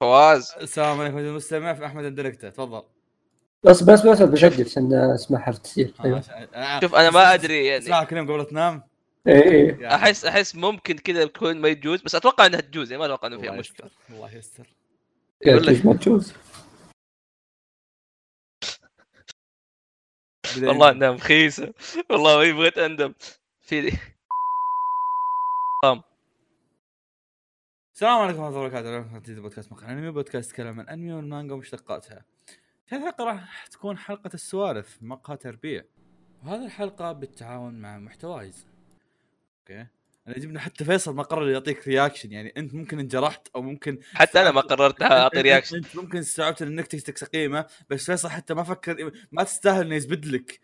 فواز. السلام عليكم المستمع في احمد الدركتة، تفضل. بس بسجل عشان اسمعها تسجيل. ايوه شوف انا ما ادري يعني اسمعها كل يوم قبل تنام. ايه احس ممكن كذا تكون ما يجوز، بس اتوقع انها تجوز، يعني ما اتوقع انه فيها مشكله. الله يستر. يقول لك ما تجوز. والله انها مخيسه، والله ما بغيت اندم في السلام عليكم ورحمة الله وبركاته. جديد بودكاست مقهى الانمي، بودكاست كلام عن الانمي والمانجا ومشتقاتها. في الحلقة راح تكون حلقة السوالف مقهى تربيع، وهذه الحلقة بالتعاون مع محتوايز. اوكي، انا جبنا حتى فيصل ما قرر يعطيك رياكشن، يعني انت ممكن انجرحت او ممكن حتى انا ما قررت اعطي رياكشن. انت ممكن استوعبت ان نكتك قيمة، بس فيصل حتى ما فكر، ما تستاهل انه يزبد لك.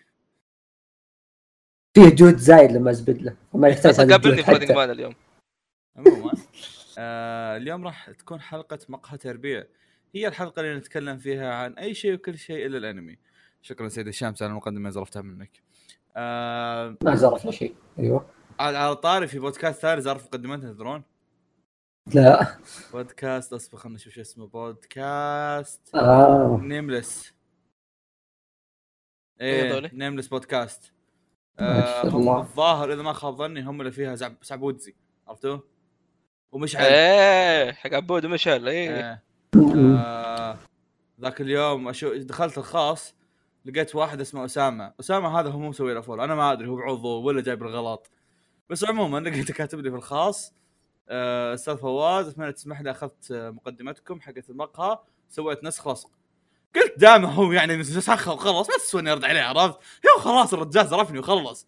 فيه جهد زايد لما ازبد له، وما يحتاج فيصل قابلني في مان اليوم. عموما اليوم راح تكون حلقة مقهى تربيع، هي الحلقة اللي نتكلم فيها عن أي شيء وكل شيء إلا الأنمي. شكرا سيد الشامس على المقدمة اللي زرفتها منك. ما زرفنا شيء. أيوة على طاري في بودكاست ثاني زرف مقدمتنا تدرون؟ لا بودكاست أصبر خلنا نشوف شو اسمه. بودكاست نيملس. نيملس بودكاست. هم الظاهر إذا ما خاب ظني هم اللي فيها سعبودزي، عرفتوه؟ ومشعل حق عبود ومشعل ذاك اليوم دخلت الخاص لقيت واحد اسمه أسامة هذا هو مو مسوي له فولو، انا ما ادري هو بعضو ولا جايب الغلط، بس عموما لقيته كاتب لي في الخاص استاذ فواز اتمنى تسمح لي اخذت مقدمتكم حقت المقهى سويت نسخ لصق. قلت دامه هو يعني نسخه وخلص ما تسوي ارد عليه، عرفت يا خلاص الرجال زرفني وخلص.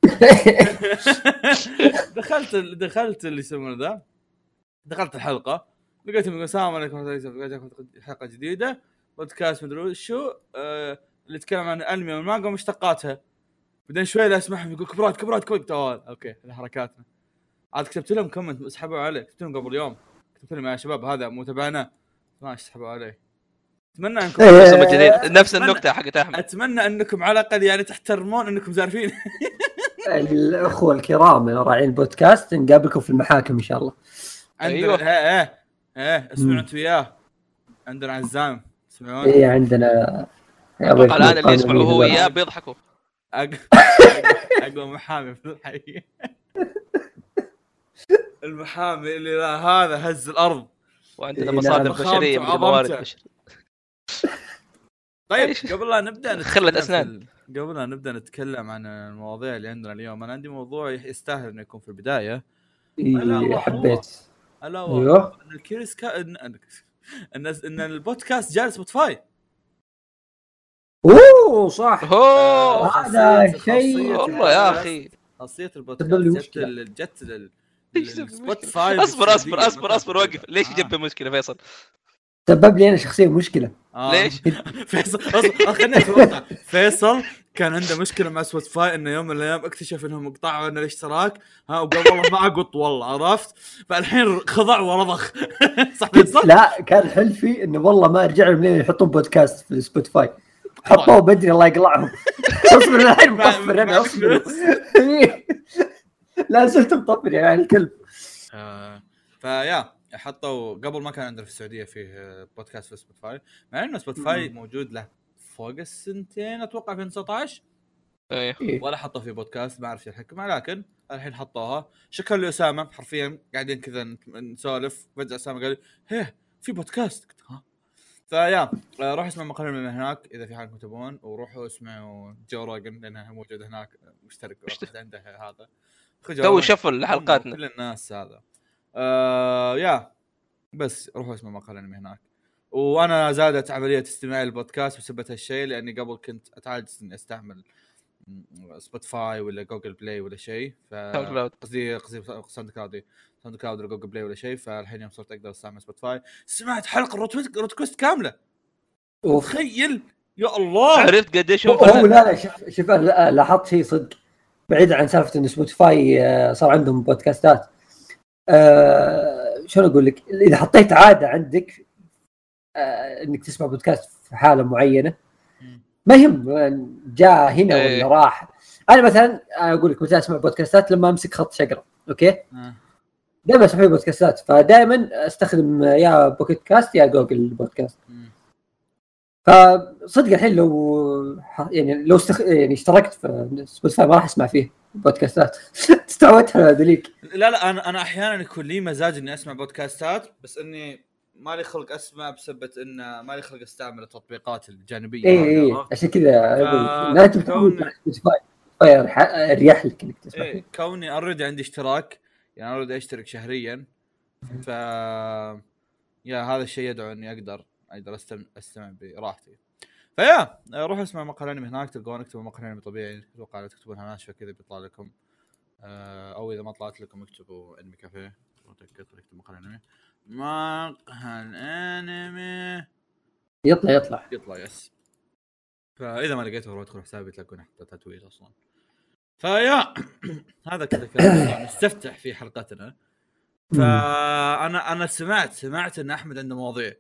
دخلت اللي يسمونه ذا، دخلت الحلقه لقيتهم السلام عليكم حلقه جديده بودكاست مدري شو اللي يتكلم عن الانمي والمانجا ومشتقاتها. بعدين شوي لا اسمعهم يقول كبرات توال. اوكي حركاتنا عاد كتبت لهم كومنت اسحبوا عليه، كتبت لهم قبل يوم كتبت لهم يا شباب هذا مو تبعنا ما اسحبوا عليه. اتمنى انكم نفس النقطه حقت احمد، اتمنى انكم على الاقل يعني تحترمون انكم زارفين. الاخوه الكرام راعين البودكاست نقابلكم في المحاكم ان شاء الله. ايوه اسمعوا انت وياه عندنا عزام تسمعون. ايه عندنا الان اللي يسمعوا هو وياه بيضحكوا. اقوى محامي في الحي. المحامي اللي لا هذا هز الارض، وعندنا مصادر بشريه من موارد بشريه. طيب قبل لا نبدا خلت اسنان قبل لا نبدا نتكلم عن المواضيع اللي عندنا اليوم، انا عندي موضوع يستاهل انه يكون في البدايه. حبيت ايوه ان الكيرس ان البودكاست جالس سبوتيفاي. اوه صح هذا شيء والله يا اخي خاصيه البودكاست جت للسبوتيفاي. اصبر وقف. ليش جنب مشكله فيصل؟ سبب لي انا شخصيا مشكله. ليش؟ فيصل خليني اتوقع. فيصل كان عنده مشكله مع سبوتيفاي انه يوم من الايام اكتشف انهم قطعوا لنا الاشتراك وقال والله ما اقط والله، عرفت؟ فالحين خضع ورضخ. صح فيصل؟ لا كان حلفي انه والله ما ارجع لهم لين يحطون بودكاست في سبوتيفاي، حطوه بدري الله يقلعهم. اصبر الحين مطفر انا اصبر. لا زلت مطفر يعني الكلب. فيا حطوا قبل ما كان عندنا في السعوديه فيه بودكاست في سبوتيفاي، مع انه سبوتيفاي موجود له فوق السنتين اتوقع في 19 ولا حطوا في بودكاست ما اعرف الحكم، لكن الحين حطوها. شكرا لأسامة حرفيا قاعدين كذا نسولف فجأة أسامة قال هيه في بودكاست ها. فيا روح اسمع مقال من هناك اذا في حالكم تبون، وروحوا اسمعوا جو روجن لانه موجود هناك مشترك عنده هذا. تو شفل حلقاتنا كل الناس هذا يا بس روحوا اسمعوا مقال من هناك. وانا زادت عمليه استماع البودكاست بسبب هالشيء، لاني قبل كنت اتعجز اني استعمل سبوتيفاي ولا جوجل بلاي ولا شيء، قصدي ساوند كلاود ولا جوجل بلاي ولا شيء. فالحين يوم صرت اقدر استعمل سبوتيفاي سمعت حلقه روتكوست كامله. تخيل يا الله عرفت قديش هو. لا شوف لاحظت شيء صدق بعيد عن سالفه ان سبوتيفاي صار عندهم بودكاستات. شلون اقول لك، اذا حطيت عاده عندك انك تسمع بودكاست في حاله معينه ما يهم جاء هنا ولا راح. انا مثلا اقول لك متى اسمع بودكاستات لما امسك خط شقره. اوكي دائما اسمع بودكاستات، فدائما استخدم يا بوكيت كاست يا جوجل بودكاست. فصدق الحين لو يعني لو يعني اشتركت في سبوتيفاي ما راح اسمع فيه بودكاستات. استعودتها ذليك. لا انا احيانا يكون لي مزاج اني اسمع بودكاستات، بس اني ما لي خلق اسمع بسبب ان ما لي خلق استعمل التطبيقات الجانبيه. اي عشان كذا اقول لا تكون سبوتيفاي اريح لك انك تسمع فيه. كوني اوريدي عندي اشتراك، يعني اوريدي اشترك شهريا، ف يا هذا الشيء يدعو اني اقدر استمع براحتي. فيا روح اسمع مقال انمي هناك، تلقون اكتبوا مقال انمي طبيعي، اتوقع تكتبونها ناشفه كذا بيطلع لكم، او اذا ما طلعت لكم اكتبوا انمي كافيه، متاكد اكتب مقال انمي يطلع يس. فاذا ما لقيته روح ادخل حسابي تلاقون حطيتها تويت اصلا. فيا هذا كذا كلام نستفتح في حلقتنا. فانا سمعت ان احمد عنده مواضيع.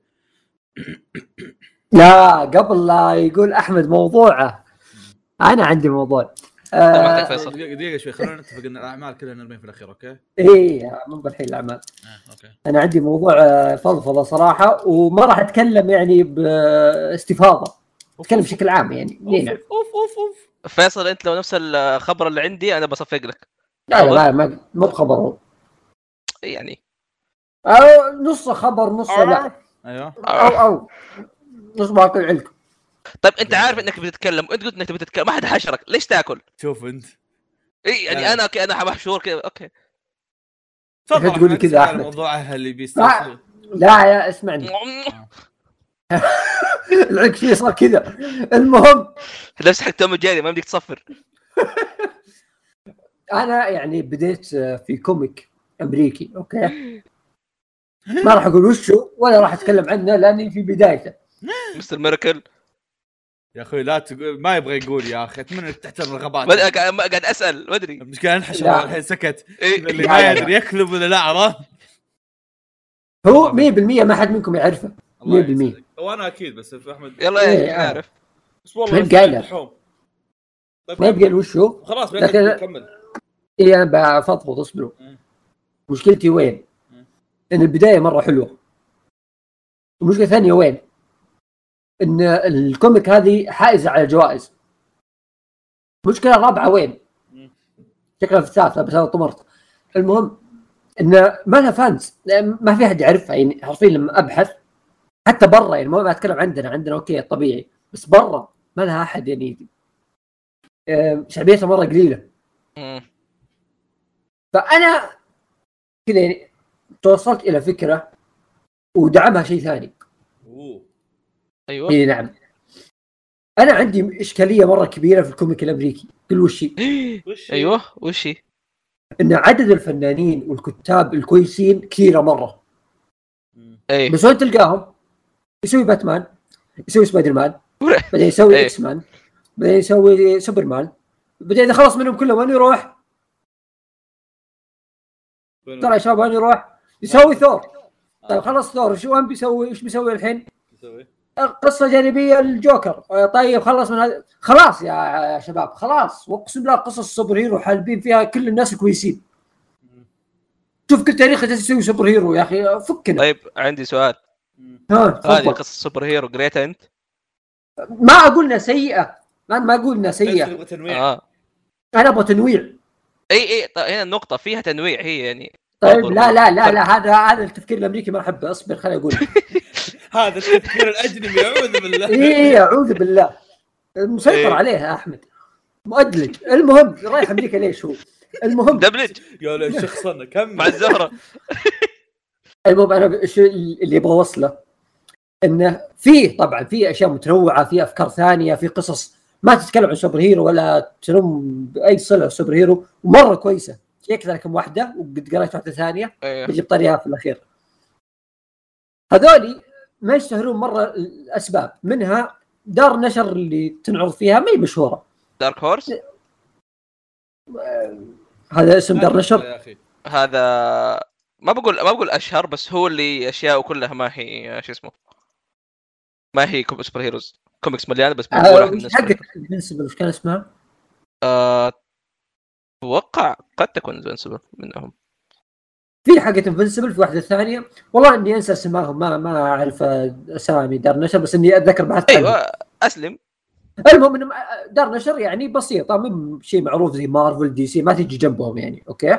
لا قبل لا يقول احمد موضوعه، انا عندي موضوع. دقيقه شوي، خلينا نتفق ان الاعمال كلها نرميها في الاخير. اوكي ايه مو بالحين الاعمال. اوكي انا عندي موضوع فضفضه صراحه، وما راح اتكلم يعني باستفاضه، اتكلم بشكل عام يعني. اوف فيصل انت لو نفس الخبر اللي عندي انا بصفق لك. لا مو بخبر يعني نص خبر نص لا. ايوه او نص باكل علكم. طيب انت عارف انك بتتكلم وانت قلت انك تبي تتكلم، ما حد حشرك، ليش تاكل؟ شوف انت اي يعني انا محشور كذا. اوكي تفضل تقولي كذا احمد موضوعها اللي بيستاهل. لا يا اسمعني. العلك فيه صار كذا. المهم نفس حق توم جيري ما بدك تصفر. انا يعني بديت في كوميك امريكي. اوكي ما راح اقول وشو ولا راح اتكلم عنه لاني في بدايته. مستر ميراكل يا اخوي لا تقول، ما يبغى يقول يا اخي، اتمنى انك تحترم الغبات. قاعد اسال ما ادري مش قاعد انحشر الحين سكت. اللي ما يدري يكذب ولا لا عرفت. هو 100% ما حد منكم يعرفه 100%. وانا اكيد بس احمد يلا نعرف. بس والله ما يبقى وشو خلاص نكمل. ايه انا بفضفض اصبروا. مشكلتي وين؟ ان البدايه مره حلوه، المشكله الثانيه وين؟ ان الكوميك هذه حائزه على جوائز. المشكله الرابعه وين؟ شكلها في الثالثه بس انا طمرت. المهم ان ما لها فانز، ما في احد يعرفها يعني. حرفيا لما ابحث حتى برا، يعني ما اتكلم عندنا اوكي طبيعي، بس برا ما لها احد يعني. شعبيتها مره قليله. فانا كذا يعني توصلت الى فكره ودعمها شيء ثاني. ايوه اي نعم. انا عندي اشكاليه مره كبيره في الكوميك الامريكي. كل وشي ايوه وشي ان عدد الفنانين والكتاب الكويسين كثيره مره. بس وين تلقاهم؟ يسوي باتمان، يسوي سبايدر مان، بعدين يسوي اكس مان، بعدين يسوي سوبرمان، بعدين اذا خلص منهم كلهم وين يروح؟ ترى يا شباب وين يروح؟ يسوي ثور. طيب خلص ثور شو وين بيسوي؟ ايش بيسوي الحين؟ قصه جانبيه الجوكر. طيب خلص من هذا، خلاص يا شباب خلاص. واقسم بالله قصص سوبر هيرو حالبين فيها كل الناس كويسين. شوف كل تاريخ تسوي سوبر هيرو يا اخي فكنا. طيب عندي سؤال. هذه قصه سوبر هيرو قريتها انت؟ ما اقول انها سيئه، ما اقول انها سيئه. انا ابغى تنويع. اي طيب هنا النقطه فيها تنويع هي يعني. طيب لا هذا التفكير الامريكي ما احبه. اصبر خليني اقول. هذا التفكير الاجنبي اعوذ بالله. اي اعوذ بالله. مسيطر عليه احمد مؤدلج. المهم رايح امريكا ليش هو؟ المهم دبلج يا لا شخصنا كم مع الزهره. المهم انا شو اللي ابغى اوصله، انه فيه طبعا في اشياء متنوعه، في افكار ثانيه، في قصص ما تتكلم عن سوبر هيرو ولا تنم باي صله سوبر هيرو ومره كويسه. يكثر كم واحده وقد قريت واحده ثانيه بجيب طريقها في الاخير. هذولي ما يشتهرون مره الاسباب، منها دار نشر اللي تنعرض فيها ما هي مشهوره. دارك هورس هذا اسم دار نشر. هذا ما بقول اشهر، بس هو اللي اشياء كلها ما هي شو اسمه، ما هي سوبر هيروز. كوميكس مليانه بس بقول وش كان اسمها؟ اتوقع قد تكون انفنسبل منهم. في حاجه انفنسبل، في واحده ثانيه والله اني انسى اسمائهم، ما اعرف اسامي دار نشر، بس اني اتذكر بحثت ايوه اسلم. المهم ان دار نشر يعني بسيطه، من شيء معروف زي مارفل دي سي، ما تيجي جنبهم يعني. اوكي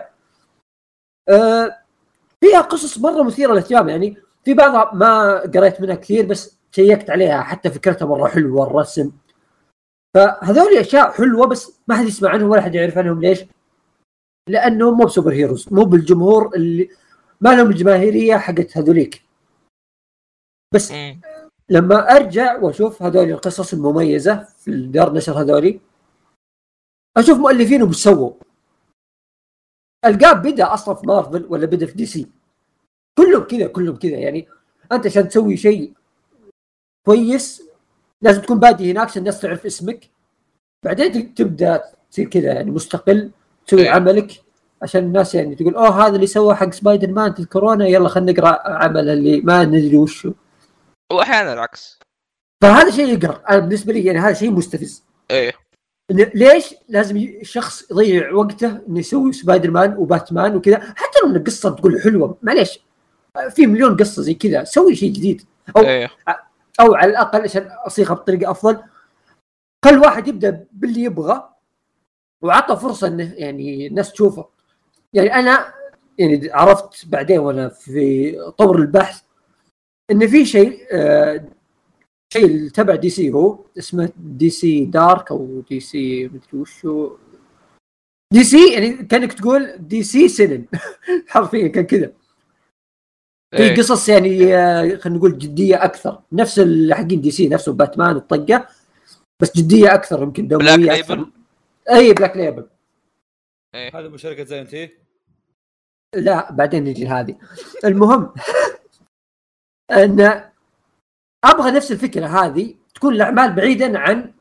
فيها قصص مره مثيره للاهتمام، يعني في بعضها ما قريت منها كثير بس شيكت عليها، حتى فكرتها مره حلوه، الرسم، فهذول اشياء حلوه بس ما حد يسمع عنهم ولا حد يعرف عنهم. ليش؟ لانهم مو بسوبر هيروز، مو بالجمهور اللي ما لهم الجماهيريه حقت هذوليك. بس لما ارجع واشوف هذول القصص المميزه في دار نشر هذولي، اشوف مؤلفينهم وش سووا. القاب بدا اصلا في مارفل ولا بدا في دي سي، كلهم كذا يعني. انت عشان تسوي شيء كويس لازم تكون بادي هناك عشان الناس تعرف اسمك، بعدين تبدا تصير كذا يعني مستقل، تسوي عملك عشان الناس يعني تقول اوه هذا اللي سوى حق سبايدر مان تذكرونه، يلا خلينا نقرا عمله اللي ما ندري وشه. واحيانا العكس. فهذا شيء يقهر انا بالنسبه لي، يعني هذا شيء مستفز. ايه ليش لازم الشخص يضيع وقته انه يسوي سبايدر مان وباتمان وكذا، حتى لو القصه تقول حلوه معليش، في مليون قصه زي كذا، سوي شيء جديد او على الاقل عشان اصيغها بطريقه افضل، خل واحد يبدا باللي يبغى وعطى فرصه انه يعني الناس تشوفه. يعني انا يعني عرفت بعدين وانا في طور البحث ان في شيء شيء تبع دي سي، هو اسمه دي سي دارك او دي سي مدري وشو، دي سي يعني كانك تقول دي سي سنن حرفيا كان كذا. في قصص يعني خلينا نقول جديه اكثر، نفس حقين دي سي نفسه باتمان الطقه، بس جديه اكثر، يمكن دمويه اكثر. اي بلاك ليبل. هذا مشاركه زي انت؟ لا بعدين نجي هذه. المهم ان ابغى نفس الفكره هذه تكون الاعمال بعيدا عن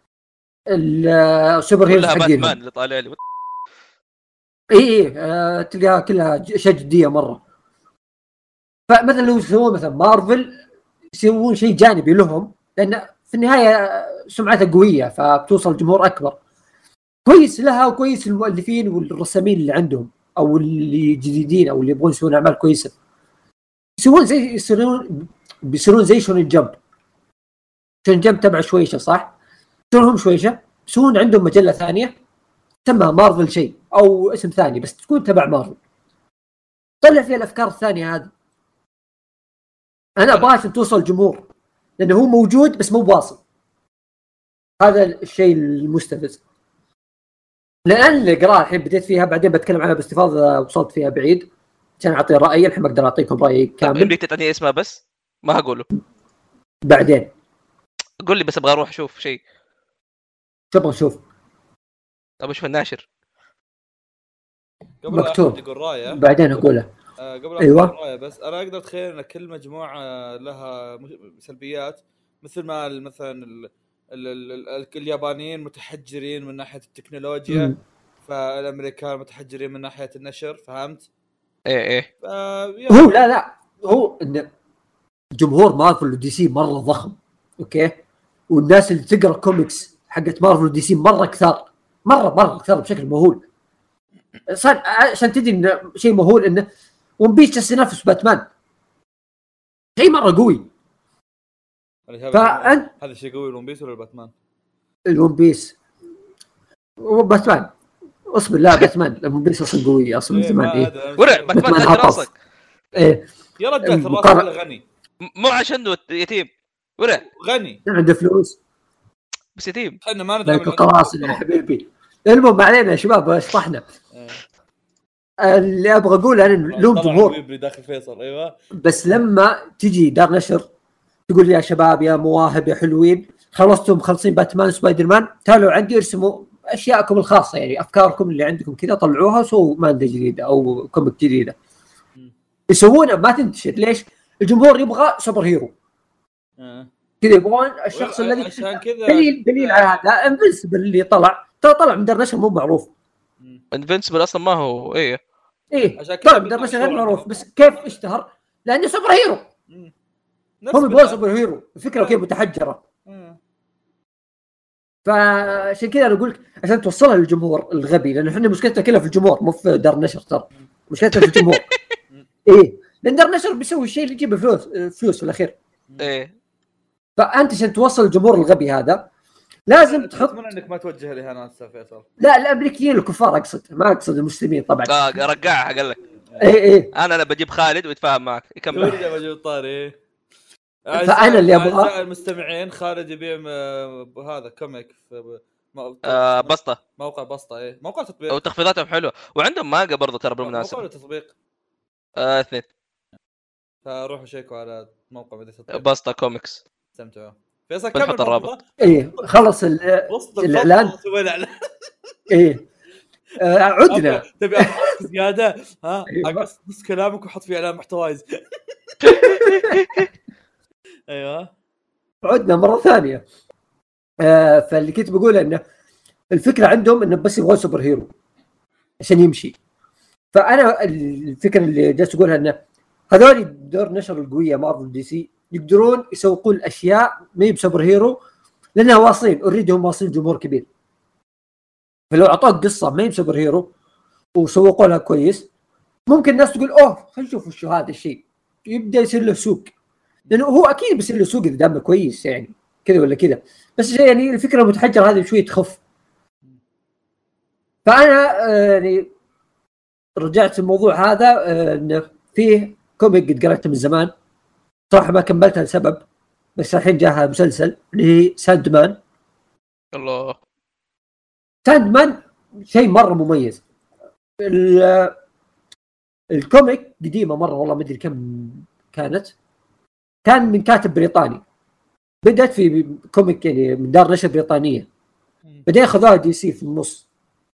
السوبر هيروز حقين باتمان اللي طالع لي. اي تلقاها كلها اشياء جديه مره. فمثلا لو يسوون مثلا مارفل يسوون شيء جانبي لهم، لان في النهايه سمعتها قويه فبتوصل جمهور اكبر، كويس لها وكويس للمؤلفين والرسامين اللي عندهم او اللي جديدين او اللي يبغون يسوون اعمال كويسه. يسوون زي بيصيرون زي شونين جمب. شونين جمب تبع شويشه صح؟ يسوونهم شويشه، يسوون عندهم مجله ثانيه تسمى مارفل شيء او اسم ثاني بس تكون تبع مارفل، طلع فيها الافكار الثانيه هذه. انا ابغى عشان توصل الجمهور، لانه هو موجود بس مو واصل. هذا الشيء المستفز. لان اللي قراءه الحين بديت فيها، بعدين بتكلم عنها باستفاضه وصلت فيها بعيد عشان اعطي رايي. الحين ما اقدر اعطيكم رايي كامل. بدك تعطيني اسمها بس ما هقوله بعدين. قول لي بس ابغى اروح اشوف شيء. تبغى نشوف؟ طب اشوف الناشر قبل مكتوب تقول رايه بعدين اقوله. قبل ايوه رايه بس انا اقدر اتخيل ان كل مجموعه لها سلبيات، مثل ما مثلا اليابانيين متحجرين من ناحيه التكنولوجيا، فالامريكان متحجرين من ناحيه النشر، فهمت؟ ايه هو لا هو ان جمهور مارفل ودي سي مره ضخم، اوكي، والناس اللي تقرا كوميكس حقت مارفل ودي سي مره كثار، مره كثار بشكل مهول. صار عشان تدري انه شيء مهول انه ون بيس جالس ينافس باتمان، شيء مره قوي. هذا شيء قوي الون بيس ولا الباتمان؟ الون بيس وباتمان. اصبر، لا باتمان الون بيس اصلا قوي اصلا من زمان. ايه ورع باتمان راسك. ايه يا رجال الراس غني، مو عشان يتيم، ورع غني عنده فلوس بس يتيم. احنا ما ندري القراصنة يا حبيبي. المهم ما علينا يا شباب، اشطحنا. اللي ابغى اقول انا لهم جمهور داخل فيصل. ايوه بس لما تجي دار نشر تقول يا شباب يا مواهب يا حلوين، خلصتم مخلصين باتمان وسبايدر مان، تعالوا عندي ارسموا اشياءكم الخاصه، يعني افكاركم اللي عندكم كذا طلعوها وسووا ماده جديده او كوميك جديده. يسوونها ما تنتشر. ليش؟ الجمهور يبغى سوبر هيرو كذا، يبغون الشخص الذي دليل على هذا انفنسبل اللي طلع من دار نشر مو معروف. انفنسبل اصلا ما هو ايه طلع من دار نشر غير معروف، بس كيف اشتهر؟ لانه سوبر هيرو. هم يبغون سوبر هيرو، الفكره كيف متحجره. فعشان كذا انا اقول لك عشان توصلها للجمهور الغبي، لانه احنا مشكلتنا كلها في الجمهور مو في دار نشر، ترى مشكلتنا في الجمهور. ايه لان دار نشر بيسوي الشيء اللي يجيب فلوس في الاخير. ايه فانت عشان توصل الجمهور الغبي هذا لازم تحط. اتمنى انك ما توجه الاهانات استاذ فيصل. لا الامريكيين الكفار اقصد، ما اقصد المسلمين طبعا. رجعها قال لك ايه انا بجيب خالد ويتفاهم معك يكمل. بجيب طاري. فانا اللي ابغى المستمعين خالد يبيع هذا كوميك في بسطه، موقع بسطه. ايه موقع تطبيق وتخفيضاتهم حلوه، وعندهم مانجا برضه ترى بالمناسبه. موقع تطبيق اثنين. فروحوا شيكوا على موقع بدي تطبيق بسطه كوميكس. استمتعوا. فيصل بنحط الرابط. ايه خلص الاعلان. ايه عدنا. تبي زياده ها اقص نص كلامك وحط فيه اعلان محتوايز. ايوه عدنا مره ثانيه. فاللي كنت بقول انه الفكره عندهم انه بس يبغوا سوبر هيرو عشان يمشي. فانا الفكره اللي جالس اقولها انه هذول دور نشر القويه مارفل دي سي يقدرون يسوقون الاشياء ما هي بسوبر هيرو لانها واصلين اوريدي، هم واصلين جمهور كبير. فلو اعطوك قصه ما هي بسوبر هيرو وسوقوا لها كويس ممكن الناس تقول اوه خلينا نشوف وش هذا الشيء، يبدا يصير له سوق، لانه هو اكيد بيصير له سوق اذا دامه كويس يعني كذا ولا كذا. بس يعني الفكره المتحجره هذه شويه تخف. فانا يعني رجعت الموضوع هذا انه فيه كوميك قد قرأته من زمان صراحه ما كملتها لسبب، بس الحين جاها مسلسل اللي هي ساندمان. الله ساندمان شيء مره مميز. الكوميك قديمه مره والله ما ادري كم كانت، كان من كاتب بريطاني، بدأت في كوميك يعني من دار نشر بريطانيه، بعدين اخذوها دي سي في النص.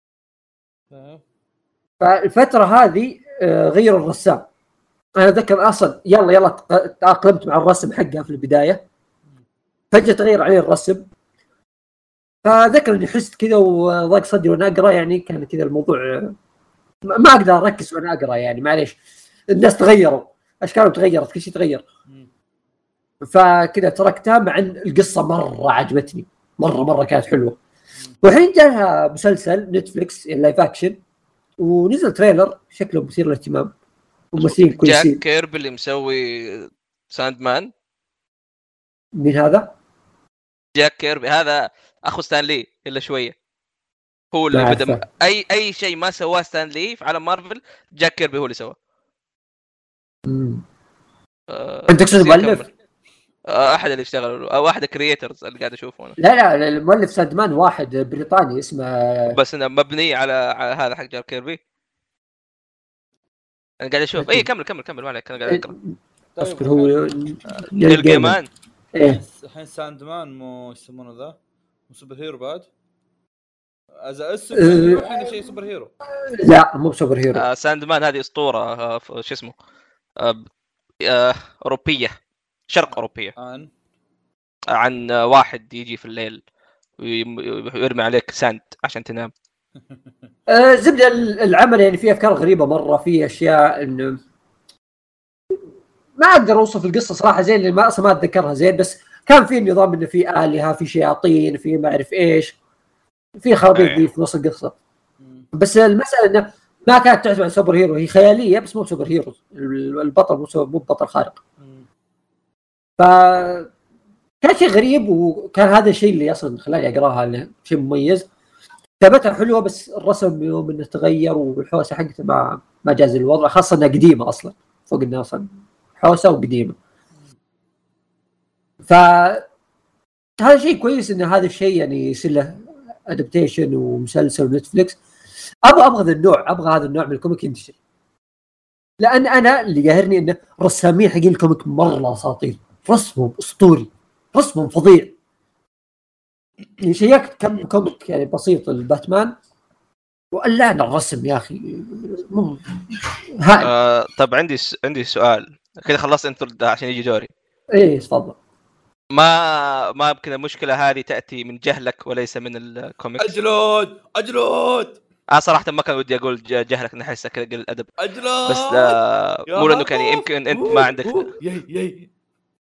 فالفتره هذه غيروا الرسام. انا اتذكر اصلا يلا تأقلمت مع الرسم حقها في البدايه، فجاه تغير عليه الرسم. فذكر اني حست كذا وضاق صدري وانا اقرا، يعني كان كذا الموضوع ما اقدر اركز وانا اقرا يعني معليش، الناس تغيروا، اشكالهم تغيرت، كل شيء تغير. فكذا تركتها مع ان القصه مره عجبتني، مره كانت حلوه. والحين جاها مسلسل نتفليكس لايف اكشن ونزل تريلر شكله مثير للاهتمام وممثلين كويسين. جاك كيربي اللي مسوي ساندمان. مين هذا؟ جاك كيربي هذا اخو ستانلي الا شويه، هو اللي بدا اي شيء ما سواه ستانلي في عالم مارفل جاك كيربي هو اللي سواه. انت تقصد المؤلف؟ احد اللي اشتغل او واحد الكرييترز اللي قاعد اشوفه انا. لا المؤلف ساندمان واحد بريطاني اسمه، بس انه مبني على هذا حق جاك كيربي. انا قاعد اشوف اي كمل ما عليك، انا قاعد اقرا. اصبر هو الجيمان. الحين ساندمان مو يسمونه ذا مو سوبر هيرو بعد اذا اسم الحين شيء سوبر هيرو. لا مو سوبر هيرو. ساندمان هذه اسطوره شو اسمه اوروبيه، شرق اوروبيه، عن واحد يجي في الليل ويرمي عليك ساند عشان تنام. زبده العمل يعني فيه افكار غريبه مره، فيه اشياء انه ما اقدر اوصف القصه صراحه زين اللي ما اصلا ما اتذكرها زين، بس كان في نظام انه في الهه، في شياطين، في ما اعرف ايش، في خرابيط دي في نص القصه. بس المساله انه ما كانت تعتبر سوبر هيرو، هي خياليه بس مو سوبر هيرو، البطل مو بطل خارق. ف كان شيء غريب، وكان هذا الشيء اللي اصلا خلاني اقراها، شيء مميز. كتابتها حلوه بس الرسم يوم انه تغير والحوسه حقته ما جاز الوضع، خاصه انها قديمه اصلا فوق انها اصلا حوسه وقديمه. فهذا شيء كويس ان هذا الشيء يعني يصير له ادابتيشن ومسلسل نتفليكس. ابغى هذا النوع من الكوميك ينتشر، لان انا اللي قاهرني انه رسامين حقين الكوميك مره اساطير، رسمهم اسطوري، رسمهم فظيع. يعني شيكت كم كوميك يعني بسيط الباتمان وقلعنا الرسم يا اخي طب عندي سؤال كذا، خلصت انت عشان يجي دوري. ايه تفضل. ما يمكن المشكله هذه تاتي من جهلك وليس من الكوميكس؟ اجلود صراحه ما كان ودي اقول جهلك، نحسه كذا قل الادب، بس مو لانه كان يمكن انت ما عندك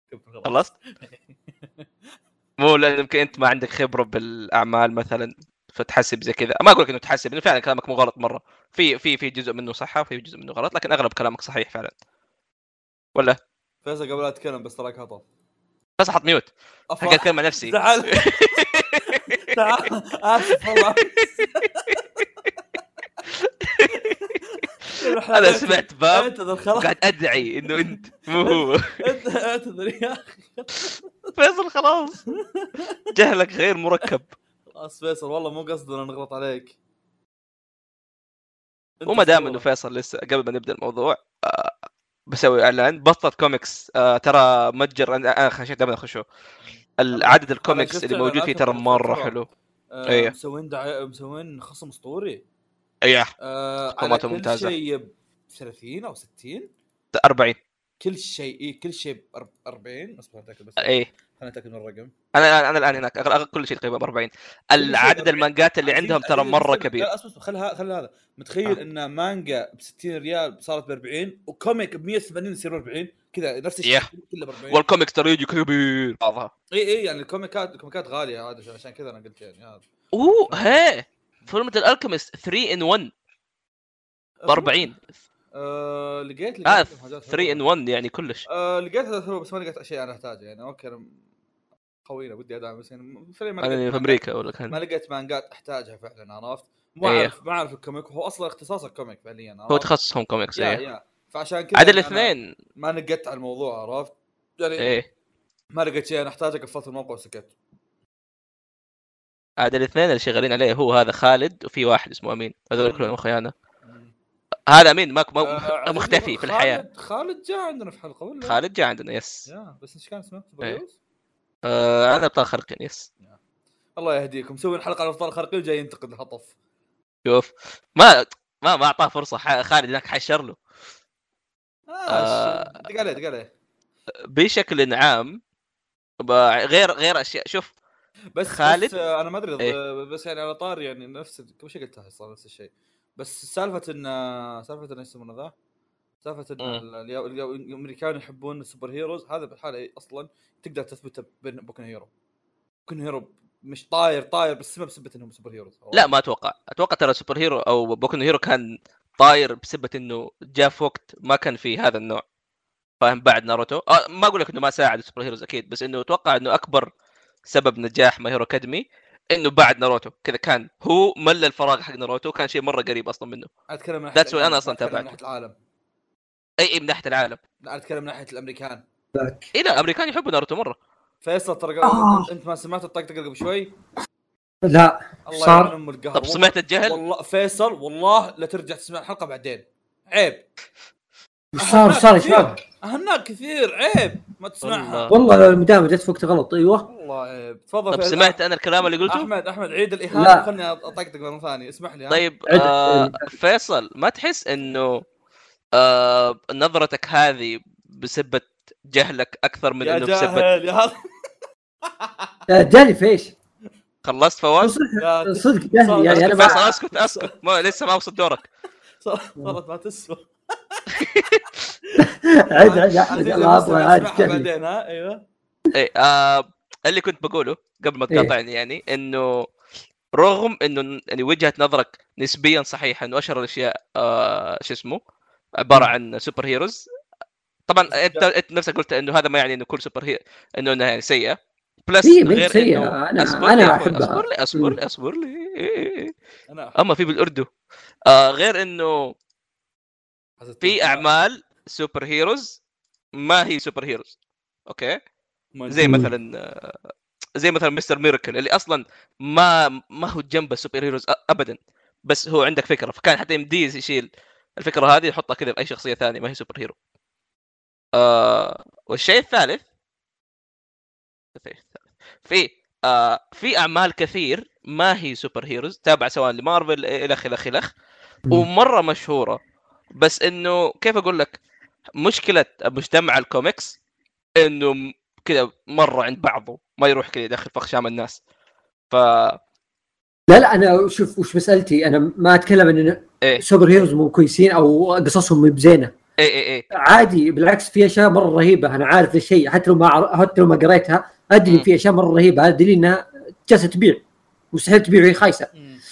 خلصت مو لأن يمكن أنت ما عندك خبرة بالأعمال مثلا فتحسب زي كذا. ما اقول لك انه تحسب، انه فعلا كلامك مو غلط مره، في جزء منه صح وفي جزء منه غلط، لكن اغلب كلامك صحيح فعلا. ولا فيصل قبل لا اتكلم بس تراك هطل، بس حط ميوت حق اتكلم مع نفسي. تعال اسف والله. انا سمعت باب قاعد ادعي انه انت مو هو. انت اعتذر يا اخي. فيصل خلاص جهلك غير مركب. خلاص فيصل والله مو قصدنا نغلط عليك. وما دام انه فيصل لسه قبل ما نبدا الموضوع بسوي اعلان بطلت كوميكس. ترى متجر انا خشيت دائما اخشه. العدد الكوميكس اللي موجود فيه ترى مره حلو. ايه مسوين خصم اسطوري. ايه خصوماته ممتازه. كل شيء ب 30 او 60 40 كل شيء كل شيء ب 40 بس ايه خليني اتاكد من الرقم. انا الان هناك كل شيء تقريبا 40. العدد المانجات اللي عندهم ترى مره كبير. خل هذا متخيل ان مانجا ب 60 ريال صارت ب 40 وكوميك ب 180 يصير 40 كذا نفس الشيء كله ب 40. والكوميك ترى يجي كبير بعضها. اي يعني الكوميكات غاليه هذا عشان كذا انا قلت يعني هذا. هي فورمة الالكيميست 3 in 1 ب 40. لقيت 3 in 1 يعني كلش. لقيت هذا حلو بس ما لقيت اشياء انا احتاجها يعني. اوكي انا قوية ودي ادعم بس يعني في امريكا ولا كان ما لقيت مانجات احتاجها فعلا. عرفت ما اعرف الكوميك وهو اصلا اختصاص الكوميك فعليا. هو تخصصهم كوميكس. فعشان كذا عدد الاثنين ما نقدت على الموضوع. عرفت يعني ما لقيت شيء انا احتاجه قفلت الموقع وسكت. عدد الاثنين اللي شغالين عليه هو هذا خالد وفي واحد اسمه امين. هذول كلهم اخويانا. هذا امين مختفي في الحياه. خالد جاء عندنا في حلقه ولا خالد جاء عندنا يس بس ايش كان اسمه انا ابطال خارقين يس. الله يهديكم مسوين حلقه على ابطال خارقين جاي ينتقد الهطف. شوف ما اعطاه فرصه. خالد هناك حشر له دق عليه بشكل عام غير اشياء. شوف بس خالد بس انا ما ادري بس يعني على طار يعني نفس كل شيء قلتها صار نفس الشيء. بس سالفه ان ايش يسمونه ذا سالفه ان الامريكان يحبون السوبر هيروز. هذا بالحاله اصلا تقدر تثبته بين بوكن هيرو مش طاير بالسما بسبه انهم سوبر هيروز. لا ما اتوقع ترى سوبر هيرو او بوكن هيرو كان طاير بسبه انه جاء في وقت ما كان في هذا النوع فاهم. بعد ناروتو ما اقول لك انه ما ساعد السوبر هيروز اكيد، بس انه اتوقع انه اكبر سبب نجاح ما هيرو اكاديمي انه بعد ناروتو كذا كان هو مل الفراغ حق ناروتو كان شيء مره قريب اصلا منه. اتكلم من ناحيه انا اصلا تابعت من ناحيه العالم. اي من ناحيه العالم. لا اتكلم من ناحيه الامريكان. لا الامريكان يحبوا ناروتو مره. فيصل ترى انت ما سمعت الطقطقه قبل شوي؟ لا صار. طب سمعت الجهل والله فيصل والله لا ترجع تسمع الحلقه بعدين عيب. صار يا شباب هناك كثير عيب ما تسمعها والله المدامه جت في وقت غلط. ايوه والله عيب. تفضل. طب سمعت انا الكلام اللي قلته؟ احمد عيد الاهانه خلني اطقطق مره ثانيه اسمح لي. طيب فيصل ما تحس انه نظرتك هذه بسبه جهلك اكثر من انه بسبه يا هذا جالي فيش خلصت فواز صدق جهلي يعني انا اسكت ما لسه ما وصلت دورك. صارت ما تسوى. عيد عاد بعدين ايوه اللي كنت بقوله قبل ما تقاطعني يعني انه رغم انه يعني وجهة نظرك نسبيا صحيحه انه اشهر الاشياء شو اسمه عباره عن سوبر هيروز. طبعا انت نفسك قلت انه هذا ما يعني انه كل سوبر هيرو انه يعني سيئه بلس غير سيئة. انا احبها. اصبر لي اما في بالاردو غير انه في اعمال سوبر هيروز ما هي سوبر هيروز. اوكي زي مثلا مستر ميراكل اللي اصلا ما هو جنب السوبر هيروز ابدا، بس هو عندك فكره فكان حتى يمديز يشيل الفكره هذه يحطها كذا في اي شخصيه ثانيه ما هي سوبر هيرو. والشيء الثالث في اعمال كثير ما هي سوبر هيروز تابع سواء لمارفل الخ ومره مشهوره، بس انه كيف اقول لك مشكله مجتمع الكوميكس انه كذا مره عند بعضه ما يروح كذا يدخل فخ شام الناس. لا انا شوف وش مسالتي. انا ما اتكلم ان سوبر هيروز مو كويسين او قصصهم مو بزينه. عادي بالعكس في اشياء مره رهيبه. انا عارف الشيء حتى لو ما قريتها ادري في اشياء مره رهيبه. هذا دليل انها جالسه تبيع مستحيل تبيع وهي خايسه.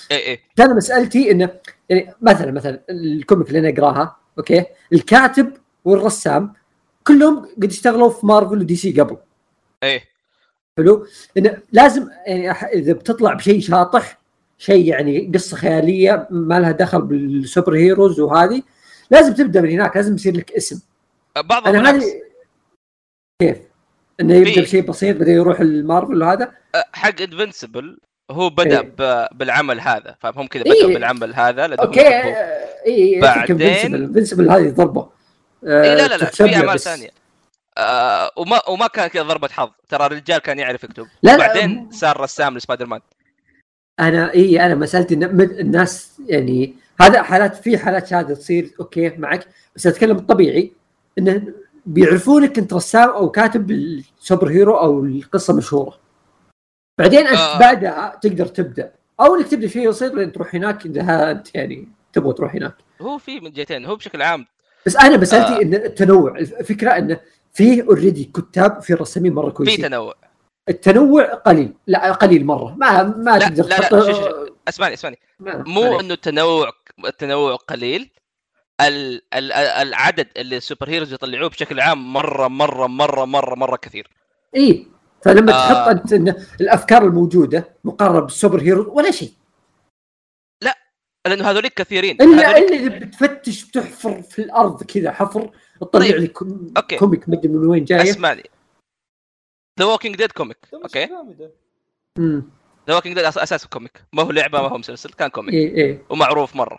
انا مسالتي انه يعني مثلا الكوميك اللي انا اقراها اوكي الكاتب والرسام كلهم قد اشتغلوا في مارفل ودي سي قبل حلو انه لازم يعني اذا بتطلع بشيء شاطح شيء يعني قصه خياليه ما لها دخل بالسوبر هيروز وهذه لازم تبدا من هناك لازم يصير لك اسم بعض انا هذه كيف انه يبدا بشيء بسيط بعدين يروح المارفل وهذا حق انفنسبل هو بدا بالعمل هذا فهم كذا بدأوا بالعمل هذا اوكي بعدين انفنسبل هذه ضربه لا في اعمال ثانيه وما كان كذا ضربه حظ ترى الرجال كان يعرف يكتب وبعدين صار رسام لسبايدر مان. انا مسالتي الناس يعني هذا حالات في حالات شهاده تصير اوكي معك بس اتكلم الطبيعي انه بيعرفونك انت رسام او كاتب السوبر هيرو او القصه مشهوره بعدين انت بعدها تقدر تبدا او انك تبدا شيء بسيط بعدين تروح هناك اذا انت يعني تبغى تروح هناك. هو في من جهتين هو بشكل عام بس انا مسالتي ان التنوع الفكره انه فيه اوريدي كتاب في رسامين مره كويسين في تنوع التنوع قليل لا قليل مره ما لا تقدر لا لا اسمعني مو انه التنوع قليل العدد اللي السوبر هيروز يطلعوه بشكل عام مره كثير. فلما تحط انت إن الافكار الموجوده مقارنه بالسوبر هيروز ولا شيء لا لانه هذوليك كثيرين اللي بتفتش بتحفر في الارض كذا حفر تطلع لي كوميك مدري من وين جايه. اسمعني ذا ووكينج ديد كوميك اوكي ذا ووكينج ديد اساس كوميك ما هو لعبه ما هو مسلسل كان كوميك ومعروف مره.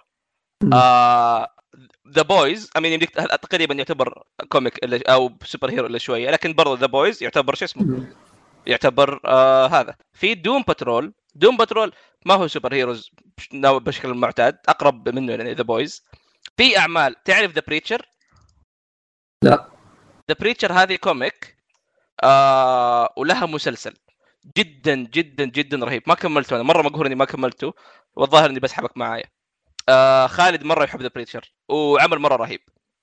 ذا بويز امين يمديك تقريبا يعتبر كوميك او سوبر هيرو الا شويه لكن برضه ذا بويز يعتبر شو اسمه يعتبر هذا. في دوم باترول ما هو سوبر هيروز بشكل معتاد اقرب منه يعني ذا بويز. في اعمال تعرف ذا بريتشر؟ لا ذا بريتشر هذه كوميك ولها مسلسل جدا جدا جدا رهيب ما كملته انا مره مقهور اني ما كملته والظاهر اني بسحبك معايا. خالد مره يحب ذا بريتشر وعمل مره رهيب.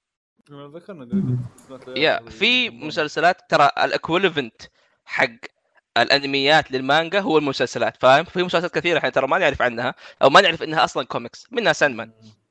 في مسلسلات ترى الاكويفالنت حق الانميات للمانجا هو المسلسلات فاهم. في مسلسلات كثيره احنا ترى ما نعرف عنها او ما نعرف انها اصلا كوميكس منها ساندمان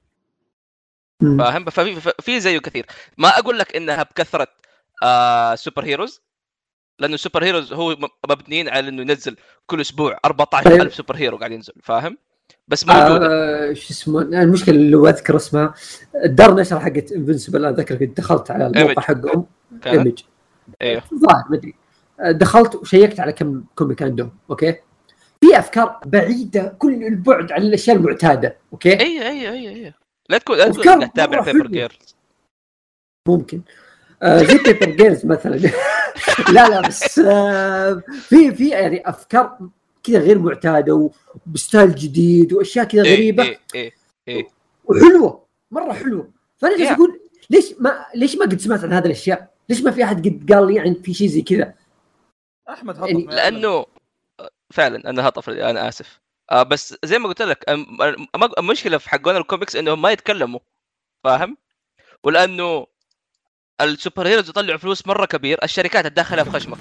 فاهم. في زيه كثير ما اقول لك انها بكثره سوبر هيروز لانه السوبر هيروز هو مبنيين على انه ينزل كل اسبوع 14,000 سوبر هيرو قاعد ينزل فاهم بس موجوده. شو اسمه المشكله اللي اذكر اسمها الدار نشر حقت انفنسبل اذكر كنت دخلت على الموقع حقهم ايمج ظاهر ما ادري دخلت وشيكت على كم كوميك عندهم اوكي في افكار بعيده كل البعد عن الاشياء المعتاده اوكي اي لا تكون تتابع بيبر جيرلز ممكن زي بيبر جيرلز مثلا لا بس في يعني افكار كذا غير معتاده وبستايل جديد واشياء كذا غريبه وحلوه مره حلوه. فانا جالس اقول ليش ما قد سمعت عن هذه الاشياء؟ ليش ما في احد قد قال لي يعني في شيء زي كذا؟ احمد يعني لانه فعلا انا هطف انا اسف بس زي ما قلت لك المشكله في حقون الكوميكس انهم ما يتكلموا فاهم ولانه السوبر هيروز يطلعوا فلوس مره كبير الشركات تدخلها في خشمك.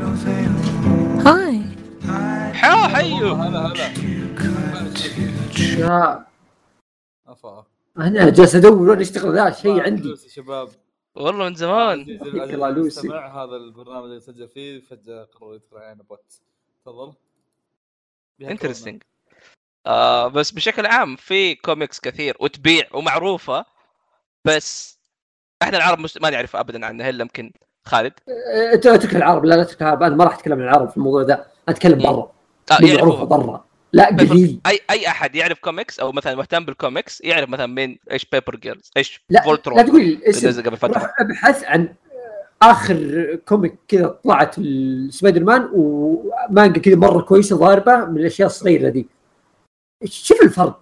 هاي حيو يا انا جالس ادور وين اشتغل ذا شيء عندي شباب والله من زمان. سمع هذا البرنامج اللي سجل فيه فجأة قرر يدخل علينا بوت. تفضل انترستينج. بس بشكل عام في كوميكس كثير وتبيع ومعروفة بس احنا العرب ما نعرف ابدا عنها الا يمكن خالد. تتكلم العرب لا تتكلم انا ما راح اتكلم عن العرب في الموضوع ذا اتكلم برا معروفة برا لا قليل. اي احد يعرف كوميكس او مثلا مهتم بالكوميكس يعرف مثلا من ايش بيبر جيرلز ايش فولترون. لا تقول روح ابحث عن اخر كوميك كذا طلعت سبايدر مان ومانجا كذا مره كويسه ضاربه من الاشياء الصغيره دي. شوف الفرق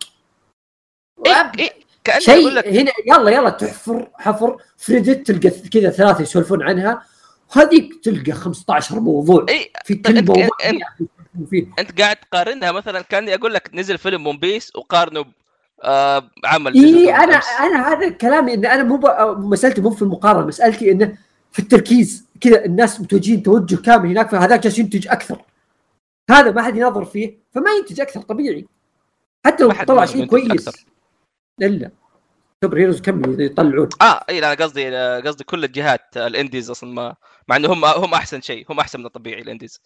شيء يقول لك هنا يلا تحفر حفر فريدت تلقى كذا ثلاثه يسولفون عنها وهذيك تلقى 15 موضوع في كل موضوع انت قاعد تقارنها مثلا كاني اقول لك نزل فيلم ون بيس وقارنه عمل انا هذا كلامي ان انا مو مسالتي مو في المقارنه مسالتي انه في التركيز كذا الناس متوجهين توجه كامل هناك فهذاك جالس ينتج اكثر هذا ما حد ينظر فيه فما ينتج اكثر طبيعي. حتى لو طلع شيء كويس لا سوبر هيروز كم يطلعون. اي لا قصدي كل الجهات الانديز اصلا ما مع انه هم احسن شيء، هم احسن من الطبيعي الانديز.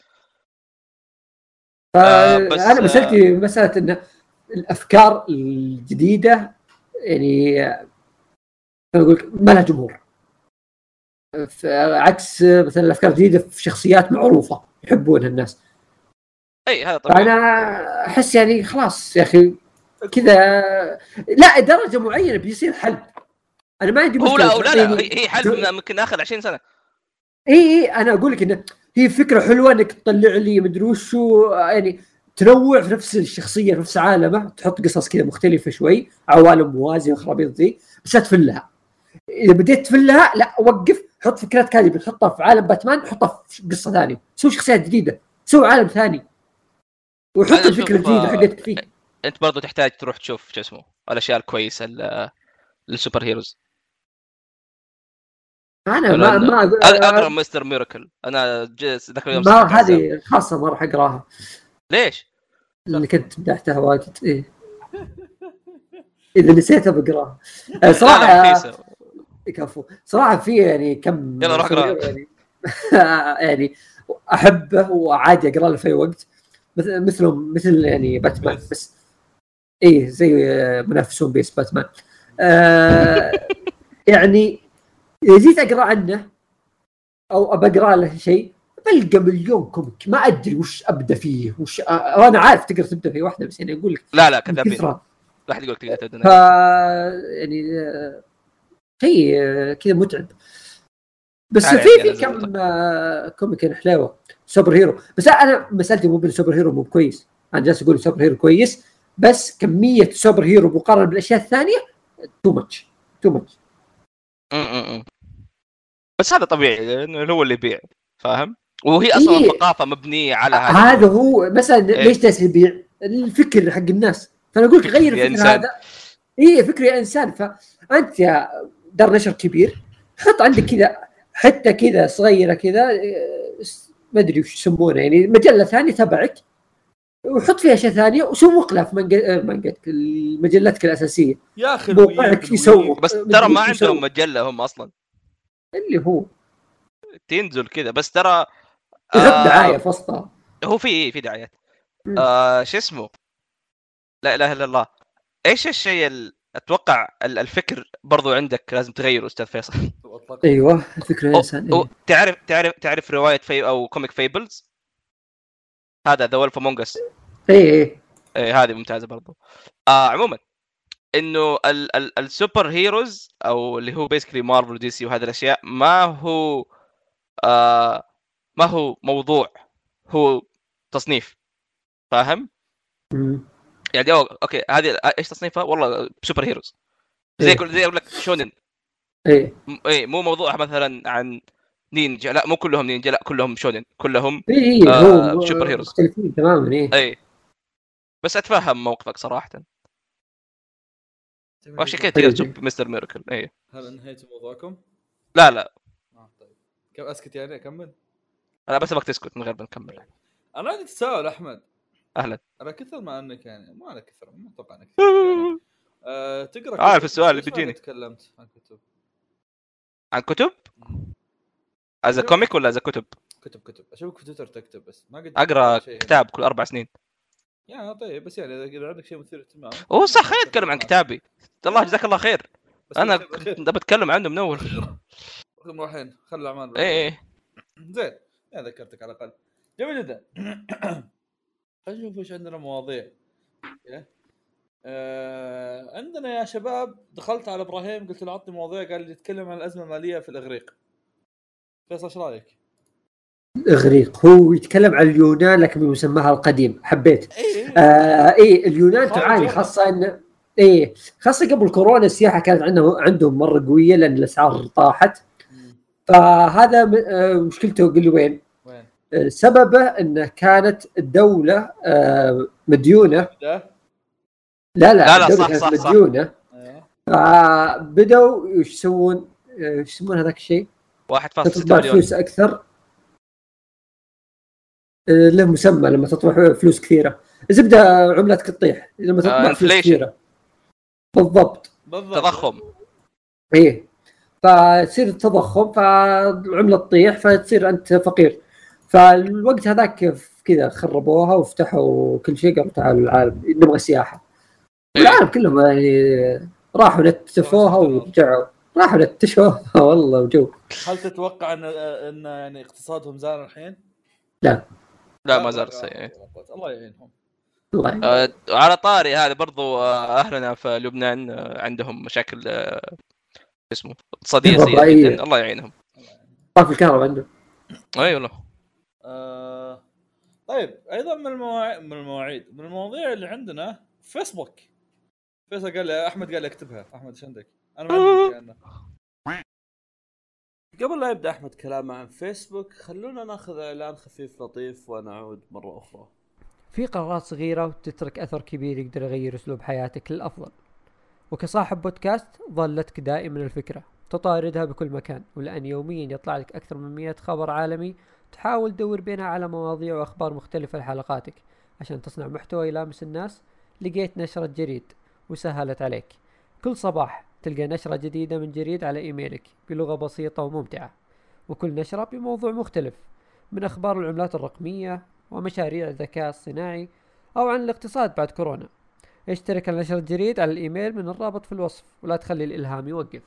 بس انا مسألتي مسألة ان الافكار الجديدة يعني انا اقول ما لها جمهور، عكس مثلا الافكار الجديدة في شخصيات معروفة يحبونها الناس. اي هذا طبيعي. انا احس يعني خلاص يا اخي كذا، لا درجة معينة بيصير حل. انا ما عندي مشكله. لا هي حل ممكن اخر 20 سنه. اي انا اقول لك ان هي فكره حلوه انك تطلع لي مدري وشو يعني تنوع في نفس الشخصيه في نفس عالمه، تحط قصص كذا مختلفه شوي، عوالم موازيه وخرابيط ذي، بس لا تفلها. اذا بديت تفلها لا وقف، حط فكرات كذا بتحطها في عالم باتمان، حطها في قصه ثانيه، سوي شخصيات جديده، سوي عالم ثاني وحط الفكره الجديده حقتك فيه. انت برضو تحتاج تروح تشوف شو اسمه الاشياء الكويسه للسوبر هيروز. انا ما اقرا مستر ميراكل. انا ذاك اليوم ما هذه خاصه ما راح اقراها. ليش؟ اللي كنت مدحتها واجد. ايه اذا نسيتها بقراها صراحه. كفو صراحه في يعني كم يلا روح اقرا يعني احبه وعادي اقرا له في وقت، مثل يعني باتمان بس ايه زي منافسون بيس باتمان يعني اذا جيت اقرا عنه او ابقرا له شيء بلقى مليون كوميك ما ادري وش ابدا فيه وش انا عارف تقدر تبدا في واحده بس يعني اقول لك لا كذابين لا احد يقول لك تقدر تبدا يعني شيء كذا متعب. بس في كم كوميك حلاوه سوبر هيرو. بس انا مسالتي مو بالسوبر هيرو مو كويس، انا جالس اقول سوبر هيرو كويس بس كميه سوبر هيرو مقارنه بالاشياء الثانيه تو ماتش. بس هذا طبيعي لانه هو اللي يبيع فاهم، وهي اصلا ثقافه مبنيه على هذا هو مثلا ليش جالس يبيع الفكر حق الناس. فانا اقول لك غير الفكر هذا. فكر يا انسان. فانت يا دار نشر كبير حط عندك كذا حتى كذا صغيره كذا ما ادري وش يسمونه يعني مجله ثانيه تبعك وحط فيها اشياء ثانيه وسوق لها في منقتك مجلتك الاساسيه يا اخي يسوق. بس ترى ما عندهم مجله هم اصلا اللي هو تنزل كذا بس ترى يحط دعايه في وسطها. هو في دعايات شو اسمه لا اله الا الله. ايش الشيء اتوقع الفكر برضو عندك لازم تغيره استاذ فيصل. ايوه الفكره انسان. تعرف روايه او كوميك فيبلز هذا ذا وولف امونج اس. ايه هذه ممتازه برضو. عموما انه السوبر هيروز او اللي هو بيسكلي مارفل دي سي وهذه الاشياء ما هو موضوع، هو تصنيف فاهم. يعني اوكي هذه ايش تصنيفها والله سوبر هيروز زي اقول لك شونن. ايه مو موضوع مثلا عن نينجا، لا مو كلهم نينجا، لا كلهم شونن كلهم سوبر هيروز مختلفين تماما. ايه بس اتفهم موقفك صراحه. وش كذا تقدر تشوف مستر ميراكل. ايه هل انهيتوا موضوعكم؟ لا طيب كيف اسكت يعني اكمل؟ انا بس ابغى تسكت من غير ما نكمل. انا عندي تساؤل احمد. اهلا. انا كثر ما انك يعني ما على كثر ما اتوقع انك يعني تقرا عارف السؤال اللي بيجيني. تكلمت عن كتب از كوميك ولا از كتب اشوفك في تويتر تكتب بس ما قد اقرا كتاب كل 4 سنين يا طيب. بس يعني اذا عندك شيء مثير اهتمام هو صح خلينا نتكلم عن كتابي. الله جزاك الله خير. انا كنت بتكلم عنه من اول رايحين خلي الاعمال ايه زين يا ذكرتك على الاقل جميل جدا. خلينا نشوف ايش عندنا مواضيع. عندنا يا شباب دخلت على ابراهيم قلت له عطني مواضيع قال لي يتكلم عن الازمه الماليه في الاغريق. فيصل ايش رايك؟ الاغريق هو يتكلم عن اليونان لكن بمسماها القديم. حبيت. اليونان تعاني خاصه ان خاصه قبل كورونا السياحه كانت عندهم مره قويه لان الاسعار طاحت. فهذا مشكلته. قل لي وين سببه انه كانت الدوله مديونه. لا صح مديونه. بدوا يسوون هذاك الشيء 1.6 مليون فلوس اكثر. له مسمى لما تطرح فلوس كثيره. زبده عملتك تطيح لما تطرح فلوس كثيره. بالضبط تضخم. ايه فتصير التضخم فالعمله تطيح فتصير انت فقير. فالوقت هذاك كذا خربوها وفتحوا كل شيء قالوا تعالوا العالم نبغى سياحه. والعالم كلهم يعني راحوا نتفوها ورجعوا راحوا نتشوها والله وجو. هل تتوقع ان يعني اقتصادهم زاد الحين؟ لا ما زال سيء. الله يعينهم. على طاري هذا برضو اهلنا في لبنان عندهم مشاكل اسمه اقتصاديه سيئه جدا. الله يعينهم. طاف الكهرباء عنده. اي والله. طيب ايضا من المواضيع اللي عندنا فيسبوك. فيصل قال لي احمد قال لي اكتبها. احمد ايش عندك؟ انا ما عندي عنه. قبل لا يبدا احمد كلامه عن فيسبوك خلونا ناخذ اعلان خفيف لطيف ونعود مره اخرى. في قرارات صغيرة وتترك أثر كبير يقدر يغير أسلوب حياتك للأفضل، وكصاحب بودكاست ظلتك دائما الفكرة تطاردها بكل مكان، ولأن يوميا يطلع لك أكثر من 100 خبر عالمي تحاول تدور بينها على مواضيع وأخبار مختلفة لحلقاتك عشان تصنع محتوى يلامس الناس. لقيت نشرة جريد وسهلت عليك. كل صباح تلقى نشرة جديدة من جريد على إيميلك بلغة بسيطة وممتعة، وكل نشرة بموضوع مختلف، من أخبار العملات الرقمية ومشاريع الذكاء الصناعي أو عن الاقتصاد بعد كورونا. اشترك على نشرة جريد على الإيميل من الرابط في الوصف، ولا تخلي الإلهام يوقف.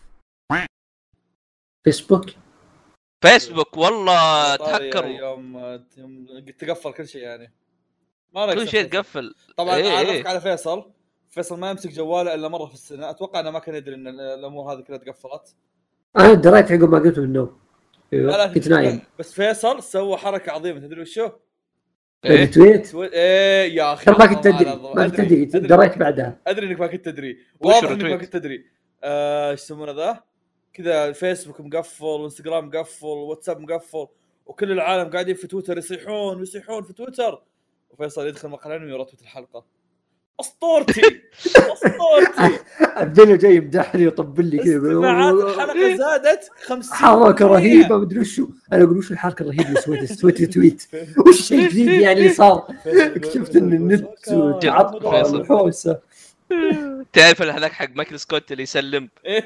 فيسبوك والله تهكر يوم تقفل كل شيء يعني كل شيء تقفل. طبعا أعرفك على فيصل ما يمسك جواله إلا مرة في السنة. أتوقع أنه ما كان يدري أن الأمور هذه كلها تقفلت. أنا دريت عقب ما قلت بالنوم. كنت نايم. بس فيصل سوى حركة عظيمة تدري وشو؟ تويت ايه يا اخي ما كنت تدري دريت بعدها. ادري انك ما كنت تدري واضح انك ما كنت تدري. ايش يسمونه ذا كذا الفيسبوك مقفل وانستغرام مقفل وواتساب مقفل وكل العالم قاعدين في تويتر يصيحون في تويتر وفيصل يدخل مقال انمي ويرتوت الحلقه. اسطورتي عبدالله جاي يمدحني ويطبل لي كذا. الحلقه زادت 50 حركه رهيبه مدري وشو. انا اقول وش الحركه الرهيبه اللي سويت تويت وش الشيء الجديد يعني اللي صار. اكتشفت ان النت تعطل وحوسه. تعرف هذاك حق مايكل سكوت اللي يسلم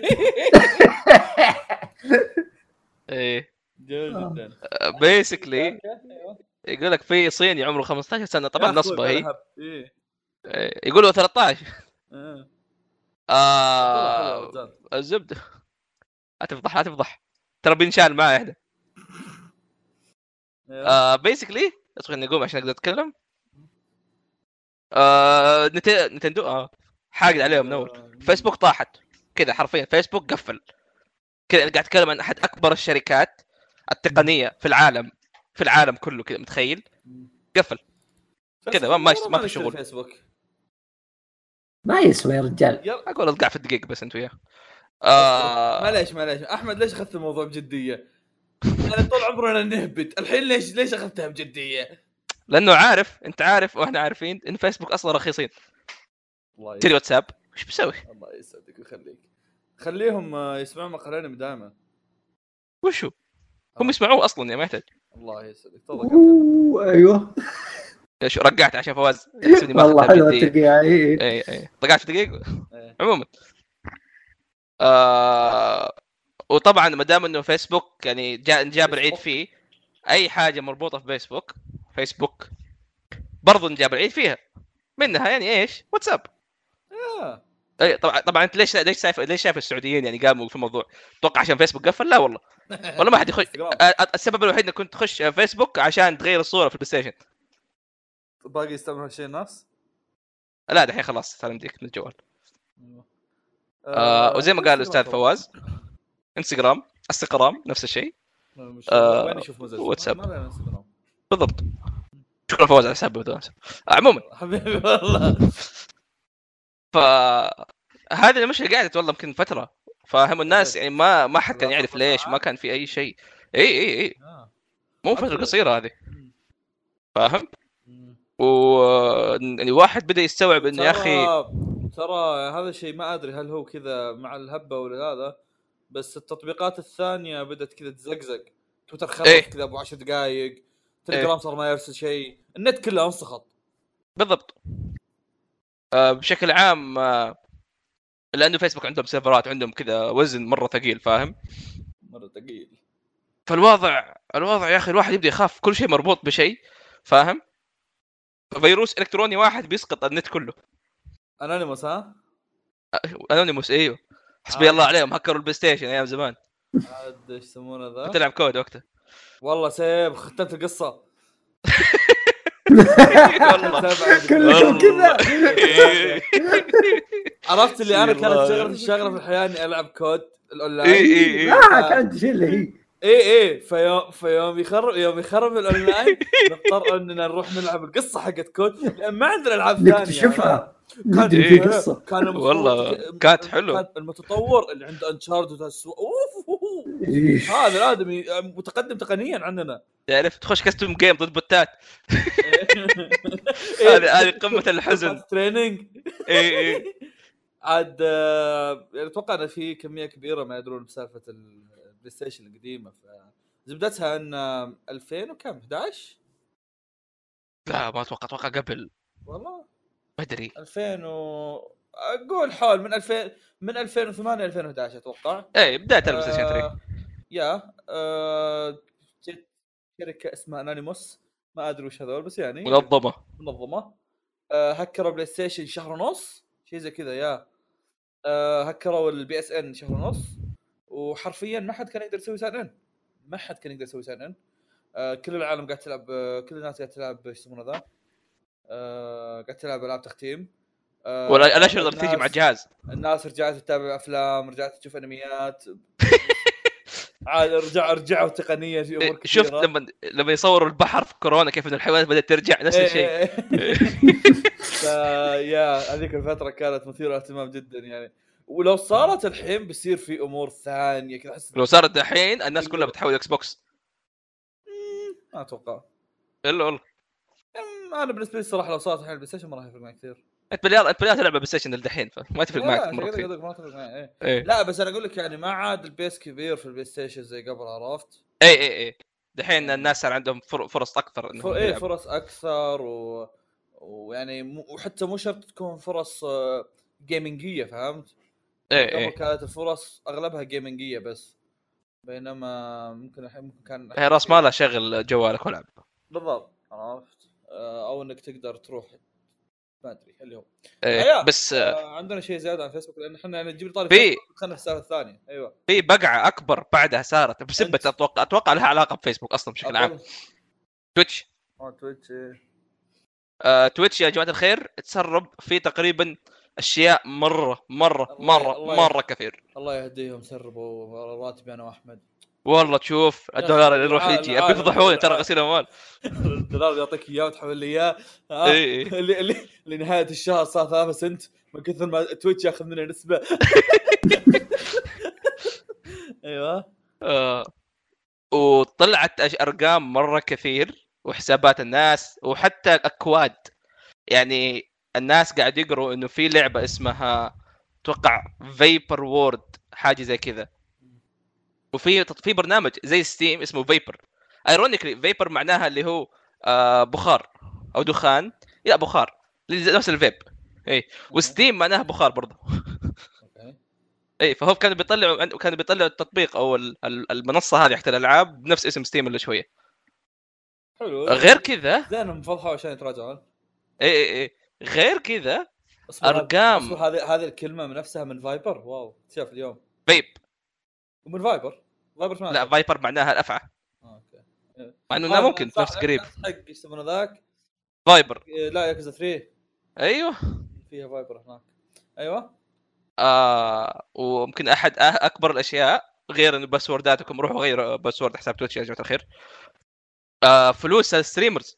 ايه جدا بيسكلي يقول لك في صيني عمره 15 سنه طبعا نصبه هي يقولوا 13 الزبده هتفضح ترى بنشال معاه احنا بيسكلي ادخل نقوم عشان اقدر اتكلم. نتندو حاقد عليهم من اول. فيسبوك طاحت كذا حرفيا. فيسبوك قفل كذا. قاعد اتكلم عن احد اكبر الشركات التقنيه في العالم كله كذا متخيل قفل كذا ما في شغل. فيسبوك ما يسوى يا رجال. اقول اطلع في الدقيقه بس انت وياه. معليش احمد ليش اخذت الموضوع بجديه؟ انا طول عمرنا نهبط الحين ليش اخذتها بجديه؟ لانه انت عارف واحنا عارفين ان فيسبوك اصلا رخيصين. تري واتساب ايش بيسوي؟ الله يسعدك ويخليك. خليهم يسمعون مقالين دائما. وشو هم يسمعوه اصلا يا ما يحتاج. الله يسعدك. ايوه شو رجعت عشان فواز والله حلوه الترقيعه. اي رجعت في دقيقه. عموما وطبعا ما دام انه فيسبوك يعني جاب العيد فيه اي حاجه مربوطه في فيسبوك برضو نجاب العيد فيها منها يعني ايش واتساب. اي طبعا انت ليش شايف السعوديين يعني قاموا في الموضوع؟ اتوقع عشان فيسبوك قفل؟ لا والله ما حد يخش. السبب الوحيد انك كنت تخش فيسبوك عشان تغير الصوره في البلاي ستيشن. باقي يستعمل هالشيء الناس؟ لا دحين خلاص صار عندك من الجوال. وزي ما قال الاستاذ فواز انستغرام نفس الشيء. وين يشوف واتساب بالضبط. شكرا فواز على حسابه. عموما حبيبي والله. فهذه المشكله قاعده والله يمكن فتره فاهم الناس يعني ما حد كان يعرف ليش ما كان في اي شيء. اي مو فتره قصيره هذه فاهم. يعني واحد بدا يستوعب انه يا اخي ترى هذا الشيء ما ادري هل هو كذا مع الهبه ولا هذا، بس التطبيقات الثانيه بدت كذا تزقزق. تويتر خلص كذا ابو 10 دقائق، تليجرام صار ما يرسل شيء، النت كله انسخط. بالضبط. بشكل عام لانه فيسبوك عندهم سيرفرات، عندهم كذا وزن مره ثقيل، فاهم؟ مره ثقيل. فالوضع يا اخي الواحد يبدا يخاف، كل شيء مربوط بشيء، فاهم؟ فيروس الكتروني واحد بيسقط النت كله. انونيموس ها؟ انونيموس ايوه، حسبي الله عليهم، هكروا البلاي ستيشن ايام زمان. عاد ايش يسمونه ذا؟ بتلعب كود وقتها. والله سيب ختمت القصه. والله كلكم كذا. عرفت اللي انا كانت الشغله في الحياه اني العب كود الاونلاين. اي كانت شيء اللي هي اي فيوم يخرب الاونلاين نضطر اننا نروح نلعب القصه حقت كود لان ما عندنا العاب ثانيه نكتشفها. كانت في قصه كان والله كانت حلوه. كان المتطور اللي عنده انشارد هذا الادمي متقدم تقنيا عننا. تعرف تخش كاستم جيم ضد بوتات. هذه قمه الحزن. تريننج. اي عاد اتوقع ان في كميه كبيره ما يدرون بسالفه البلاي ستيشن القديمه، فزبدتها ان 2000 وكم 11 لا ما اتوقع قبل، والله ما ادري 2000 اقول حول من 2008 2011 اتوقع. اي بدايه البلاي ستيشن 3. يا جت شركه اسمها انونيموس، ما ادري وش هذول بس يعني منظمه هكروا بلاي ستيشن شهر ونص شيء زي كذا. يا هكروا البي اس ان شهر ونص، وحرفيا ما حد كان يقدر يسوي ساين ان. كل العالم قاعد تلعب، كل الناس قاعد تلعب ايش يسمونه ذا، قاعد تلعب العاب تختيم. ولا الاشهر اللي تيجي مع الجهاز. الناس رجعت تتابع افلام، رجعت تشوف انميات. عاد رجعوا تقنيا في امور كثيره. شفت لما يصوروا البحر في كورونا كيف ان الحيوانات بدات ترجع نفس الشيء. يا هذيك الفتره كانت مثيره اهتمام جدا يعني. ولو صارت الحين بيصير في امور ثانيه كذا احس. لو صارت الحين الناس كلها بتحول اكس بوكس. ما اتوقع الا والله انا بالنسبه لي الصراحه لو صارت الحين البلاي ستيشن ما راح يفرق معي كثير. انت بليار تلعب بلاي ستيشن للدحين فما تفرق معك مره كثير. ما تفرق معي إيه. لا بس انا اقول لك يعني ما عاد البيس كبير في البلاي ستيشن زي قبل، عرفت؟ اي دحين الناس صار عندهم فرص اكثر انهم فرص اكثر ويعني وحتى مو شرط تكون فرص جيمنجيه، فهمت؟ قبل كانت الفرص اغلبها جيمنجيه بس، بينما ممكن الحين كان هي راس مالها شغل جوالك ولعب. بالضبط، عرفت؟ او انك تقدر تروح ما ادري اللي هو بس عندنا شيء زياده عن فيسبوك لان احنا يعني نجيب طاري فيسبوك خلينا في السالفه الثانيه. ايوه في بقعه اكبر بعدها صارت بسبه اتوقع لها علاقه بفيسبوك اصلا بشكل عام. تويتش تويتش يا جماعه الخير تسرب في تقريبا اشياء مره كثير. الله يهديهم، سربوا راتبي انا واحمد. والله تشوف الدولار اللي يروح يجي بيفضحوني ترى غسيل اموال. الدولار يعطيك اياه وتحول لي اياه اللي لنهايه الشهر صار 3 سنت من كثر ما تويتش ياخذ مني نسبه. ايوه وطلعت ارقام مره كثير وحسابات الناس وحتى اكواد. يعني الناس قاعد يقروا انه في لعبه اسمها اتوقع فيبر وورد حاجه زي كذا، وفي برنامج زي ستيم اسمه فيبر. ايرونيكلي فيبر معناها اللي هو بخار او دخان، لا بخار نفس الفيب. اي وستيم معناها بخار برضه. اي فهو كانوا بيطلعوا التطبيق او المنصه هذه حتى الالعاب بنفس اسم ستيم اللي شويه حلو. غير كذا زين مفضحوا عشان يتراجعون. اي غير كذا ارقام. هذه الكلمه من نفسها من فايبر. واو شاف اليوم فيب ومن فايبر لا فايبر معناها الافعى. اوكي مع انه ممكن نفس قريب حق يسمونه ذاك فايبر. لا ياكوزا 3 ايوه فيها فايبر هناك. ايوه وممكن احد اكبر الاشياء غير انه باسورداتكم روحوا غيروا باسورد حساب تويتش يا جماعه الخير. فلوس الستريمرز.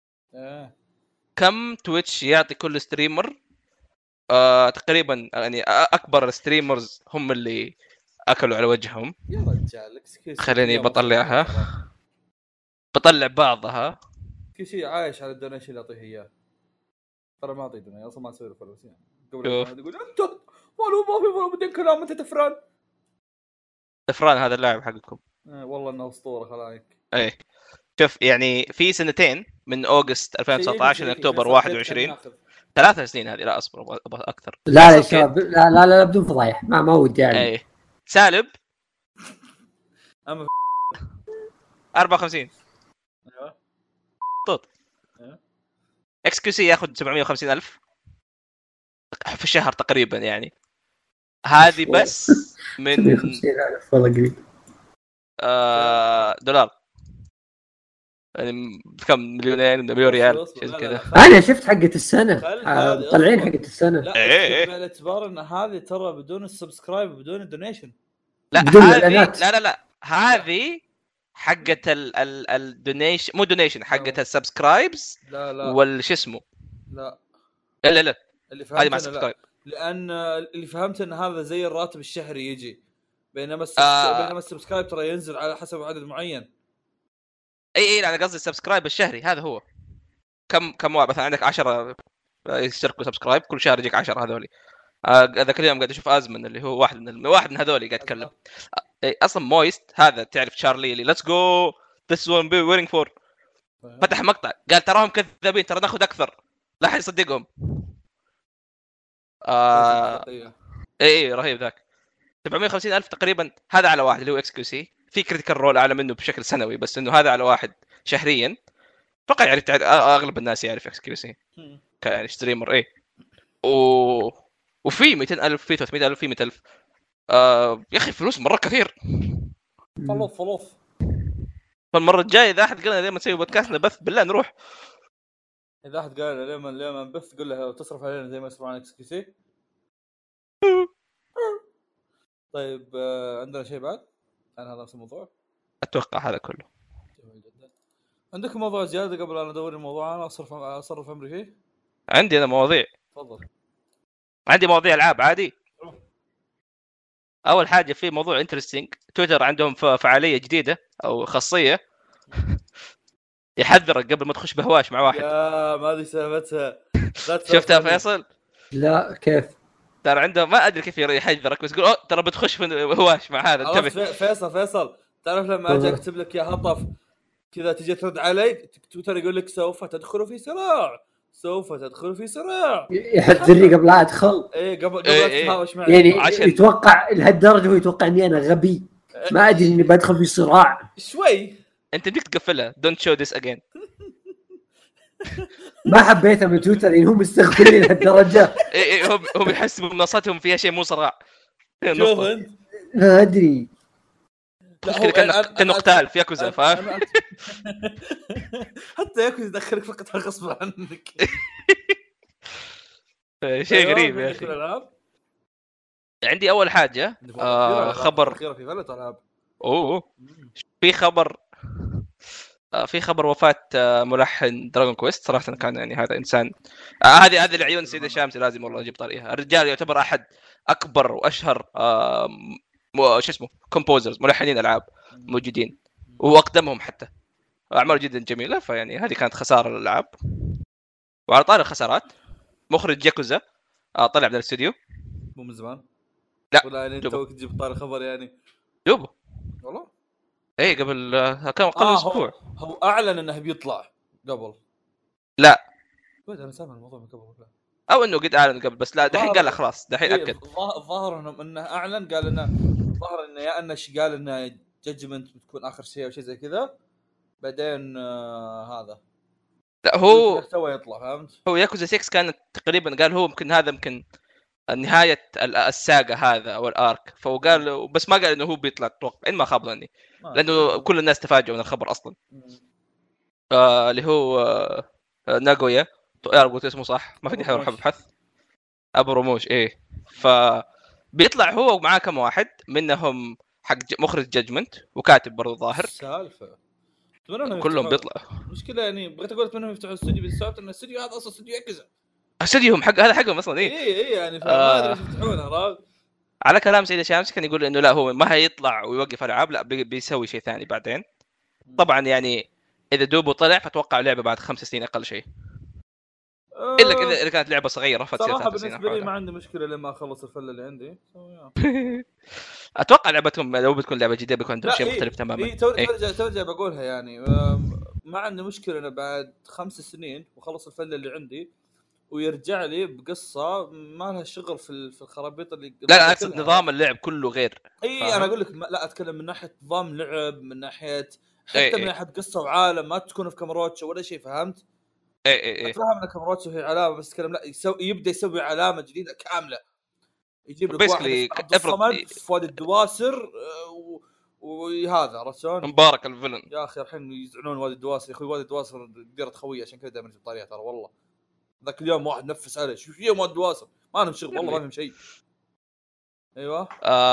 كم تويتش يعطي كل ستريمر؟ تقريبا يعني اكبر الستريمرز هم اللي اكلوا على وجههم. يا رجال خليني بطلع بعضها. كل شيء عايش على الدونيشن اللي اعطيه اياه. ترى ما اعطيه دونيشن اصلا، ما اسوي له فلوس يعني. قبل يقول انت ما في بدين كلام انت تفران هذا اللاعب حقكم. والله انه اسطوره خلايك. اي شوف يعني في سنتين من اوغست 2019 لاكتوبر 21 3 سنين هذه. لا اصبر ابغى اكثر. لا يا شباب لا بدون فضايح ما ودي يعني. اي سالب اما 54 ايوه طوط. اكس كيو سي ياخذ 750,000 في الشهر تقريبا يعني. هذه بس من 750,000 والله قريب. دولار يعني كم مليون ريال شيء كذا. انا شفت حقه السنه طالعين حقه السنه. لا باعتبار ان هذه ترى بدون السبسكرايب بدون الدونيشن. لا هذه لا هذه حقه الدونيشن مو دونيشن حقه السبسكرايبز. لا والش اسمه لا اللي هذه مع سبسكرايب. لان اللي فهمت ان هذا زي الراتب الشهري يجي بينما السبسكرايب ترى ينزل على حسب عدد معين. اي انا قصدي السبسكرايب الشهري هذا هو كم واحد مثلا عندك 10 يشتركوا سبسكرايب كل شهر يجيك 10 هذولي. ذاك اليوم قاعد اشوف ازمن اللي هو واحد من هذولي قاعد يتكلم. اصلا مويست هذا تعرف تشارلي اللي ليتس جو ذس وان بي ويرينج فور فتح مقطع قال تراهم كذابين ترى ناخذ اكثر لا حد يصدقهم. اي رهيب ذاك 750,000 تقريبا. هذا على واحد اللي هو اكس كيو سي. في كريتيكال رول اعلى منه بشكل سنوي بس انه هذا على واحد شهريا فقط يعني اغلب الناس يعرف اكس كيو سي كان ستريمر. ايه وفي 200,000 في 300,000 في 100,000. يا اخي فلوس مره كثير. فلوف فالمره الجايه اذا احد قال لنا لما نسوي بودكاست نبث بالله نروح. اذا احد قال لما نبث قول له تصرف علينا زي ما يصرف على اكس كيو سي. طيب عندنا شيء بعد عن هذا الموضوع؟ اتوقع هذا كله. عندك موضوع زياده قبل أن ادور الموضوع انا اصرف امري فيه؟ عندي انا مواضيع. تفضل. عندي مواضيع العاب عادي. اول حاجه في موضوع انترستينج. تويتر عندهم فعاليه جديده او خاصيه يحذرك قبل ما تخش بهواش مع واحد. يا ما ادري سالفتها. شفتها فيصل؟ لا كيف ترى عنده ما ادري كيف يحذرك بس يقول ترى بتخش في هواش مع هذا. انتبه فيصل تعرف لما اجي اكتب لك يا هطف كذا تجي ترد علي تويتر يقول لك سوف تدخل في صراع يحذرني قبل لا ادخل. قبل تتهاوش معي يعني يتوقع لهالدرجه ويتوقع اني انا غبي ما ادري اني بدخل في صراع شوي. انت بدك تقفلها don't show this again. ما حبيتها من تويتر لان هم مستغفلين لهالدرجه. هم يحسبوا منصاتهم فيها شيء مو صراع. شوف انت ما ادري كأنه قتال في ياكوزا فاهم. حتى ياكوزا يدخلك في قتال غصب عنك. شيء غريب يا اخي. عندي اول حاجه خبر في فلت العاب. في خبر وفاه ملحن دراغون كويست. صراحه كان يعني هذا انسان هذه العيون سيدة شامس لازم والله اجيب طاريها. الرجال يعتبر احد اكبر واشهر كومبوزرز ملحنين العاب موجودين واقدمهم حتى. اعمال جدا جميله فيعني هذه كانت خساره للالعاب. وعلى طاري الخسارات مخرج ياكوزا طلع من الاستوديو مو من زمان. لا ولا يعني انت تجيب طاري الخبر يعني دوبه والله. ايه قبل كم اسبوع هو اعلن انه بيطلع قبل. لا انا سامع الموضوع من قبل او انه قد اعلن قبل بس لا دحين قال خلاص دحين اكد. ظاهر انه اعلن قال انه ظاهر انه يا انه قال انه جادجمنت بتكون اخر شيء او شيء زي كذا بعدين هذا لا هو محتوى يطلع فهمت. هو ياكوزا 6 كانت تقريبا قال هو يمكن نهايه الساقه هذا او الارك. فهو قال بس ما قال انه هو بيطلع اتوقع ان ما خاب ظني لانه كل الناس تفاجئوا من الخبر اصلا. اللي هو ناغويا قلت اسمه صح ما فيني اروح ابحث. ابو رموش ايه. فبيطلع هو ومعاه كم واحد منهم حق مخرج جادجمنت وكاتب برضو ظاهر سالفه كلهم بيطلع. مشكله يعني بغيت اقول منهم يفتحوا الاستوديو بالسبب ان الاستوديو هذا اصلا استوديو ياكوزا. استوديوهم هذا حقهم اصلا. ايه يعني ما ادري ايش يفتحونه. على كلام سيدة شامس كان يقول انه لا هو ما هيطلع ويوقف العاب لا بيسوي شيء ثاني بعدين. طبعا يعني اذا دوبه طلع فتوقع لعبه بعد 5 سنين اقل شيء. الا اذا كانت لعبه صغيره فتصير 3 سنين. صراحه بالنسبه لي ما عندي مشكله لما اخلص الفله اللي عندي. اتوقع لعبتهم لو بتكون لعبه جديده بيكون عندهم شيء مختلف تماما. ترجع بقولها يعني ما عندي مشكله انا بعد 5 سنين وخلص الفله اللي عندي ويرجع لي بقصه ما لها شغل في الخرابيط اللي لا اقصد نظام اللعب كله غير. اي انا اقول لك لا اتكلم من ناحيه نظام لعب، من ناحيه حتى من ناحيه قصه وعالم، ما تكون في كاميروتش ولا شيء، فهمت؟ اتفهم ان كاميروتش هي علامه بس اتكلم لا يبدا يسوي علامه جديده كامله، يجيب لك واحد افرض في وادي الدواسر وهذا عرفت شلون؟ مبارك الفيلن يا اخي الحين يزعلون وادي الدواسر يا اخوي، وادي الدواسر ديره خويه عشان كذا دائما نجيب طاريه ترى والله. ذاك اليوم واحد نفس عليه شو في وادي الدواسر ما لهم شغل والله ما لهم شيء. ايوه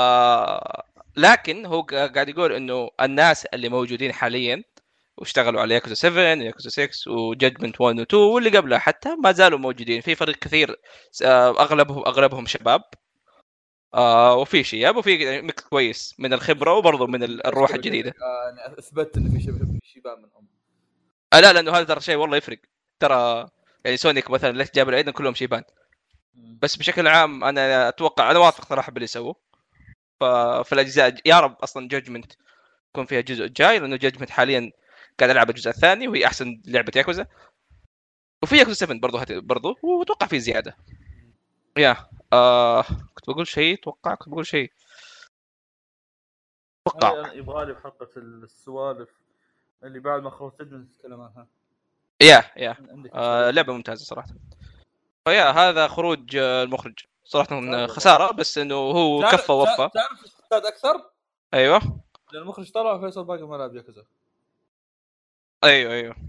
لكن هو قاعد يقول انه الناس اللي موجودين حاليا واشتغلوا على ياكوزا 7 ياكوزا 6 وجادجمنت 1 و 2 واللي قبلها حتى ما زالوا موجودين في فريق كثير، اغلبهم شباب، وفي شياب وفي ميكس كويس من الخبره وبرضه من الروح الجديده. يعني اثبت ان في شباب منهم. لا لانه هذا ترى شيء والله يفرق ترى، يعني سونيك مثلا ليش جاب العيد كلهم شيبان، بس بشكل عام انا اتوقع انا واثق صراحه باللي سووه. ففي الاجزاء يا رب اصلا جادجمنت يكون فيها جزء جاي، لانه جادجمنت حاليا قاعد العب الجزء الثاني وهي احسن لعبه ياكوزا، وفي ياكوزا 7 برضه واتوقع في زياده. يا كنت بقول شيء كنت بقول شيء اتوقع يبغى لي بحلقه السوالف اللي بعد ما خلصت نتكلم عنها. لعبه ممتازه صراحه. فيا هذا خروج المخرج صراحه خساره، بس انه هو كفى ووفى. تعرف استاذ اكثر؟ ايوه لان المخرج طلع فيصل باقي ما لعب ياكوزا. ايوه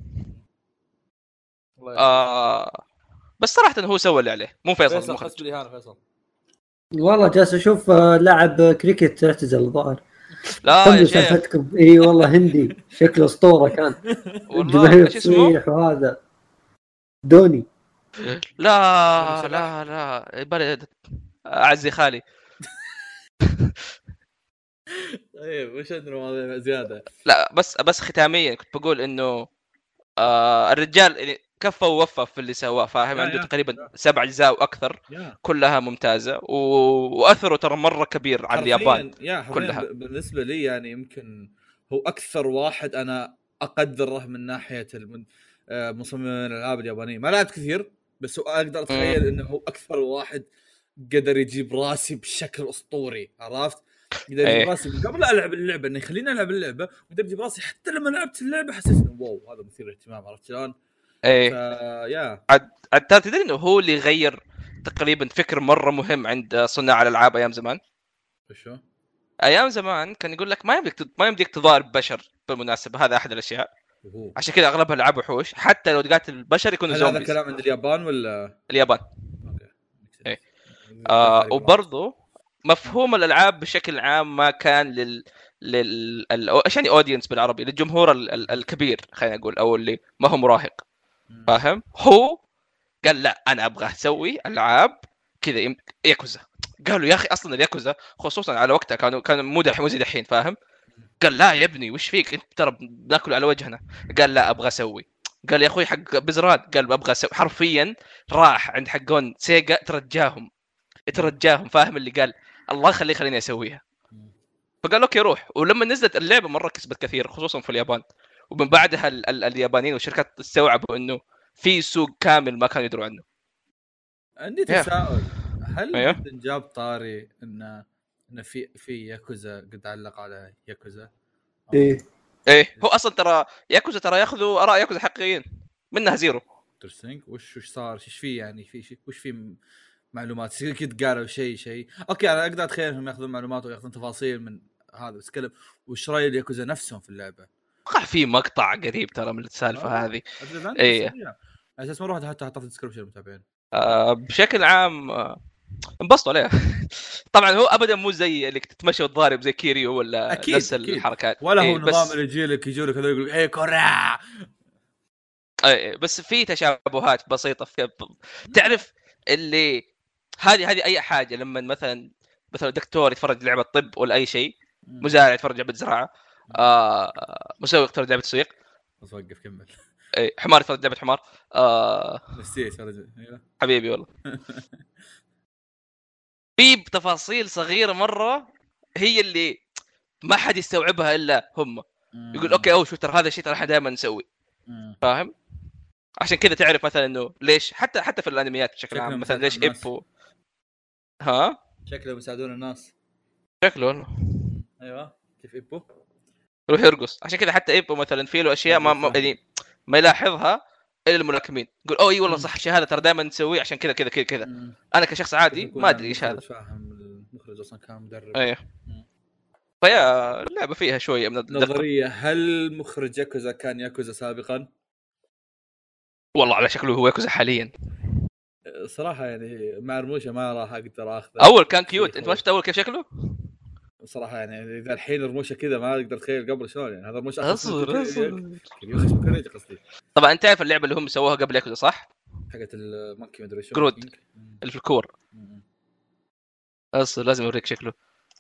بس صراحه هو سوى اللي عليه، مو فيصل المخرج. حسب لي فيصل والله جالس اشوف لاعب كريكت اعتزل الظاهر. لا يا شيخ اي والله هندي شكله اسطوره كان والله. ايش اسمه؟ وهذا دوني. لا برد اعزي خالي. طيب وش عندنا مواضيع زياده؟ لا بس ختاميا كنت بقول انه الرجال يعني كفى ووفى في اللي سواه، فاهم؟ عنده تقريبا 7 أجزاء واكثر كلها ممتازه واثره ترى مره كبير على اليابان كلها. بالنسبه لي يعني يمكن هو اكثر واحد انا اقدره من ناحيه مصممين الالعاب اليابانيه. ما لعبت كثير بس اقدر اتخيل انه هو اكثر واحد قدر يجيب راسي بشكل اسطوري، عرفت؟ قدر يجيب راسي قبل العب اللعبه انه يخليني العب اللعبه، وقدر يجيب راسي حتى لما لعبت اللعبه حسيت انه واو هذا مثير اهتمام، عرفت شلون؟ يا عاد تدري انه هو اللي غير تقريبا فكر مره مهم عند صناع الالعاب ايام زمان. شو ايام زمان كان يقول لك ما يمديك تضارب بشر، بالمناسبه هذا احد الاشياء عشان كذا اغلبها العاب وحوش، حتى لو تقاتل البشر يكونوا زومبيز. هذا كلام عند اليابان ولا اليابان؟ اوكي. وبرضه مفهوم الالعاب بشكل عام ما كان ايش يعني اودينس بالعربي، للجمهور الكبير خلينا نقول، او اللي ما هو مراهق، فاهم؟ هو قال لا انا ابغى اسوي العاب كذا ياكوزا. قالوا يا اخي اصلا الياكوزا خصوصا على وقتها كان مو زي الحين، فاهم؟ قال لا يا ابني وش فيك انت ترى بناكل على وجهنا. قال لا ابغى اسوي. قال يا اخوي حق بزراد، قال ابغى اسوي. حرفيا راح عند حقون سيجا ترجاهم فاهم؟ اللي قال الله خليني اسويها. فقال اوكي روح. ولما نزلت اللعبه مره كسبت كثير خصوصا في اليابان، ومن بعدها اليابانيين والشركات استوعبوا انه في سوق كامل ما كانوا يدروا عنه. عندي تساؤل، هل جاب طاري ان في ياكوزا قد علق على ياكوزا؟ ايه هو اصلا ترى ياكوزا ياخذوا اراء ياكوزا حقيقيين منها زيرو. ترسينج وش صار؟ ايش في يعني في وش في معلومات كذا قالوا شيء اوكي انا اقدر اتخيل انهم ياخذون معلومات وياخذون تفاصيل من هذا، بس كلم وش راي الياكوزا نفسهم في اللعبه؟ وقع في مقطع قريب ترى من السالفه هذه. ايه اساس ما روح حتى حطيت الديسكربشن المتابعين. بشكل عام انبسطوا عليها. طبعا هو ابدا مو زي اللي تتمشى وتضارب زي كيريو ولا أكيد نفس أكيد. الحركات ولا هو نظام اللي يجيلك هذول يقول ايه كورا. بس في تشابهات بسيطه تعرف اللي هذه اي حاجه لما مثلا دكتور يتفرج لعبه طب ولا اي شيء، مزارع يتفرج لعبه زراعه، مسوق يتفرج لعبه تسويق، بس وقف كمل. حمار يتفرج لعبه حمار. نسيت رجل حبيبي والله. في تفاصيل صغيره مره هي اللي ما حد يستوعبها الا هم. يقول اوكي شو ترى هذا الشيء ترى احنا دائما نسوي، فاهم؟ عشان كذا تعرف مثلا انه ليش حتى في الانميات بشكل عام مثلا ليش ايبو شكله بيساعدون الناس شكله ايوه كيف ايبو يروح يرقص. عشان كذا حتى ايبو مثلا فيه له اشياء ما يلاحظها الا الملاكمين. يقول اي والله صح الشيء هذا ترى دائما نسويه عشان كذا كذا كذا كذا. انا كشخص عادي ما ادري ايش هذا. فاهم المخرج اصلا كان مدرب. ايوه فيا اللعبه فيها شويه من نظريه. هل مخرج ياكوزا كان ياكوزا سابقا؟ والله على شكله هو ياكوزا حاليا صراحه يعني مع رموشه ما راح اقدر اخذه. اول كان كيوت. انت ما شفت اول كيف شكله صراحه يعني اذا الحين رموشه كذا ما اقدر اتخيل قبل شلون. يعني هذا رموشه اصبر قصدي. طبعا انت عارف اللعبه اللي هم سووها قبل ياكوزا صح؟ حقت المونكي مدري شو جرود اللي في الكور. اصلا لازم اوريك شكله.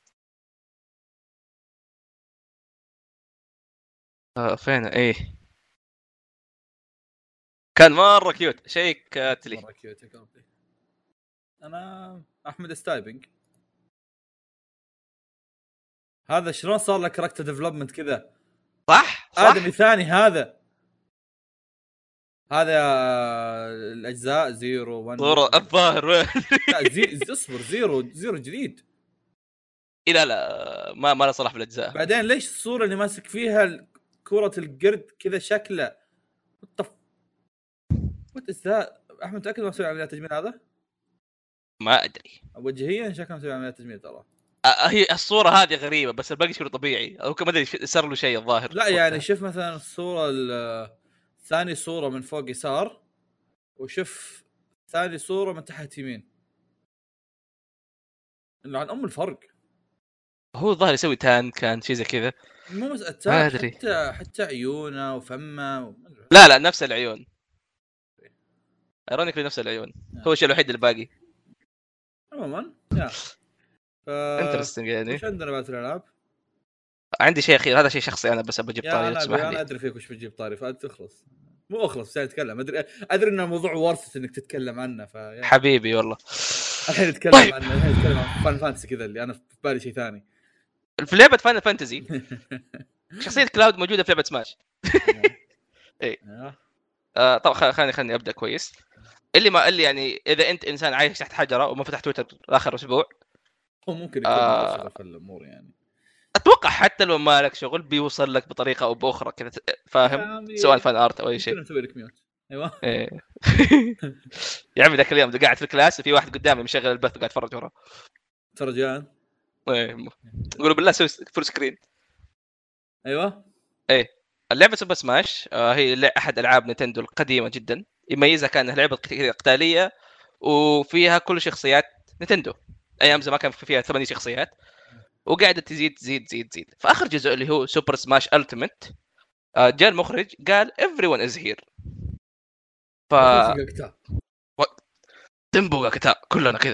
فين ايه كان مره كيوت شيء كاتلي مره كيوت يا قلبي. انا احمد ستايبنج هذا شلون صار له كاركتر ديفلوبمنت كذا صح ادمي ثاني هذا الاجزاء 0 1 صورة الظاهر لا اصبر 0 جديد. لا ما له صلاح في الاجزاء. بعدين ليش الصوره اللي ماسك فيها كرة القرد كذا شكله وات از ذا؟ احمد متاكد ما مسوي عمليات تجميل هذا؟ ما ادري وجهيا شكله مسوي عمليات تجميل ترى. هي الصوره هذه غريبه بس الباقي شكله طبيعي او ما ادري صار له شيء الظاهر. لا يعني شوف مثلا الصوره ثاني صوره من فوق يسار وشوف ثاني صوره من تحت يمين اللي عن الفرق. هو الظاهر يسوي تان كان شيء زي كذا مو مسألة حتى عيونه وفمه لا نفس العيون ايرونيكلي نفس العيون. هو الشيء الوحيد اللي باقي عموما يا انترستنج يعني. ايش عندنا بعد الالعاب؟ عندي شيء اخير هذا شيء شخصي انا بس بجيب طاري تسمح لي. انا ادري فيك وش بتجيب طاري فتخلص مو اخلص بس نتكلم. ادري ان الموضوع ورث انك تتكلم عنه حبيبي والله الحين نتكلم عنه. الحين نتكلم عن فان فانتسي كذا اللي انا في بالي شيء ثاني. في لعبه فان فانتسي شخصيه كلاود موجوده في لعبه سماش. اي طبعا خليني ابدا كويس. اللي يعني اذا انت انسان عايش تحت حجره وما فتحت تويتر اخر اسبوع هو ممكن يكون في الامور يعني. اتوقع حتى لو ما لك شغل بيوصل لك بطريقه او باخرى كذا فاهم سواء فان ارت او اي شيء. نسوي لك ميوت ايوه يا عمي ذاك اليوم قاعد في الكلاس وفي واحد قدامي مشغل البث وقاعد يتفرج وراه ترجان يقولوا بالله سوي فول سكرين. ايوه اللعبه سوبر سماش هي احد العاب نينتندو القديمه جدا. يميزها كانها لعبه قتاليه وفيها كل شخصيات نينتندو. ايام زمان كان فيها 8 شخصيات وقاعده تزيد. فاخر جزء اللي هو سوبر سماش التيميت جاء المخرج قال everyone is here تنبوغا كتا كلنا كذا.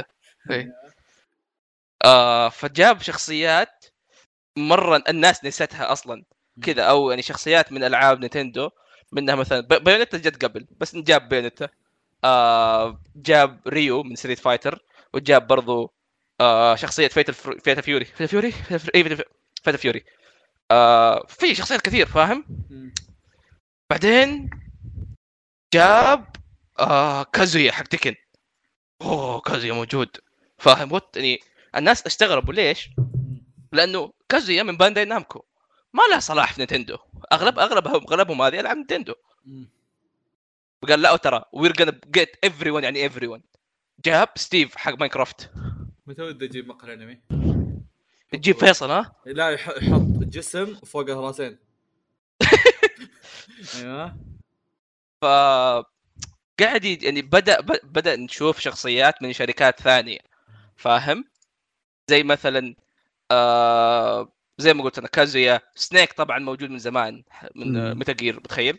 فجاب شخصيات مره الناس نسيتها اصلا كذا او يعني شخصيات من العاب نينتندو منها مثلا بايونيتا جت قبل بس جاب بايونيتا. جاب ريو من ستريت فايتر وجاب برضو شخصيه فيتا فيوري في شخصيات كثير فاهم. بعدين جاب كازويا حق تكن. كازويا موجود فاهم وات يعني الناس استغربوا ليش لانه كازويا من بانداي نامكو ما له صلاح في نينتندو. اغلبهم هذه العاب نينتندو. وقال لا ترى we're gonna get everyone يعني everyone. جاب ستيف حق ماينكرافت. متى ودي اجيب مقهى انمي تجيب فيصل لا يحط جسم فوقه راسين. ايوه قاعد يعني بدا نشوف شخصيات من شركات ثانيه فاهم زي مثلا زي ما قلت انا كازويا سنيك طبعا موجود من زمان من ميتا جير بتخيل.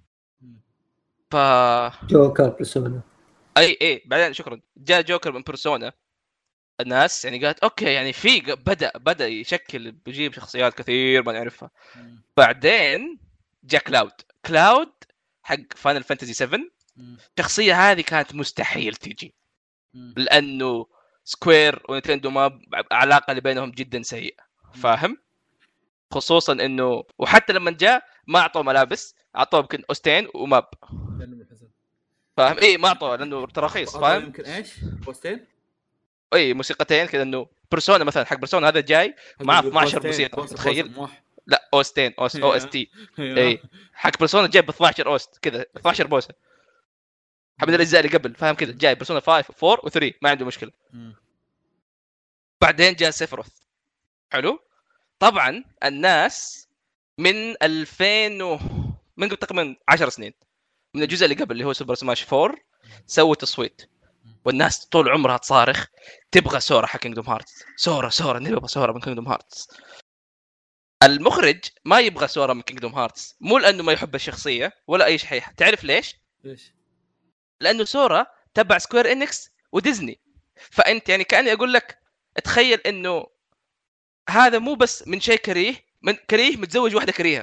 جوكر بيرسونا اي بعدين شكرا جاء جوكر من بيرسونا. الناس يعني قالت اوكي يعني في بدا يشكل بيجيب شخصيات كثير ما نعرفها. بعدين جاء كلاود حق فاينل فانتسي 7. الشخصيه هذه كانت مستحيل تيجي لانه سكوير ونينتندو ما علاقه اللي بينهم جدا سيئه فاهم. خصوصا انه وحتى لما جاء ما اعطوا ملابس عطوه يمكن اوستين وماب فاهم. اي ما عطوه لانه تراخيص فاهم. يمكن ايش بوستين اي موسيقتين كذا انه بيرسونا مثلا حق بيرسونا هذا جاي مع 12 موسيقى تخيل. لا اوستين او اس تي اي حق بيرسونا جايب 12 اوست كذا 12 بوسه حق الاجزاء اللي قبل فاهم كذا جاي بيرسونا 5 4 و3 ما عنده مشكله. بعدين جاء سيفروث حلو. طبعا الناس من 2000 من قبل تقريبا 10 سنين من الجزء اللي قبل اللي هو سوبر سماش 4 سووا تصويت والناس طول عمرها تصارخ تبغى سورا حق كينغدوم هارتس سورا نبغى سورا من كينغدوم هارتس. المخرج ما يبغى سورا من كينغدوم هارتس مو لانه ما يحب الشخصيه ولا اي شيء. تعرف ليش؟ لانه سورا تبع سكوير انكس وديزني. فانت يعني كاني اقول لك تخيل انه هذا مو بس من شيء كريه من كريه متزوج واحده كريهه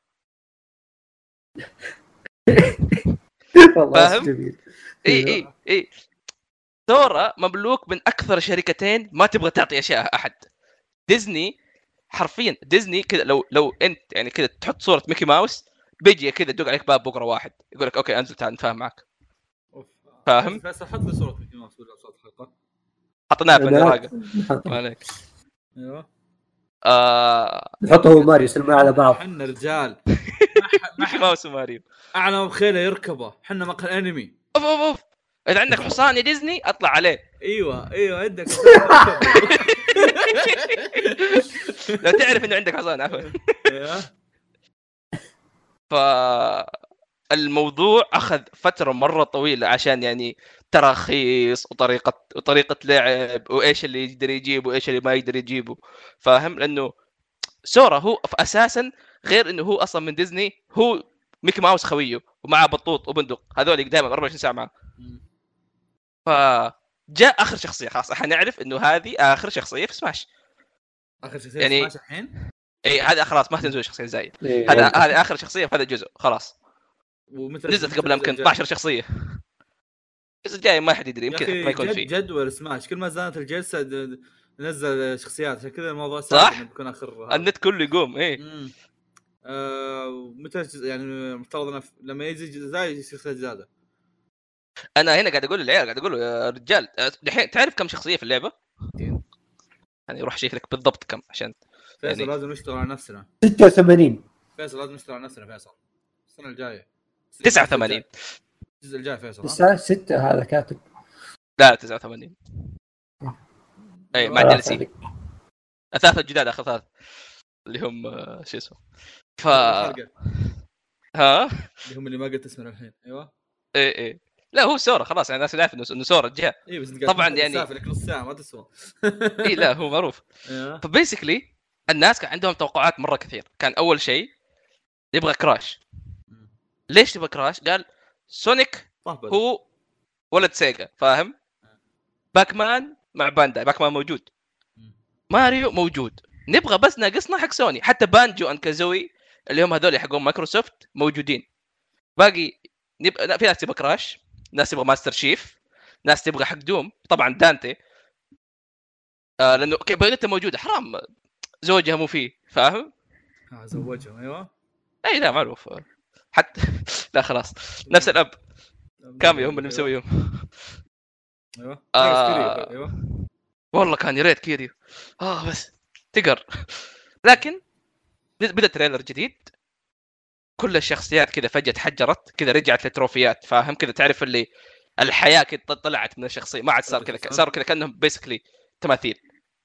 فاهم. اي سورا مملوك من اكثر شركتين ما تبغى تعطي اشياء احد. ديزني حرفيا ديزني كذا لو انت يعني كذا تحط صوره ميكي ماوس بيجي كذا يدق عليك باب بكره واحد يقول لك اوكي انزل تعال نتفاهم معك فاهم. بس حط لي صوره ميكي ماوس ولا صوره الحلقه حطناها في الورقه ما عليك. ايوه نحطه ماريو سلمنا على بعض احنا رجال ميكي ماوس وماريو اعلى بخيله يركبه احنا مقهى انمي. اوف اذا عندك حصان يا ديزني اطلع عليه. ايوه عندك لو تعرف انه عندك حصان عفوا. فالموضوع اخذ فتره مره طويله عشان يعني تراخيص وطريقه لعب وايش اللي يقدر يجيبه وايش اللي ما يقدر يجيبه فاهم. لانه سورا هو اساسا غير انه هو اصلا من ديزني هو ميكي ماوس خويه ومعه بطوط وبندق هذول دائما 24 ساعه معه. فجاء اخر شخصيه خلاص احنا نعرف انه هذه اخر شخصيه في سماش. اخر شخصيه يعني في سماش الحين اي هذا خلاص ما تنزل شخصيه زي هذا هذه اخر شخصيه في هذا الجزء خلاص. نزلت قبل يمكن 12 شخصيه بس الجاي ما حد يدري يمكن ما يكون فيه جدول سماش. كل ما زادت الجلسه نزل شخصيات عشان كذا الموضوع صعب بيكون اخر النت كله يقوم ايه. متى يعني مفترض لما يجي زي شخصيات زياده. انا هنا قاعد اقول للعيال قاعد اقول له يا رجال دحين تعرف كم شخصيه في اللعبه؟ يعني روح شيك لك بالضبط كم عشان فيصل يعني لازم نشتغل على نفسنا. 86 فيصل لازم نشتغل على نفسنا فيصل السنه الجايه 89 الجزء الجاي فيصل الساعه 6 هذا كاتب. لا 89 اي مع دي سي الثلاثه الجداد اخر ثلاث اللي هم شو اسمه ف ها اللي هم اللي ما قلت اسمه الحين. ايوه ايه لا هو سورا خلاص يعني الناس عارف انه سورا جاء. اي بس طبعا يعني لك نص ساعه ما تسوى. اي لا هو معروف. فبيسكلي الناس كان عندهم توقعات مره كثير. كان اول شيء يبغى كراش. ليش تبغى كراش؟ قال سونيك هو ولد سيجا فاهم. باكمان مع بانداي باكمان موجود ماريو موجود نبغى بس ناقصنا حق سوني. حتى بانجو ان كازوي اللي هم هذول حقهم مايكروسوفت موجودين. باقي نبقى في ناس تبغى كراش ناس تبغى ماستر شيف ناس تبغى حق دوم طبعا دانتي لانه بايونيتا موجوده حرام زوجها مو فيه فاهم. زوجهم ايوه اي لا معروف حتى لا خلاص نفس الاب كامي هم اللي مسويهم. ايوه ايوه والله كان يريد كيريو بس تقر. لكن بدا تريلر جديد كل الشخصيات كذا فجأة تحجرت كذا رجعت للتروفيات فاهم كذا تعرف اللي الحياة كذا طلعت من الشخصية ما عاد صار كذا صاروا كذا كأنهم بيسكلي تماثيل.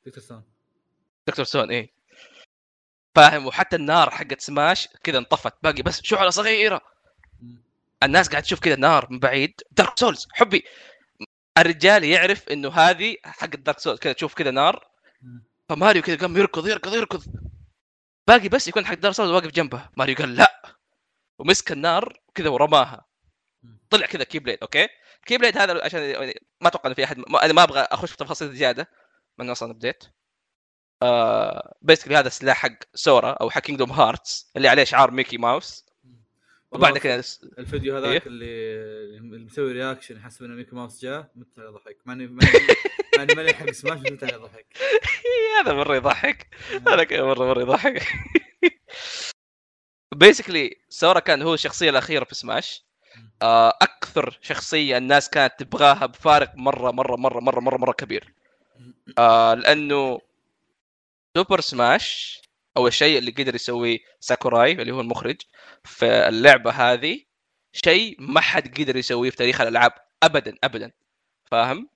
دكتور سون ايه فاهم. وحتى النار حقت سماش كذا انطفت باقي بس شعلة صغيرة. الناس قاعد تشوف كذا نار من بعيد. دارك سولز حبي الرجال يعرف انه هذه حق الدارك سولز كذا تشوف كذا نار فماريو كذا قام يركض باقي بس يكون حق دارك سولز واقف جنبه. ماريو قال لا ومسك النار كذا ورماها طلع كذا كيبليد. اوكي كيبليد هذا عشان ما اتوقع انه في احد انا ما ابغى اخش في تفاصيل زياده من اصلا بديت. بيسكلي هذا السلاح حق سورا او حق كينغدوم هارتس اللي عليه شعار ميكي ماوس. وبعد كذا الفيديو هذاك اللي مسوي رياكشن يحسب انه ميكي ماوس جاء متى يضحك ماني حق سماش متى يضحك. هذا مره يضحك هذا مره يضحك. بيسكلي سورا كان هو الشخصيه الاخيره في سماش. اكثر شخصيه الناس كانت تبغاها بفارق مره مره مره مره مره مره كبير. لانه سوبر سماش اول شيء اللي قدر يسويه ساكوراي اللي هو المخرج في اللعبه هذه شيء ما حد قدر يسويه في تاريخ الالعاب ابدا ابدا، فاهم؟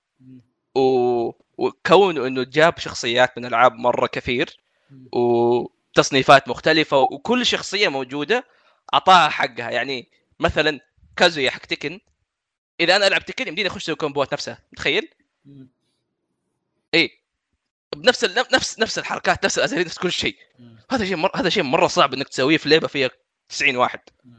وكونه انه جاب شخصيات من العاب مره كثير وتصنيفات مختلفه وكل شخصيه موجوده اعطاها حقها. يعني مثلا كازويا حق تكن، اذا انا العب تكن يمديني اخش الكومبوات نفسها، متخيل؟ اي بنفس نفس الحركات، نفس الازالير، نفس كل شيء. هذا شيء مره صعب انك تسويه في لعبه فيها 90 واحد.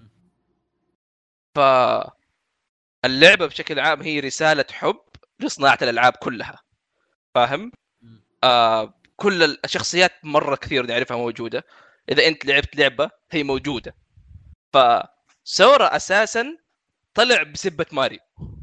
فاللعبه بشكل عام هي رساله حب لصناعه الالعاب كلها، فاهم؟ كل الشخصيات مره كثير نعرفها موجوده. اذا انت لعبت لعبه هي موجوده. فسورا اساسا طلع بسبه ماريو،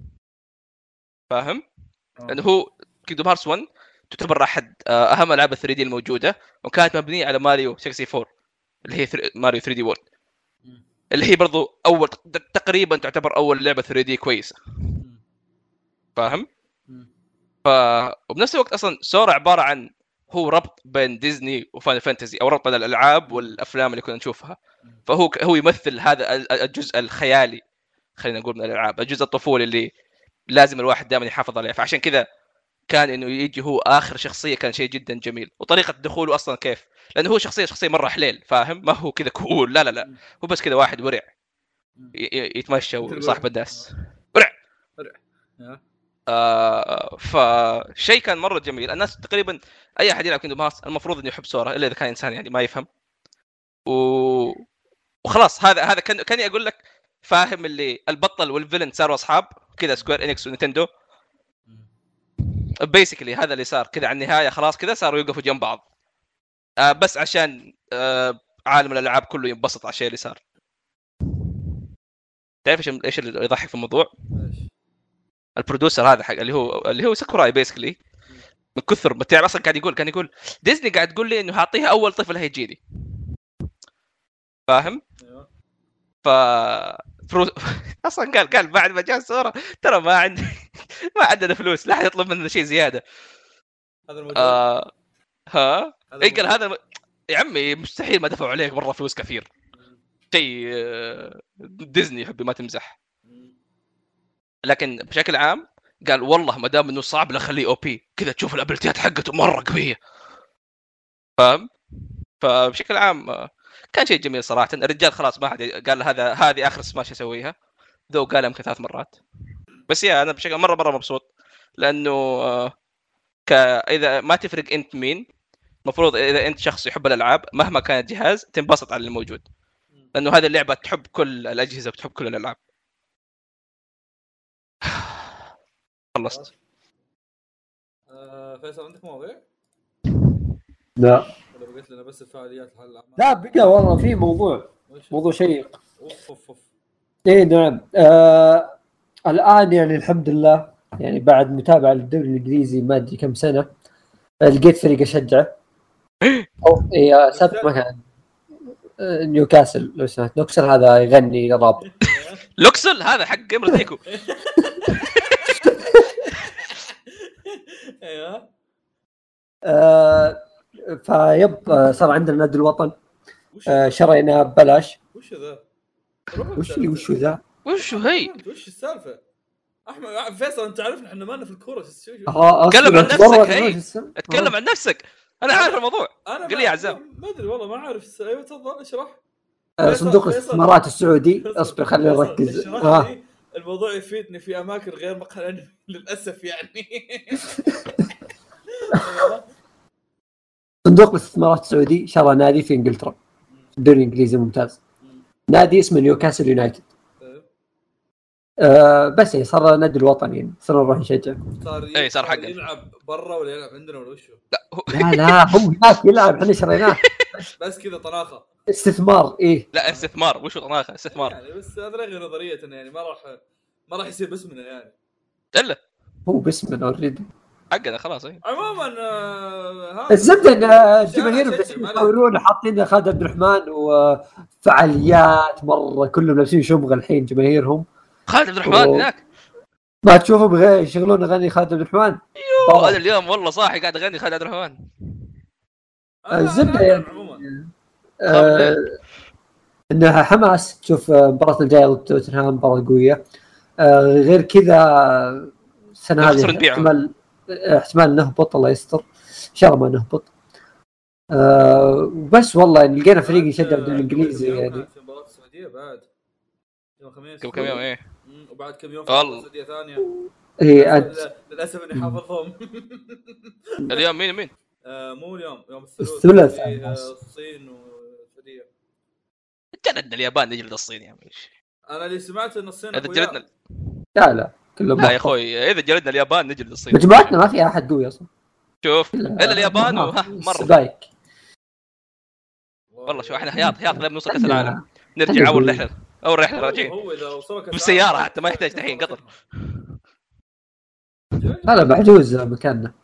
فاهم؟ لانه هو كينغدوم هارتس 1 تعتبر احد اهم العاب 3 دي الموجوده، وكانت مبنيه على ماريو 64 اللي هي ماريو 3 دي وورلد، اللي هي برضو اول تقريبا تعتبر اول لعبه 3 دي كويسه، فاهم؟ وبنفس الوقت اصلا سورا عباره عن هو ربط بين ديزني وفاينل فانتزي، او ربط بين الالعاب والافلام اللي كنا نشوفها. فهو يمثل هذا الجزء الخيالي، خلينا نقول، من الالعاب، الجزء الطفولي اللي لازم الواحد دائما يحافظ عليه. فعشان كذا كان انه يجي هو اخر شخصيه كان شيء جدا جميل. وطريقه دخوله اصلا كيف، لانه هو شخصيه مره حليل، فاهم؟ ما هو كذا كول، لا هو بس كذا واحد ورع يتمشى وصاحب الناس ورع. فشيء كان مره جميل. الناس تقريبا اي احد يلعب كينغدوم هارتس المفروض انه يحب سورا، الا اذا كان انسان يعني ما يفهم. وخلاص هذا كاني اقول لك، فاهم؟ اللي البطل والفيلن صاروا اصحاب كذا، سكوير انكس ونينتندو بيسكلي هذا اللي صار كذا على النهايه. خلاص كذا صاروا يوقفوا جنب بعض بس عشان عالم الالعاب كله ينبسط على الشيء اللي صار. تعرف ايش اللي يضحك في الموضوع؟ البرودوسر هذا حق اللي هو ساكوراي بيسكلي، من كثر ما تعرف اصلا كان يقول ديزني قاعد تقول لي انه هعطيها اول طفل هيجي لي، فاهم؟ اصلا قال بعد ما جاء سورا ترى ما عندنا فلوس، لا يطلب مننا شيء زياده. هذا الموضوع قال هذا يا عمي مستحيل ما دفعوا عليك مره فلوس كثير، شيء ديزني يحب ما تمزح. لكن بشكل عام قال والله ما دام انه صعب لخليه او بي كذا تشوف الابيلتيات حقته مره قويه، فاهم؟ فبشكل عام كان شيء جميل صراحه. الرجال خلاص ما حد قال هذه اخر سماش اسويها، ذو قالها يمكن 3 مرات بس. انا بشكل مره مبسوط، لانه اذا ما تفرق انت مين، المفروض اذا انت شخص يحب الالعاب مهما كان الجهاز تنبسط على اللي موجود، لانه هذه اللعبه تحب كل الاجهزه وتحب كل الالعاب. خلصت. فيصل عندك مواضيع؟ لا ولا بقيت لنا بس الفعاليات حل الأعمال؟ لا بقى والله في موضوع شيق. اوف ايه نعم. الان يعني الحمد لله، يعني بعد متابعه للدوري الانجليزي ما ادري كم سنه لقيت فريق اشجعه. او ايه سبب مكان نيوكاسل، لو سمعت نوكسل هذا يغني راب. لوكسل هذا حق جيمر ديكو. ايوه. فيب صار عندنا نادي الوطن، شرينا ببلاش. وش ذا؟ وش ذا؟ وش هي؟ وش السالفه؟ احمد فيصل انت عارفنا احنا مالنا في الكوره. اتكلم عن نفسك. اتكلم عن نفسك، انا عارف الموضوع. قل لي يا عزام. ما ادري والله ما عارف. ايوه تفضل اشرح. صندوق الاستثمارات السعودي. اصبر خلينا نركز. الموضوع يفيدني في اماكن غير مقهى الانمي للاسف يعني. صندوق الاستثمارات السعودي شرى نادي في انجلترا في الدوري الانجليزي ممتاز، نادي اسمه نيوكاسل يونايتد. بس يعني صار نادي الوطني، يعني صرنا نروح نشجع. صار حقنا. يلعب برا ولا يلعب عندنا ولا وشو؟ لا هو هناك يلعب، احنا شريناه بس كذا طناخه استثمار. ايه لا استثمار، وشو طناخه استثمار يعني؟ بس هذا غير نظريه يعني ما راح يصير باسمنا يعني. الا هو باسمنا اوريدي. حقنا خلاص. عموما هذا الزبده ان الجماهير يصورون حاطين خالد عبد الرحمن وفعاليات مره كلهم لابسين شمغ الحين جماهيرهم. خالد عبد الرحمن هناك ما تشوفوا بغير يشغلون اغاني خالد عبد الرحمن. انا اليوم والله صاحي قاعد اغني خالد عبد الرحمن. الزبده يعني انها حماس تشوف المباراه الجايه ضد توتنهام مباراه قويه. غير كذا السنه هذه احتمال نهبط الله يستر ان شاء الله ما نهبط. بس والله لقينا فريق يشجع الدوري الانجليزي يعني في مباراه السعوديه بعد يوم الخميس كم يوم ايه وبعد كم يوم في السعوديه ثانيه للاسف اني حافظهم. اليوم مين مو اليوم يوم الثلاث الصين والسعوديه. جلدنا اليابان نجلد الصين يا مش انا اللي سمعت ان الصين اذا جلدنا لا كلهم لا يا اخوي اذا جلدنا اليابان نجلد الصين. مجموعتنا ما في احد قوي اصلا شوف الا اليابان مره سبايك. والله شو احنا هياط لما نوصل كاس العالم نرجع اول رحله راجعين بالسياره حتى ما يحتاج الحين قطر. لا محجوز مكاننا.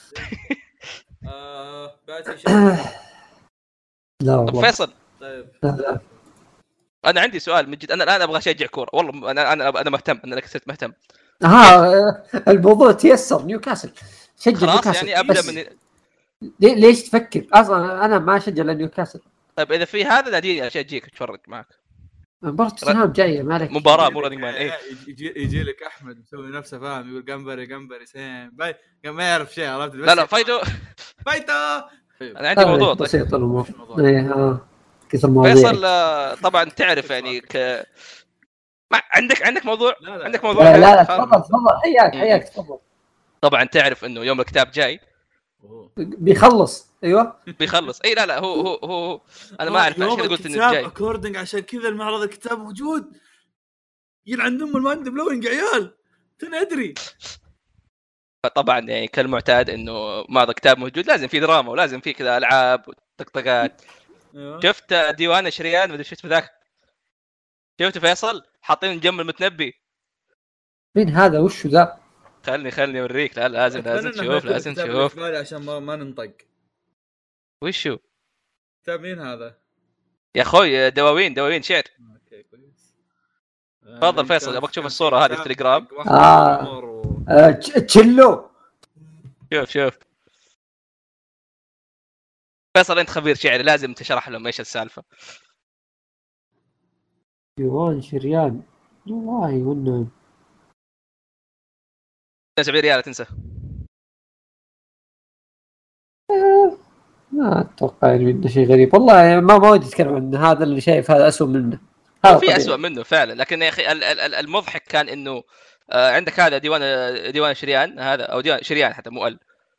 بعد شيء لا والله فيصل طيب لا. انا عندي سؤال من جد. انا الان ابغى اشجع كوره والله. انا مهتم. انا صرت مهتم. الموضوع تيسر نيوكاسل شجع نيوكاسل يعني ابدا من ليش تفكر اصلا انا ما اشجع نيوكاسل. طيب اذا في هذا ناديني اشجيك اتفرج معك مباراة توتنهام جايه مالك مباراه مو رننج مان. ايه يجي لك احمد مسوي نفسه فاهم يقول جمبري سين باي ما يعرف شيء عرفت. لا فايتو انا عندي موضوع بسيط الامور. كثر مواضيع فيصل طبعا تعرف يعني ما عندك موضوع لا. عندك موضوع لا تفضل حياك تفضل. طبعا تعرف انه يوم الكتاب جاي بيخلص. ايوه بيخلص. اي لا هو انا ما اعرف عشان قلت انه جاي اكوردنج عشان كذا المعرض الكتاب موجود يلعن ام المايند بلوينج عيال تندري. طبعا يعني كالمعتاد انه معرض الكتاب موجود لازم في دراما ولازم في كذا العاب وطقطقات. شفت ديوان شريان ما ادري شفت ذاك شفت فيصل حاطين جنب المتنبي. مين هذا وش ذا؟ خلني اوريك. لا لازم تشوف عشان ما ننطق. وشو كتاب مين هذا يا اخوي؟ دواوين شعر. اوكي كويس. تفضل فيصل ابغى تشوف الصوره هذه في التليجرام. تشيلو شوف فيصل انت خبير شعري لازم تشرح لهم ايش السالفه. ديوان شريان والله والنعم 70 ريال تنسى. ما اتوقع انه شيء غريب والله. ما ودي اتكلم عن هذا اللي شايف هذا اسوء منه. في أسوأ منه فعلا. لكن يا اخي المضحك كان انه عندك هذا ديوان شريان هذا او ديوان شريان حتى مؤل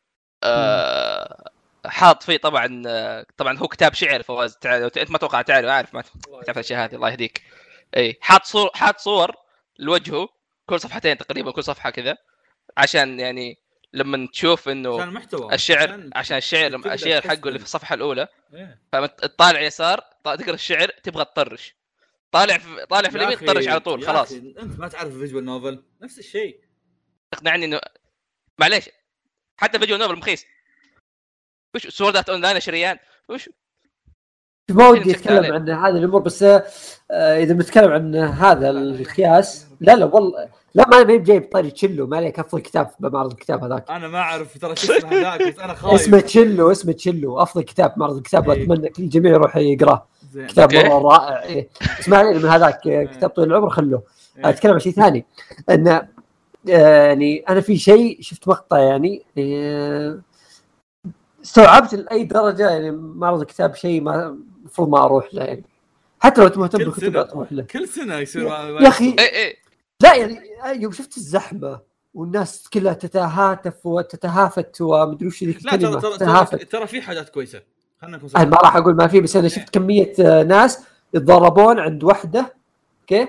حاط فيه طبعا هو كتاب شعر فواز. انت ما توقع تعرف ما تعرف الاشياء هذه الله يهديك. اي حاط صور لوجهه كل صفحتين تقريبا كل صفحه كذا عشان يعني لما تشوف انه الشعر عشان الشعر حقه اللي في الصفحه الاولى فطالع يسار تقرا الشعر تبغى تطرش طالع في اليمين تطرش على طول خلاص. انت ما تعرف فيجوال نوفل نفس الشيء. تقنعني انه معليش حتى فيجوال نوفل مخيس. وش سوردات اونلاين شريان وش ما ودي اتكلم عن هذه الامور بس اذا بنتكلم عن هذا القياس لا والله لا ما جايب طاري تشيلو ما عليك افضل كتاب بمعرض الكتاب هذاك. انا ما اعرف ترى اسمه هذاك بس انا خايف. اسمه تشيلو افضل كتاب معرض الكتاب واتمنى كل الجميع يروح يقراه. كتاب مره رائع. إيه. اسمعني من هذاك كتاب طويل العمر خلوه. اتكلم عن شيء ثاني ان يعني انا في شيء شفت مقطع يعني استوعبت لاي درجه يعني معرض الكتاب شيء ما المفروض ما اروح له يعني حتى لو مهتم بالكتب اروح له كل سنه يصير يا اخي. لا يعني يوم شفت الزحمه والناس كلها تتهاتف وتتهافت ومدري وش ذيك الكلمه. ترى في حاجات كويسه خلينا نكون ما راح اقول ما في بس انا شفت كميه ناس يتضاربون عند وحده اوكي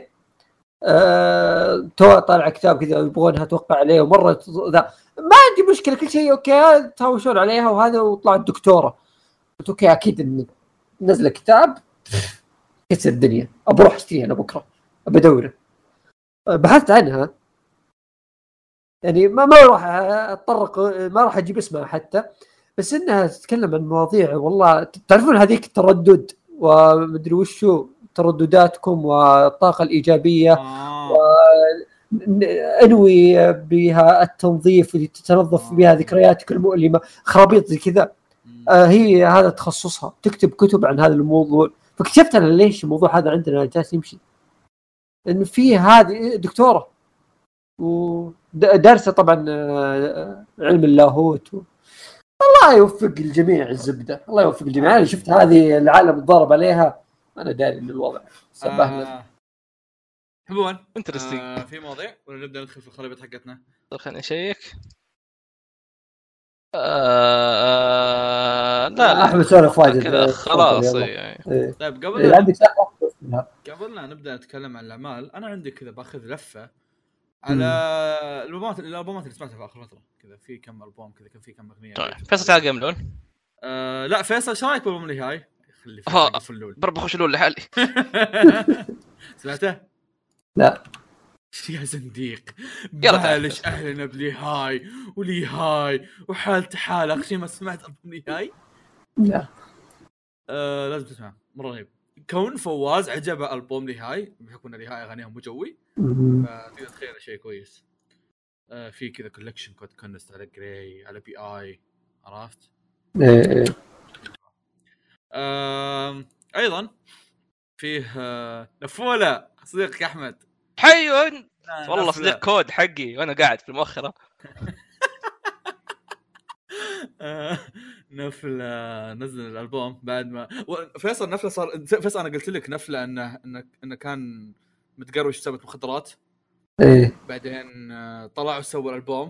تو طالع كتاب كذا يبغونها اتوقع عليه ومره ذا ما عندي مشكله كل شيء اوكي تهاوشون عليها وهذا وطلعت دكتوره قلت اوكي اكيد ان نزل كتاب كسر الدنيا بروح اشتريه انا بكره بدوره. بحثت عنها يعني ما راح اتطرق، ما راح اجيب اسمها حتى، بس انها تتكلم عن مواضيع والله تعرفون هذيك التردد ومدري وشو تردداتكم والطاقه الايجابيه وانوي بها التنظيف اللي تتنظف بها ذكرياتك المؤلمه، خرابيط زي كذا. هي هذا تخصصها، تكتب كتب عن هذا الموضوع. فاكتشفت انا ليش الموضوع هذا عندنا جالس يمشي، انه في هذه دكتوره ودارسه طبعا علم اللاهوت الله يوفق الجميع الزبده، الله يوفق الجميع. انا شفت هذه العالم تضارب عليها، انا داري ان الوضع سبهنا. حبوان في مواضيع ولا نبدا ندخل في الخريطه حقتنا؟ خلينا نشيك. لا احمد سولف واجد خلاص يعني. طيب قبل عندك قبل لا نبدا نتكلم عن الاعمال، انا عندي كذا باخذ لفه على الالبومات اللي سمعتها في اخر فتره كذا، في كم البوم كذا، كان في كم اغنيه. طيب فيصل تعال جيم لون. لا فيصل ايش رايك بالالبوم اللي هاي؟ خلي فيصل الاول بربع خش الاول لحالي. سمعته؟ لا يا زنديق بلاش اهلنا بلي هاي ولي هاي وحالته حال اخر شيء ما سمعت البوم لي هاي. لا لازم تسمع مره رهيب. كون فواز عجبه البوم لي هاي بحكم ان لي هاي اغانيهم مجوي، فتقدر تخيل شيء كويس. في كذا كولكشن كود كونست على جراي على بي اي، عرفت؟ ايضا فيه نفوله صديقك احمد. حيون والله صديق كود حقي وانا قاعد في المؤخره. نفله نزل الالبوم بعد ما فيصل نفله صار فيصل. انا قلت لك نفله انه كان متقروش بسبب مخدرات. بعدين طلع وسوى الالبوم.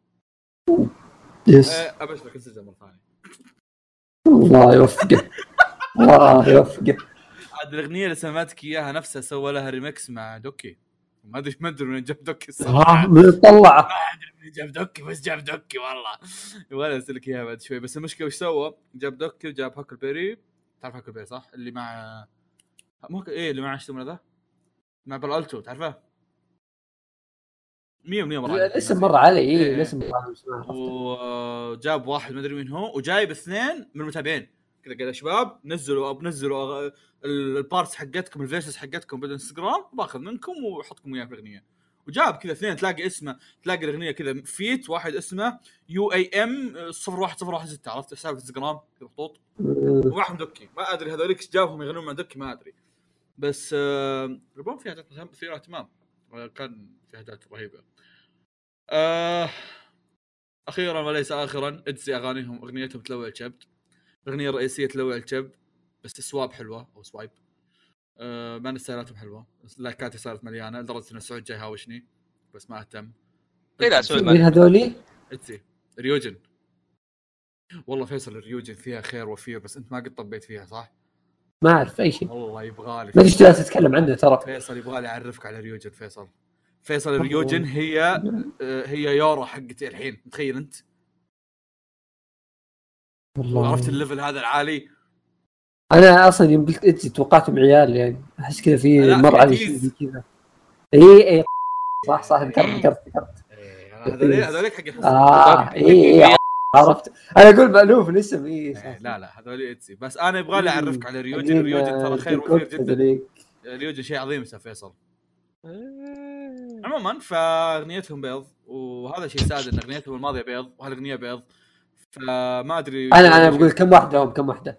يس ابشرك نسجل مره ثانيه. الله يوفقه الله يوفقه. عاد الاغنيه اللي سمعتك اياها نفسها سوى لها ريمكس مع دوكي. ما ادري من جاب دوكي الصراحه. طلع جاب دوكي بس جاب دوكي والله. ولا اسالك اياها بعد شوي. بس المشكله وش سوى؟ جاب دوكي وجاب هاكلبيري. تعرف هاكلبيري صح؟ اللي مع مو اللي مع اشتمنا ذا مع بالالتو، تعرفه؟ 100 مره الاسم مره علي. الاسم مره وجاب واحد ما ادري مين هو، وجايب اثنين من المتابعين كذا قال يا شباب نزلوا البارتس حقتكم الفيرسز حقتكم بالانستغرام باخذ منكم واحطكم وياه في الاغنيه. وجاب كذا اثنين تلاقي اسمه، تلاقي الاغنيه كذا فيت واحد اسمه UAM 01016 عرفت حساب انستغرام كذا خطوط ومعهم دوكي. ما ادري هذول ايش جابهم يغنون مع دوكي ما ادري. بس البوم فيها تمام كان فيها دات رهيبه. اخيرا وليس اخرا ادسي اغنيتهم تلوع الكبد. الاغنيه الرئيسيه تلوع الكبد بس السواب حلوه او سوايب. ما نستاهلاتهم حلوه لايكاتي صارت مليانه لدرجه ان سعود جاي هاوشني بس ما اهتم. لا سعود مين هذولي؟ ادسي ريوجن. والله فيصل الريوجن فيها خير وفير بس انت ما قد طبيت فيها صح؟ ما اعرف اي شيء والله يبغالي. ما ادري ايش جالس اتكلم عنه ترى. فيصل يبغالي اعرفك على ريوجن. فيصل الريوجن هي يورو حقتي الحين. متخيل انت؟ عرفت الليفل هذا العالي. انا اصلا يوم قلت ادسي توقعتهم عيال يعني احس كذا في مر علي شيء كذا. اي صح ذكرت هذوليك حق اي عرفت. انا اقول مألوف الاسم. لا هذول ادسي بس انا يبغى لي اعرفك على ريوجن ترى خير وفير جدا. ريوجن شيء عظيم يا فيصل. عموما فاغنيتهم بيض وهذا شيء سعد ان اغنيتهم الماضيه بيض وهالاغنيه بيض. فما ادري انا بقول كم واحده.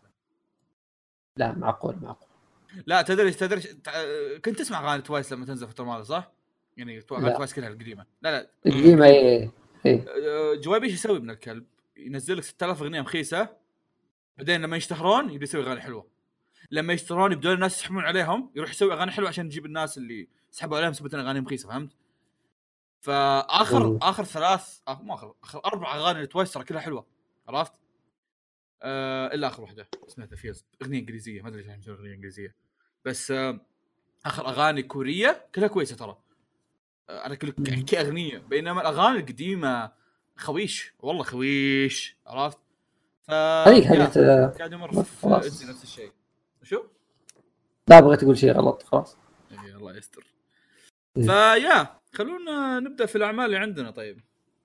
لا معقول. لا تدري كنت تسمع اغاني توايس لما تنزل فتره الماضيه صح؟ يعني توايس كلها القديمه. لا القديمه ايه. جوابي ايش يسوي من الكلب؟ ينزل لك 6000 اغنيه مخيسه بعدين لما يشتهرون يبي يسوي اغاني حلوه. لما يشتهرون يبدون الناس يسحبون عليهم يروح يسوي اغاني حلوه عشان يجيب الناس اللي سحبوا عليهم سبتين اغاني مخيسه. فهمت؟ فاخر اخر 4 اغاني توايس ترى كلها حلوه عرفت؟ الا اخر واحده اسمها فيز اغنيه انجليزيه ما ادري ليش مسوي اغنيه انجليزيه بس اخر اغاني كوريه كلها كويسه ترى. انا كاغنيه بينما الاغاني القديمه خويش والله خويش عرفت؟ هذيك حاجه قاعد يمر في نفس الشيء. شو لا بغيت اقول شيء غلط خلاص. الله يستر. فيا خلونا نبدا في الاعمال اللي عندنا. طيب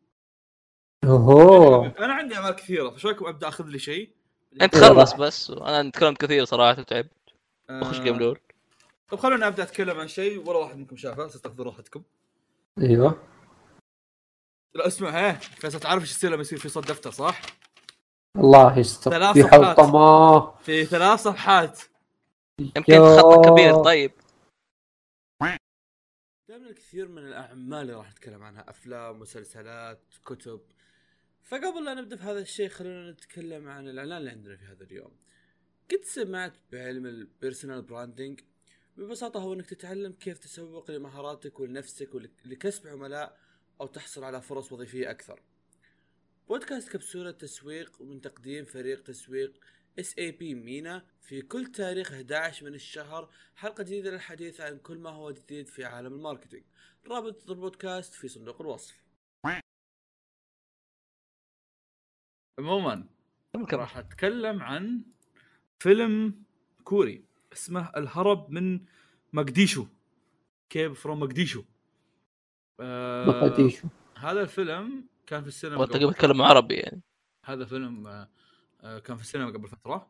اوه انا عندي اعمال كثيره، فش رايكم ابدا اخذ لي شيء؟ انت خلص بس، انا تكلمت كثير صراحه تعبت. اخش جيم لول. طب خلونا ابدا اتكلم عن شيء ولا واحد منكم شافه، استغفروا راحتكم. ايوه لا اسمع، فيصل تعرف ايش يصير لما يصير في صوت دفتر صح؟ الله يستر في حلطمه في 3 صفحات. يمكن خط كبير. طيب دائما الكثير من الاعمال اللي راح نتكلم عنها افلام، مسلسلات، كتب. فقبل لا نبدا في هذا الشيء خلونا نتكلم عن الاعلان اللي عندنا في هذا اليوم. قد سمعت بعلم البيرسونال براندنج؟ ببساطه هو انك تتعلم كيف تسوق لمهاراتك ولنفسك ولكسب عملاء او تحصل على فرص وظيفيه اكثر. بودكاست كبسولة تسويق من تقديم فريق تسويق SAP مينا في كل تاريخ 11 من الشهر حلقة جديدة للحديث عن كل ما هو جديد في عالم الماركتينج. رابط البودكاست في صندوق الوصف. عموما راح اتكلم عن فيلم كوري اسمه الهرب من مقديشو. كيف فروم مقديشو. مقديشو. هذا الفيلم كان في السينما. وانت قبل تتكلم عربي يعني. هذا فيلم كان في السينما قبل فترة.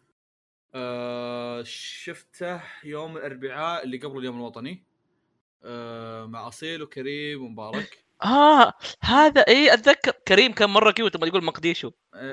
شفته يوم الأربعاء اللي قبل اليوم الوطني مع أصيل وكريم ومبارك. هذا ايه اتذكر كريم كان مرة كيوت لما يقول مقديشو.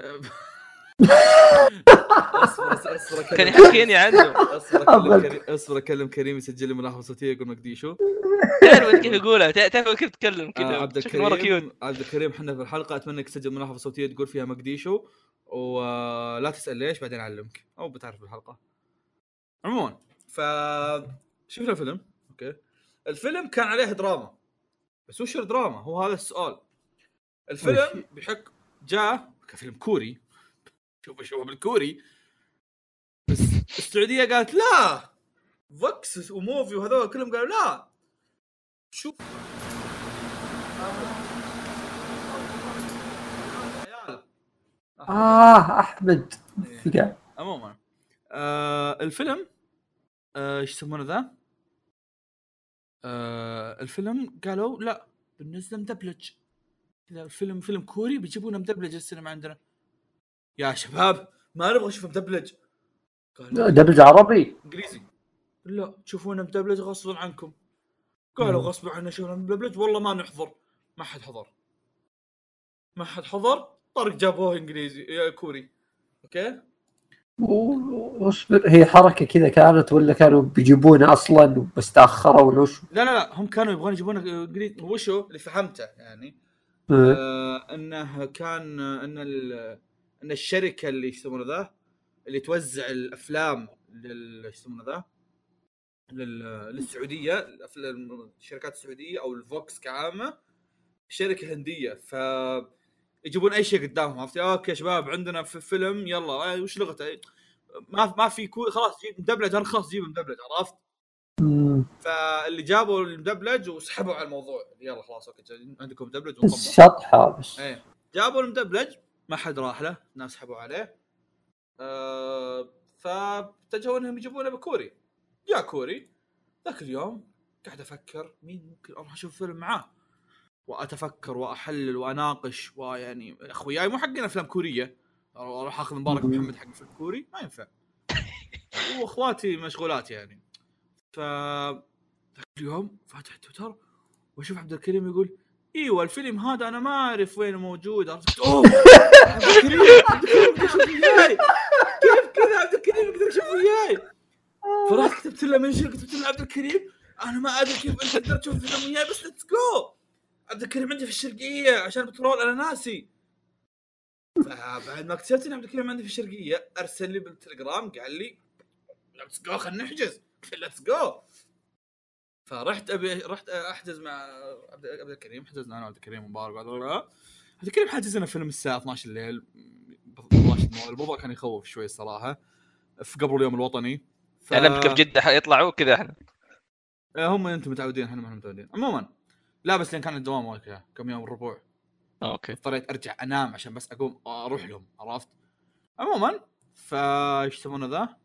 اصبر كان يحكيني عنه. اصبر اكلم كريم يسجل لي ملاحظة صوتية يقول مقديشو. تعرف كيف يقولها، تعرف كيف تتكلم كذا. عبد الكريم احنا في الحلقة اتمنى انك تسجل ملاحظة صوتية تقول فيها مقديشو، ولا تسأل ليش بعدين اعلمك او بتعرف بالحلقة. عموما شفنا الفيلم. اوكي الفيلم كان عليه دراما، بس وش الدراما؟ هو هذا السؤال. الفيلم بحق جاء كفيلم كوري، شوفوا بالكوري، بس السعودية قالت لا، فوكس وموفي وهذول كلهم قالوا لا. شوف احمد فقع. عموما الفيلم ايش يسمونه ذا؟ الفيلم قالوا لا بننزله مدبلج. اذا الفيلم فيلم كوري بيجيبونه مدبلج السينما عندنا. يا شباب ما نبغى نشوفه مدبلج. قالوا دبلج عربي انجليزي. لا تشوفونه مدبلج غصبا عنكم. قالوا غصبا عنا شوفنا مدبلج. والله ما نحضر. ما حد حضر. طارق جابوه انجليزي يا كوري. اوكي واصبر، هي حركة كذا كانت ولا كانوا بيجيبونه أصلاً بس تأخروا ولا وش؟ لا هم كانوا يبغون يجيبونه انجليزي. وشو اللي فهمته يعني انه كان ان الشركة اللي يسمونه ذا اللي توزع الافلام يسمونه ذا للسعودية، الشركات السعودية او الفوكس كعامة شركة هندية، ف يجيبون اي شيء قدامهم. عرفتي؟ اوكي يا شباب عندنا في فيلم يلا وش لغته؟ ما في خلاص جيب مدبلج ارخص، جيب مدبلج. عرفت؟ فاللي جابوا المدبلج وسحبوا على الموضوع. يلا خلاص اوكي عندكم مدبلج ونطبق شطحه بس. جابوا المدبلج ما حد راح له، الناس سحبوا عليه. فتجوا انهم يجيبونه بكوري. يا كوري ذاك اليوم قاعد افكر مين ممكن اروح اشوف فيلم معاه، واتفكر واحلل واناقش. ويعني اخوياي مو حقنا افلام كوريه، اروح اخذ مبارك محمد حق فيلم كوري ما ينفع، واخواتي مشغولات يعني. ف اليوم فاتح تويتر واشوف عبد الكريم يقول ايوه الفيلم هذا انا ما اعرف وين موجود. اوه عبد الكريم شوف وياي كيف كذا عبد الكريم يقدر يشوف وياي. فرحت كتبت له منشن، كتبت له عبد الكريم انا ما ادري كيف انت تقدر تشوف فيلم وياي بس ليتس جو. عبد الكريم عندي في الشرقيه عشان بترول انا ناسي. فبعد ما اكتشفت ان عبد الكريم عندي في الشرقيه ارسل لي بالتليجرام قال لي ليتس جو خلينا نحجز. ليتس جو. فرحت رحت احجز مع عبد الكريم. حجزنا انا وعبد الكريم مبارك عبد الكريم. حجزنا فيلم الساعه 12 الليل. الموضوع كان يخوف شوي الصراحه في قبل اليوم الوطني. علمت كيف جدة يطلعوا كذا احنا هم انتم متعودين احنا ما متعودين. عموما لا بس لان كان الدوام وقتها كم يوم الربوع. اوكي اضطريت ارجع انام عشان بس اقوم اروح لهم. عرفت؟ عموما فايش يسمونه ذا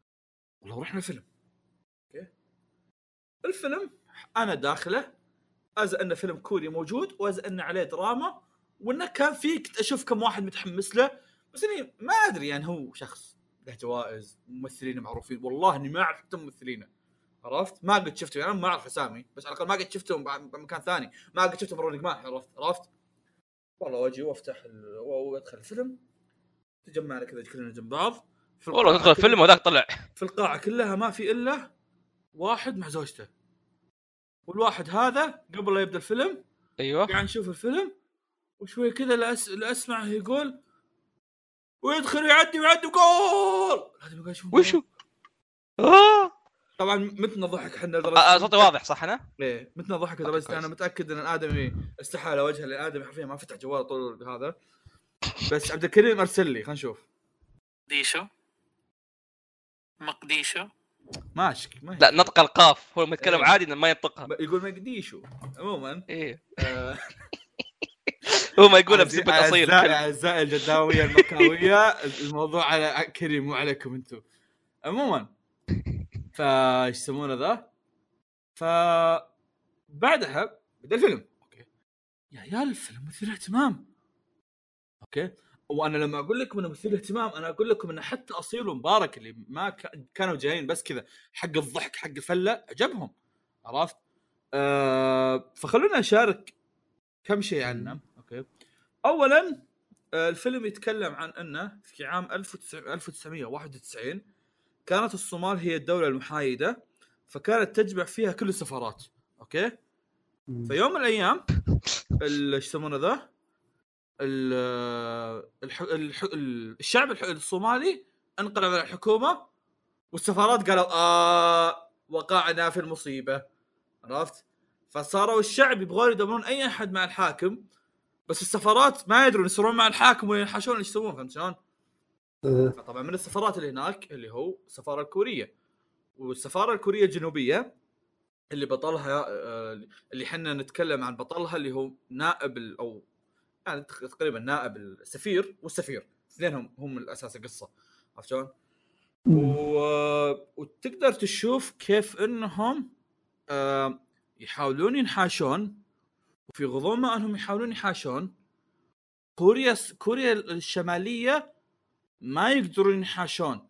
والله رحنا الفيلم. اوكي الفيلم انا داخله از انه فيلم كوري موجود، واز انه عليه دراما، وانه كان فيك اشوف كم واحد متحمس له. بس اني ما ادري يعني هو شخص له جوائز، ممثلين معروفين، والله اني ما اعرف حتى ممثلينه، عرفت؟ ما قد شفته يعني، انا ما اعرف اسامي، بس على الاقل ما قد شفتهم بمكان ثاني، ما قد شفتهم برونيك مان، عرفت؟ والله واجي وافتح وادخل الفيلم، تجمعنا كذا كلنا جنب بعض، والله تدخل الفيلم وذاك طلع في القاعه كلها ما في الا واحد مع زوجته، والواحد هذا قبل لا يبدا الفيلم ايوه قاعد نشوف الفيلم، وشوي كذا لاسمعه يقول ويدخل يعدي وجول، هذا ما شو وشو طبعا متنا ضحك احنا صوتي واضح صح انا؟ ايه متنا ضحك لدرجه انا متاكد ان الادمي استحاله وجهه، لان الادمي حرفيا ما فتح جواله طول هذا. بس عبد الكريم ارسل لي، خلينا نشوف. ديشو مقديشو ماشي لا نطق القاف، هو متكلم إيه. عادي انه ما ينطقها، يقول مقديشو عموما ايه هو ما يقولها بصفه اصيل. اعزائي الجداويه المكاويه الموضوع على كريم مو عليكم انتم. عموما فايش يسمونه ذا، بعدها بدا الفيلم. اوكي يا عيال الفيلم مثير اهتمام. اوكي وانا لما اقول لكم انه مثير اهتمام انا اقول لكم انه حتى اصيل ومبارك اللي ما كانوا جايين بس كذا حق الضحك حق الفله عجبهم، عرفت؟ فخلونا نشارك كم شيء عنه. اوكي اولا الفيلم يتكلم عن انه في عام 1991 كانت الصومال هي الدولة المحايدة، فكانت تجمع فيها كل السفارات. اوكي في يوم من الايام ايش يسمونه ذا الشعب الصومالي انقلب على الحكومة، والسفارات قالوا وقعنا في المصيبة، عرفت؟ فصاروا الشعب يبغون يدمرون اي احد مع الحاكم، بس السفارات ما يدرون يصيرون مع الحاكم ولا ينحشون ايش يسوون، فهمت شلون؟ طبعا من السفارات اللي هناك اللي هو السفارة الكورية، والسفارة الكورية الجنوبية اللي بطلها اللي حنا نتكلم عن بطلها اللي هو نائب او يعني تقريبا نائب السفير والسفير، اثنينهم هم الاساس القصة، عرفت شلون؟ وتقدر تشوف كيف انهم يحاولون ينحاشون، وفي غضون ما انهم يحاولون يحاشون كوريا الشمالية ما يقدرون ينحاشون.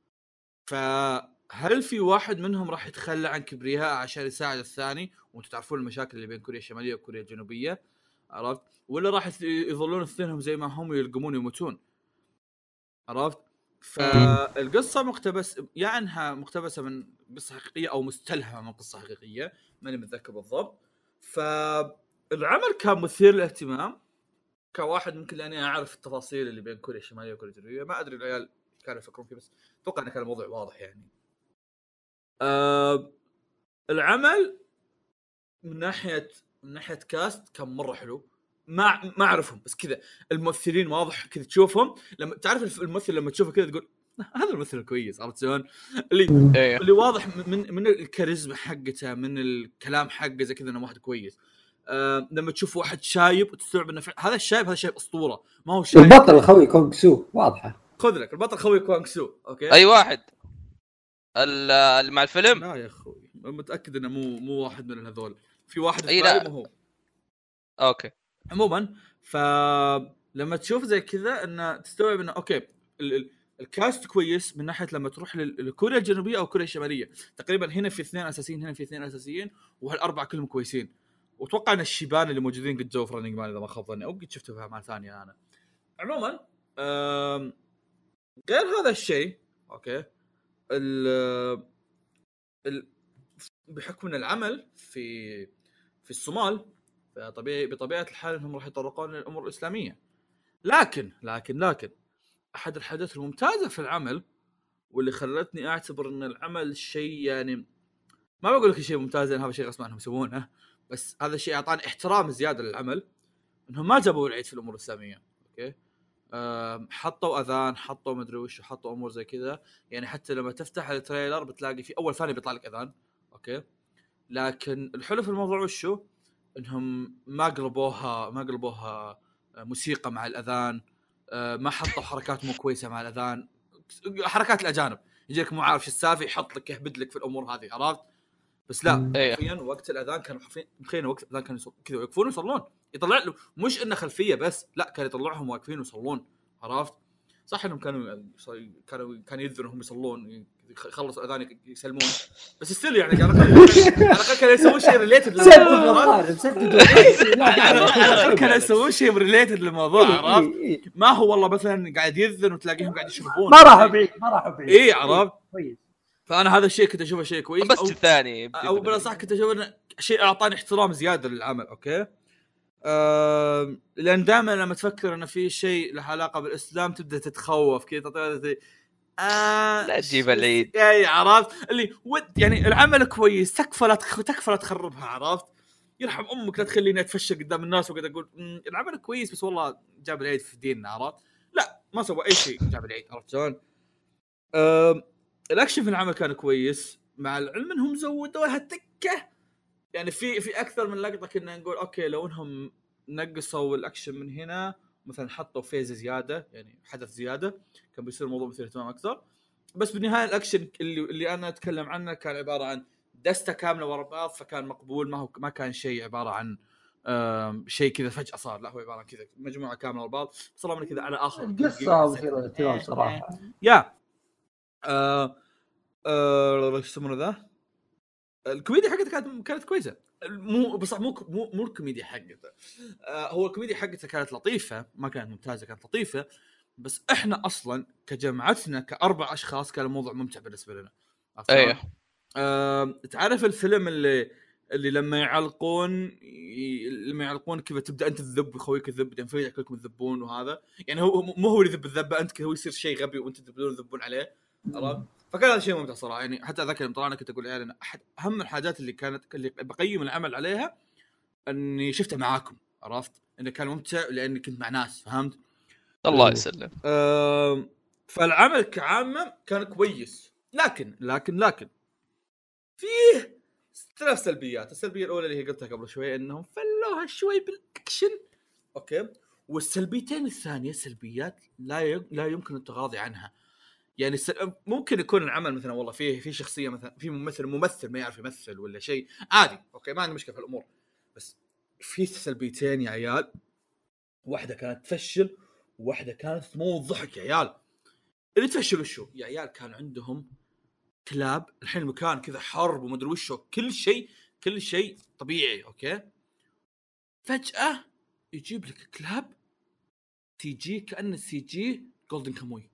فهل في واحد منهم راح يتخلى عن كبرياء عشان يساعد الثاني؟ وانتم تعرفون المشاكل اللي بين كوريا الشمالية وكوريا الجنوبية، عرفت؟ ولا راح يظلون اثنينهم زي ما هم يلقمون ويموتون، عرفت؟ فالقصة مقتبسة من قصة حقيقية أو مستلهمة من قصة حقيقية، ماني متذكر بالضبط. فالعمل كان مثير للاهتمام كواحد ممكن لأني أعرف التفاصيل اللي بين كوريا الشمالية وكوريا الجنوبية، ما أدري العيال كانوا يفكرون فيه، بس أتوقع أن كان الموضوع واضح يعني. العمل من ناحية كاست كان مرة حلو، ما أعرفهم بس كذا الممثلين واضح كذا تشوفهم، لما تعرف الممثل لما تشوفه كذا تقول هذا الممثل كويس، عرفت شلون؟ اللي واضح من الكاريزما حقته، من الكلام حقه زي كذا انه واحد كويس. لما تشوف واحد شايب وتستوعب انه هذا الشايب اسطوره، ما هو شايب. البطل خوي كونغ سو واضحه، خذ لك البطل خوي كونغ سو. اوكي اي واحد اللي مع الفيلم؟ لا يا اخوي متاكد انه مو واحد من هذول، في واحد اي لا هو. اوكي عموما فلما تشوف زي كذا انه تستوعب انه اوكي الكاست كويس من ناحيه لما تروح لكوريا الجنوبيه او كوريا الشماليه، تقريبا هنا في اثنين اساسيين، هنا في اثنين اساسيين، وهالاربعه كلهم كويسين. واتوقع ان الشيبان اللي موجودين قد جو فرنينج مان اذا ما خاب ظني، او قد شفته في اعمال ثانيه انا. عموما غير هذا الشيء اوكي بحكم ان العمل في الصومال بطبيعه الحال انهم راح يتطرقون للامور الاسلاميه، لكن احد الحاجات الممتازه في العمل واللي خلتني اعتبر ان العمل شيء يعني ما بقول لك شيء ممتاز لان هذا شيء غصب عنهم يسوونه، بس هذا الشيء اعطاني احترام زياده للعمل، انهم ما جابوا العيد في الامور الاسلاميه. اوكي حطوا اذان، حطوا مدري وش، حطوا امور زي كذا، يعني حتى لما تفتح التريلر بتلاقي في اول ثانيه بيطلع لك اذان. اوكي لكن الحلو في الموضوع وشو انهم ما قلبوها موسيقى مع الاذان، ما حطوا حركات مو كويسه مع الاذان، حركات الاجانب يجيك مو عارف ايش السالفه يحط لك يهبد لك في الامور هذه، عرفت؟ بس لا حرفيا وقت الاذان كانوا حرفيا وقت الاذان كانوا كذا يوقفون ويصلون، يطلع له مش انه خلفيه بس، لا كان يطلعهم واقفين ويصلون. عرفت صح انهم كانوا يذنوا هم يصلون، يخلصوا الاذان يسلمون، بس السل يعني على الاقل كانوا يسوون شيء ريليتد للموضوع. كانوا يسوون شيء ريليتد للموضوع. عرفت ما هو والله مثلا قاعد يذن وتلاقيهم قاعد يشربون، ما راحوا بعيد اي عرفت كويس. فانا هذا الشيء كنت اشوفه شيء كويس، بس الثاني او بلا صح كنت اشوف انه شيء اعطاني احترام زياده للعمل. اوكي لان دائما لما تفكر انه في شيء له علاقه بالاسلام تبدا تتخوف كذا لا تجيب العيد. اي عرفت اللي يعني العمل كويس، تكفى لا تخربها. عرفت يرحم امك لا تخليني اتفشى قدام الناس وقاعد اقول العمل كويس بس والله جاب العيد في ديننا. عرفت لا ما سوى اي شيء جاب العيد. عرفت شلون؟ الاكشن في العمل كان كويس، مع العلم انهم زودوها تكه يعني في اكثر من لقطه كنا نقول اوكي لو انهم نقصوا الاكشن من هنا مثلا حطوا فيز زياده يعني حدث زياده كان بيصير الموضوع مثير اهتمام اكثر. بس بالنهايه الاكشن اللي انا اتكلم عنه كان عباره عن دسته كامله ورا بعض، فكان مقبول. ما كان شيء عباره عن شيء كذا فجاه صار، لا هو عباره عن كذا مجموعه كامله ورا بعض صار من كذا على اخر القصه مثيره للاهتمام صراحه. يا ايش يسمونه ذا الكوميديا حقتها كانت كويسه، مو بصح مو الكوميديا حقتها. هو الكوميديا حقتها كانت لطيفه، ما كانت ممتازه، كانت لطيفه. بس احنا اصلا كجمعتنا كاربع اشخاص كان الموضوع ممتع بالنسبه لنا. ايوه تعرف الفيلم اللي لما يعلقون كيف تبدا انت تذب وخويك يذب بعدين فجاه كلكم تذبون، وهذا يعني هو اللي يذب الذبه انت هو يصير شيء غبي وانت تذبون عليه. عرفت فكان هذا شيء ممتع صراحه. يعني حتى ذاك يوم طلعنا كنت اقول يعني احد اهم الحاجات اللي بقيم العمل عليها اني شفته معاكم. عرفت انه كان ممتع لاني كنت مع ناس فهمت. الله يسلم. فالعمل كعامه كان كويس، لكن فيه 3 سلبيات. السلبيه الاولى اللي هي قلتها قبل شوي انهم فلوها شوي بالاكشن. اوكي والسلبيتين الثانيه سلبيات لا يمكن التغاضي عنها. يعني ممكن يكون العمل مثلا والله فيه شخصيه مثلا في ممثل ما يعرف يمثل ولا شيء عادي، اوكي ما عندي مشكله في الامور. بس في سلبيتين يا عيال، واحده كانت تفشل وواحده كانت تموت ضحك. يا عيال اللي تفشلوا شو يا عيال كان عندهم كلاب، الحين المكان كذا حرب وما ادري وشو، كل شيء طبيعي. اوكي فجاه يجيب لك كلاب تيجي كأن السي جي جولدن كاموي.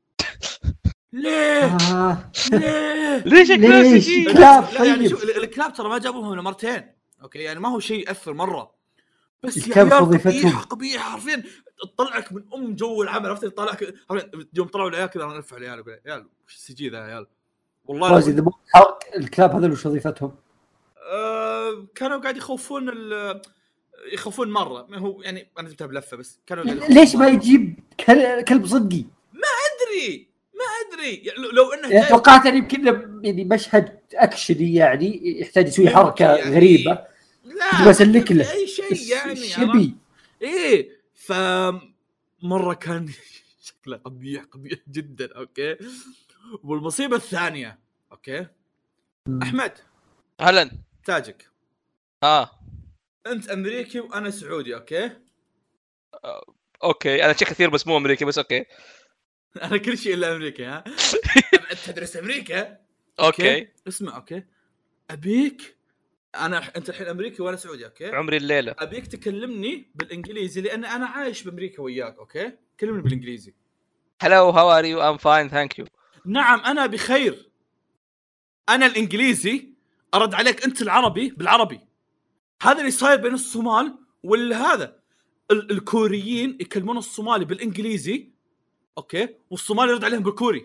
ليه ليش الكلاب؟ يعني شوف الكلاب ترى ما جابوهم إلا مرتين. اوكي يعني ما هو شيء ياثر مره، بس الكلاب وظيفتهم قبيحه حرفيا تطلعك من جو العمل. عرفت يطلعك يوم طلعوا العيال كذا نرفع العيال يقول يا عيال وش السي جي ذا يا عيال والله اذا الكلاب هذول وش وظيفتهم؟ كانوا قاعد يخوفون مره. ما هو يعني انا جبتها بلفه بس كانوا ليش ما يجيب كلب صدقي؟ ما ادري يعني لو انه يعني توقعت ان يمكن يعني مشهد اكشني يعني يحتاج يسوي حركه يعني غريبه لا بسلك له اي شيء يعني شبي ايه فمره كان شكله قبيح جدا. اوكي والمصيبه الثانيه اوكي احمد اهلا تاجك انت امريكي وانا سعودي. اوكي انا شيء كثير بس مو امريكي بس اوكي انا كل شيء الا امريكا. ها انت تدرس امريكا اوكي اسمع اوكي ابيك انت الحين امريكي وانا سعودي. اوكي عمري الليله ابيك تكلمني بالانجليزي لان انا عايش بامريكا وياك. اوكي كلمني بالانجليزي. hello how are you I'm fine thank you. نعم انا بخير. انا الانجليزي ارد عليك انت العربي بالعربي. هذا اللي صاير بين الصومال والهذا الكوريين يكلمون الصومالي بالانجليزي اوكي والصومالي يرد عليهم بالكوري.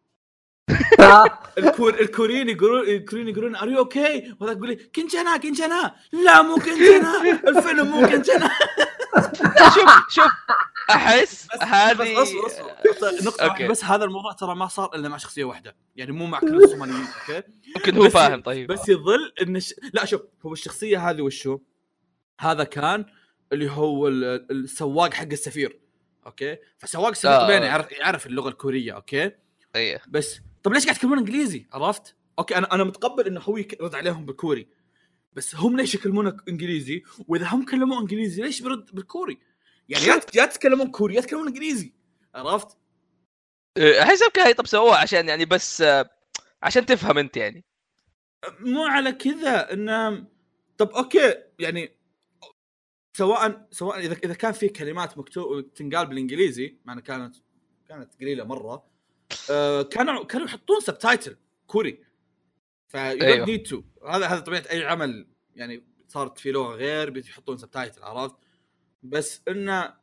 الكوريين يقولون ار يو اوكي وهذا يقول لي كنجنا لا مو كنجنا الفيلم مو كنجنا. شوف احس هذه نقطة بس هذا الموضوع ترى ما صار الا مع شخصيه واحده يعني مو مع كل الصوماليين. اوكي ممكن هو فاهم طيب بس يظل ان لا شوف هو الشخصيه هذه وشو هذا كان اللي هو السواق حق السفير. اوكي فسواق السفير طبعا يعرف اللغه الكوريه. اوكي ايه بس طب ليش قاعد تكلمون انجليزي؟ عرفت اوكي انا متقبل انه هو يرد عليهم بالكوري، بس هم ليش يكلمونه انجليزي؟ واذا هم كلموا انجليزي ليش برد بالكوري؟ يعني يا تتكلمون كوري يا تتكلمون انجليزي، عرفت؟ احس هاي طب سووها عشان يعني بس عشان تفهم انت يعني، مو على كذا انه طب اوكي يعني سواء اذا كان في كلمات مكتوب تنقال بالانجليزي مع انها كانت قليله مره، كانوا يحطون سبتايتل كوري، أيوه. نيد تو هذا طبيعه اي عمل يعني صارت في لغه غير بيحطون سبتايتل، عرفت؟ بس انه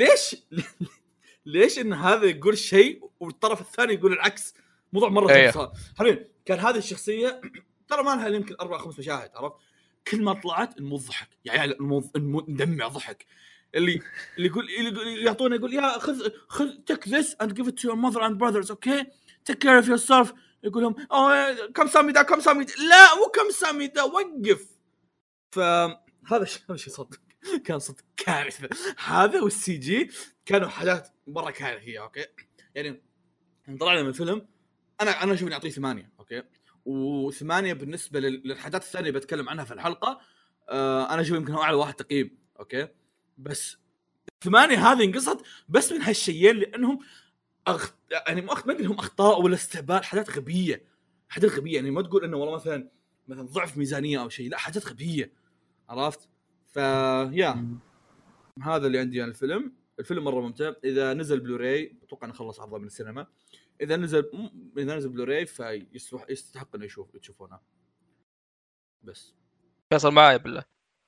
ليش ان هذا يقول شيء والطرف الثاني يقول العكس؟ موضوع مره أيوه. حلوين. كان هذه الشخصيه ترى ما لها يمكن 4-5 مشاهد، عرفت؟ كل ما طلعت الموضوع ضحك يعني ندمع ضحك، اللي يقول يعطونا يقول يا خذ take this and give it to your mother and brothers okay take care of yourself، يقول لهم كم سامي ده لا مو كم سامي ده وقف. فهذا شيء صدق كان صدق كارثه. هذا والسي جي كانوا حاجات مره كارثيه. اوكي يعني طلعنا من الفيلم انا اشوف اني اعطيه 8 اوكي، و8 بالنسبه للحاجات الثانيه بتكلم عنها في الحلقه انا اشوف يمكن هو اعلى واحد تقييم اوكي، بس 8 هذه انقصت بس من هالشيئين لانهم يعني ما ادري هم اخطاء ولا استهبال، حاجات غبيه يعني ما تقول انه والله مثلا ضعف ميزانيه او شيء، لا حاجات غبيه، عرفت؟ يا هذا اللي عندي عن الفيلم مره ممتع. اذا نزل بلوراي اتوقع نخلص عرضه من السينما، اذا نزل بلوراي فيستحق انه تشوفونه. بس فيصل معايا بالله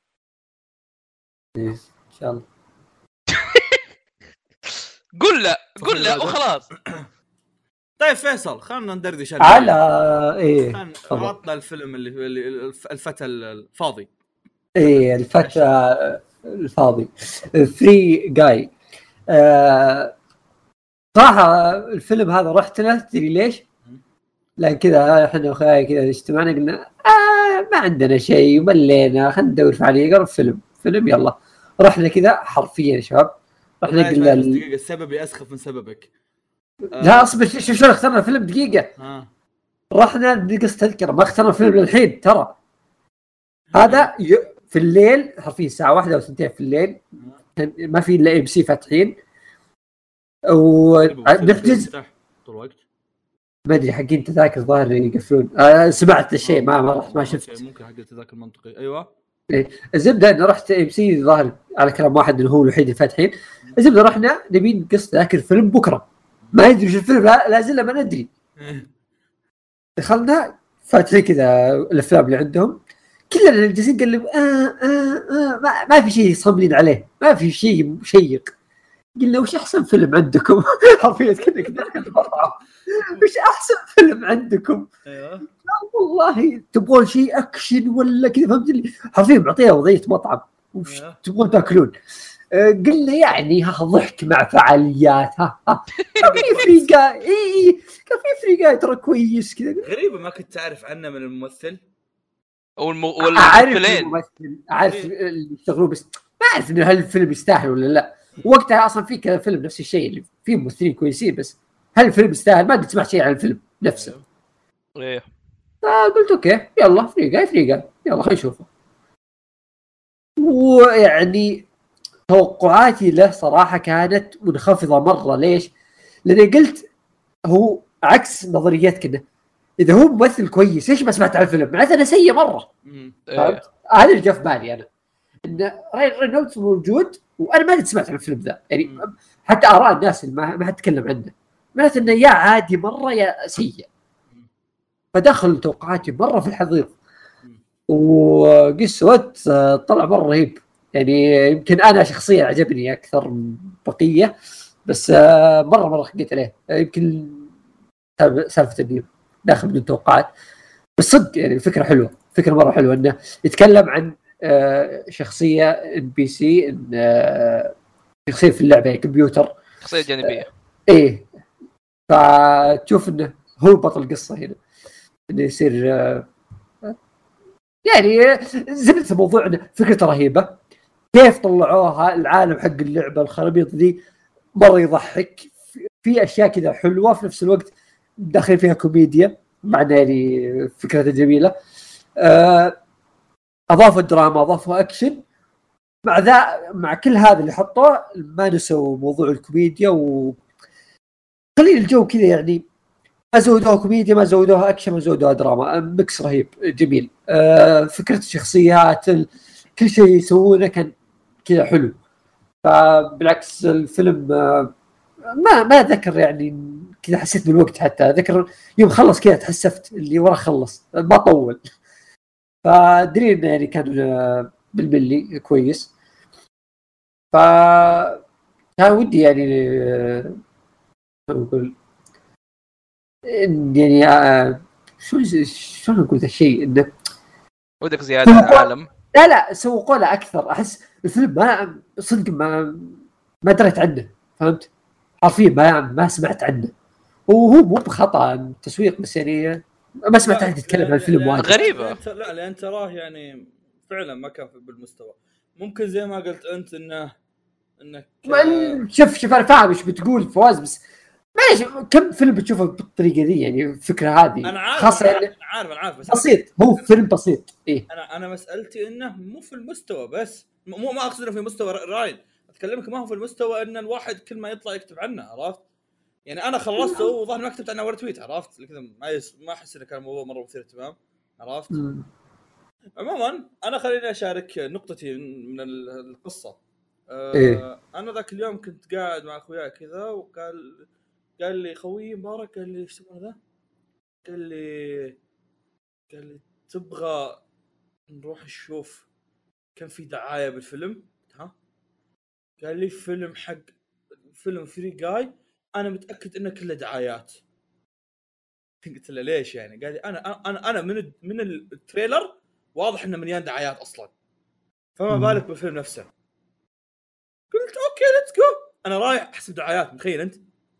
ان شاء الله. قل لا وخلاص. طيب فيصل خلنا ندردش على ايه عطنا الفيلم اللي الفتى الفاضي. ايه الفتى الفاضي فري جاي. صراحة الفيلم هذا رحت له تدري ليش؟ لأن كذا احنا وخاي كذا اجتمعنا قلنا ما عندنا شيء وملينا خلينا ندور فعالية قرب فيلم يلا رحنا كذا حرفيا يا شباب. رحنا قلنا السبب أسخف من سببك. لا اصبر شو اخترنا الفيلم دقيقة. رحنا نقص تذكرة ما اخترنا الفيلم للحين ترى. هذا في الليل حرفيا الساعة 1 أو 2 في الليل ما في إلا ABC فاتحين ونحجز طول الوقت. ما ادري حقين تذاكر ظاهر يقفلون. سمعت الشيء ما رحت ما شفت. ممكن حق التذاكر منطقي. ايوه الزبده انه رحت ABC ظاهر على كلام واحد انه هو الوحيد الفاتحين. الزبده رحنا نبي نقص تذاكر فيلم بكره ما ادري وش الفيلم لازم ما ندري. دخلنا فاتحين كذا الافلام اللي عندهم كلنا جالسين نقلب ما في شيء صاملين عليه ما في شيء مشيق. قلنا وش احسن فيلم عندكم؟ حرفيا كذا وش احسن فيلم عندكم؟ ايوه والله تبغون شيء اكشن ولا كذا فهمت لي حرفيا معطيها وضعيه مطعم وش تبغون تاكلون؟ قلنا يعني ضحك مع فعاليات كان في فريقاي كان في فريقاي ترى كويس كذا. غريبه ما كنت تعرف عنه من الممثل ولا الممثل عارف اللي يشتغلوا بس ما اعرف انه هل الفيلم يستاهل ولا لا. وقتها اصلا في كذا فيلم نفس الشيء اللي فيه ممثلين كويسين بس هل الفيلم يستاهل ما تسمع شيء عن الفيلم نفسه. ايه قلت اوكي يلا فريقاي يلا خلينا نشوفه. ويعني توقعاتي له صراحه كانت منخفضه مره. ليش؟ لاني قلت هو عكس نظريتك انه اذا هو ممثل كويس ليش ما سمعت عن الفيلم معناته انا سيء مره. هذا اللي جاء في بالي انا ان راين رينولدز موجود وانا ما سمعت عن الفيلم ذا يعني حتى اراء الناس اللي ما حد تكلم عنه معناته انه يا عادي مره يا سيء. فدخل توقعاتي مره في الحضيض وقصة طلع مره رهيب يعني. يمكن انا شخصيا عجبني اكثر من بقيه بس مره خقيت عليه. يمكن سالفه اني داخل بدون توقعات بس صدق يعني الفكره حلوه فكره مره حلوه انه يتكلم عن شخصيه NPC شخصيه في اللعبه كمبيوتر شخصيه جانبيه ايه فتشوف انه هو بطل القصه هنا انه يصير يعني زبده الموضوع انه فكرته رهيبه. كيف طلعوها العالم حق اللعبه الخرابيط ذي مره يضحك في اشياء كذا حلوه في نفس الوقت داخل فيها كوميديا معنى يعني فكرته جميله. اضافوا الدراما، اضافوا اكشن، مع كل هذا اللي حطوه ما نسوا موضوع الكوميديا وقليل الجو كذا يعني. ما زودوها كوميديا، ما زودوها اكشن، ما زودوها دراما، ميكس رهيب جميل. فكره الشخصيات كل شيء يسوونه كان كذا حلو. فبالعكس الفيلم ما ذكر يعني كذا، حسيت بالوقت حتى ذكر يوم خلص كذا تحسفت اللي وراه خلص ما طول. فدليل يعني كان بالملي كويس. كان ودي يعني أقول يعني شلون أقول ذا الشيء إنه ودك زيادة العالم. لا سوقوا له أكثر. أحس الفيلم ما صدق ما دريت عنه، فهمت؟ حرفيا ما سمعت عنه، وهو مو بخطأ تسويق، بس يعني ما سمعت أحد يتكلم عن الفيلم واجد. غريبة. لا لأن تراه يعني فعلا ما كان بالمستوى. ممكن زي ما قلت أنت إنك شوف أنا فاهم إيش بتقول فواز، بس ماشي كم فيلم بتشوفه بالطريقة دي يعني الفكرة هذه. أنا عارف خاصة أنا يعني عارف بس بسيط، هو فيلم بسيط. إيه أنا مسألتي إنه مو في المستوى، بس مو ما أقصد إنه في مستوى رايد، أتكلمك ما هو في المستوى إن الواحد كل ما يطلع يكتب عنه، عرفت؟ يعني أنا خلصته وظهر ما كتبت عنه ولا تويت، عرفت؟ كذا ما أحس إنه كان الموضوع مرة مثير اهتمام، عرفت؟ عموما أنا خليني أشارك نقطتي من القصة. إيه؟ أنا ذاك اليوم كنت قاعد مع أخوياي كذا، قال لي خوي مبارك، قال لي إيش اسمه ذا؟ قال لي تبغى نروح نشوف كان في دعاية بالفيلم؟ ها؟ قال لي فيلم فري جاي، أنا متأكد إنه كله دعايات. قلت له ليش يعني؟ قال لي أنا من التريلر واضح إنه مليان دعايات أصلاً، فما بالك بالفيلم نفسه. قلت أوكي ليتس جو. أنا رايح أحسب دعايات، متخيل أنت؟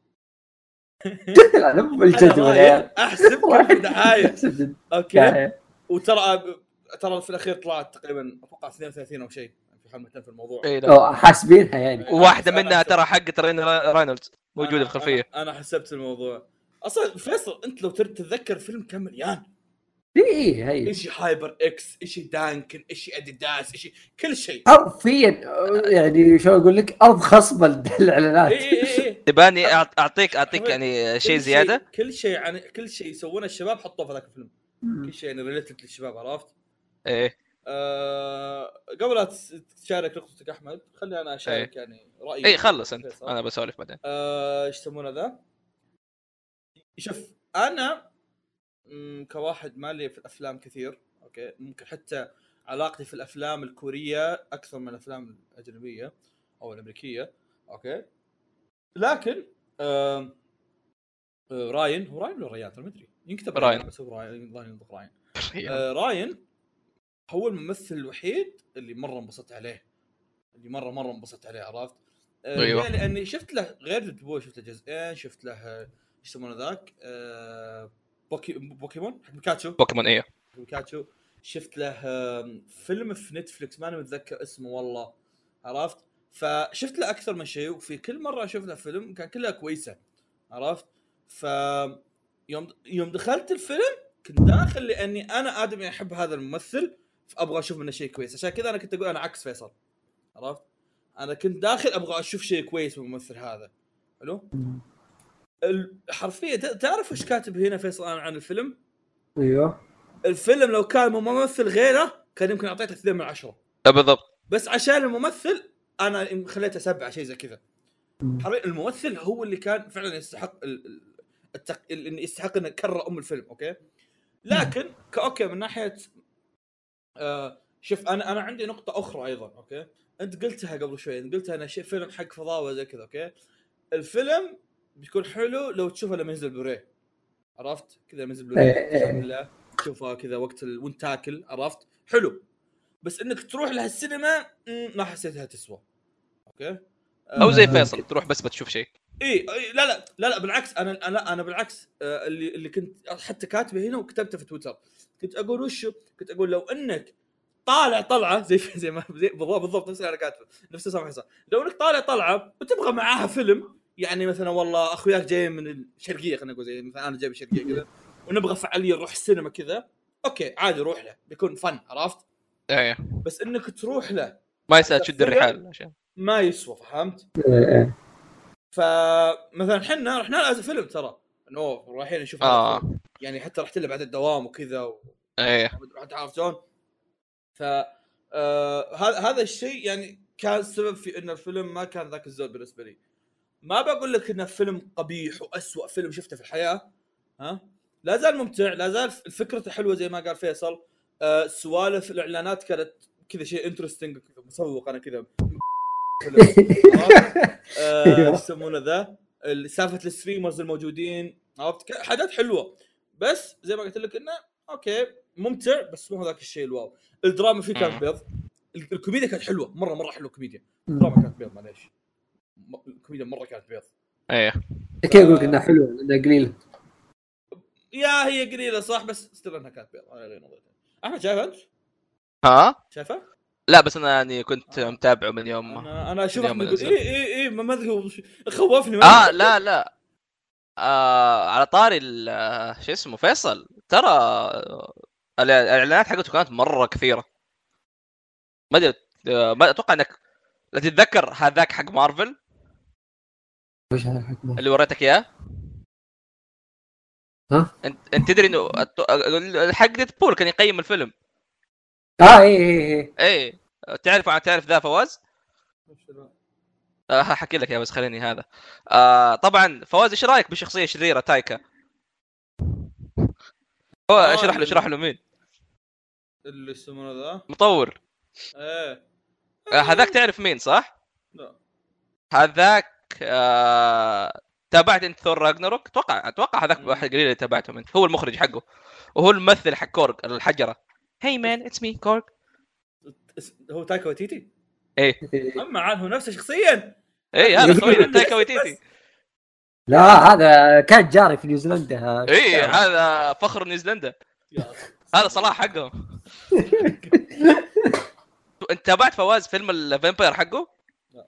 أنا مو بالجد أحسب كل دعاية. أوكي. وترى في الأخير طلعت تقريبا أتوقع 32 أو شيء في حلمتين في الموضوع. حاسبينها يعني. واحدة منها ترى حق رين رينولدز موجودة في الخلفية. أنا حسبت الموضوع أصلا. فيصل أنت لو تتذكر فيلم كان مليان. إيه هي إشي هايبر إكس، إشي دانكن، إشي أديداس، إشي كل شيء حرفيا يعني شو أقول لك، أرض خصبة للإعلانات. إيه. تباني أعطيك يعني شيء زيادة. كل شيء يسوونه الشباب حطوه في ذاك الفيلم. كل شيء يعني ريليتد للشباب، عرفت؟ إيه. قبل لا تشارك نقطتك أحمد خلي أنا أشارك يعني رأيي. إيه خلص أنت، أنا بسولف بعدين. إيش يسمونه ذا؟ شوف أنا كواحد مالي في الأفلام كثير، أوكي، ممكن حتى علاقتي في الأفلام الكورية أكثر من الأفلام الأجنبية أو الأمريكية، أوكي، لكن راين هو راين ولا ريان؟ ما أدري، ينكتب راين بس هو راين، ظاهر ينطق راين. راين هو الممثل الوحيد اللي مرة انبسطت عليه، مرة انبسطت عليه، عرفت؟ أيوة. لأني شفت له غير ديدبول، شفت له جزئين، شفت له ايش يسمونه ذاك بوكيمون بوكيمون ايه بيكاتشو. شفت له فيلم في نتفليكس ماني متذكر اسمه والله، عرفت؟ فشفت له اكثر من شيء، وفي كل مره اشوف له فيلم كان كلها كويسه، عرفت؟ ف يوم دخلت الفيلم كنت داخل لاني انا ادمي احب هذا الممثل، فابغى اشوف منه شيء كويس. عشان كذا انا كنت اقول انا عكس فيصل، عرفت؟ انا كنت داخل ابغى اشوف شيء كويس من الممثل هذا. حلو. حرفيا تعرف ايش كاتب هنا فيصل عن الفيلم؟ ايوه الفيلم لو كان ممثل غيره كان يمكن اعطيته 2 من 10 بالضبط، بس عشان الممثل انا خليته 7 شيء زي كذا. حرفيا الممثل هو اللي كان فعلا يستحق اللي يستحق انه يكرر الفيلم، اوكي. لكن اوكي من ناحيه شوف انا عندي نقطه اخرى ايضا، اوكي. انت قلتها قبل شوي، انت قلتها انا شيء فيلم حق فضاوه زي كذا، اوكي. الفيلم بيكون حلو لو تشوفه لما ينزل بلوري، عرفت؟ كذا ينزل بلوري تشوفه كذا وقت وانت تاكل، عرفت؟ حلو. بس انك تروح لها السينما ما حسيتها تسوى، اوكي. او زي فيصل تروح بس بتشوف شيء. اي لا بالعكس، انا بالعكس. اللي كنت حتى كاتبه هنا وكتبته في تويتر، كنت اقول وشو، كنت اقول لو انك طالع طلعه زي ما بالضبط نفس اللي انا كاتبه، نفس سامح حسن. لو انك طالع طلعه وتبغى معاها فيلم، يعني مثلا والله اخوياك جاي من الشرقيه، خلينا نقول زي مثلا انا جاي من الشرقيه كذا، ونبغى فعاليه نروح السينما كذا، اوكي عادي روح له بيكون فن، عرفت؟ ايه بس انك تروح له ما يسال تشد الرحال عشان ما يسوى، فهمت؟ فمثلا احنا رحنا له فيلم ترى انه رايحين نشوف هذا الفيلم، يعني حتى رحت له بعد الدوام وكذا ايه رحت عارف شلون. ف هذا الشيء يعني كان السبب في ان الفيلم ما كان ذاك الزود بالنسبه لي. ما بقول لك انه فيلم قبيح واسوأ فيلم شفته في الحياه، ها لا زال ممتع، لا زال الفكره حلوه زي ما قال فيصل. سوالف الاعلانات كانت كذا شيء انترستينج، مسوق انا كذا يسمونه ذا سالفه الستريمرز الموجودين، عرفت؟ حاجات حلوه، بس زي ما قلت لك انه اوكي ممتع بس مو هذاك الشيء الواو. الدراما فيه كانت بيض، الكوميديا كانت حلوه مره حلوه الكوميديا، الدراما كانت بيض معليش، الكوميديا مره كانت بيض. ايه كيف اقول لك انها حلوه لانها قليله؟ يا هي قليله صح بس استغل انها كانت بيض. احمد شايفه انت؟ ها شايفه؟ لا بس انا يعني كنت متابعه من يوم انا اشوف احمد يقول ايه ما ادري خوفني لا على طاري شو اسمه فيصل، ترى الاعلانات حقته كانت مره كثيره. ما اتوقع انك لا تتذكر هذاك حق مارفل وش هذا حق مارفل اللي وريتك اياه؟ ها انت تدري انه حق ديدبول كان يقيم الفيلم. ايه تعرف ذا فواز؟ هحكي لك يا بس خليني هذا. طبعا فواز ايش رايك بشخصيه شريره تايكا؟ هو اشرح له مين اللي يسمونه ذا مطور. هذاك تعرف مين صح؟ لا هذاك تابعت انت ثور راجناروك؟ اتوقع هذاك واحد قليل اللي تابعته منه. هو المخرج حقه وهو الممثل حق كورغ الحجره. هاي مان اتس مي كورغ. هو تايكا ويتيتي. ايه اما عاد هو نفسه شخصيا. ايه هذا خوي تايكا ويتيتي. لا هذا كان جاري في نيوزيلندا. ايه هذا فخر نيوزيلندا. هذا صلاح حقه. انت تابعت فواز فيلم الفامباير حقه؟ لا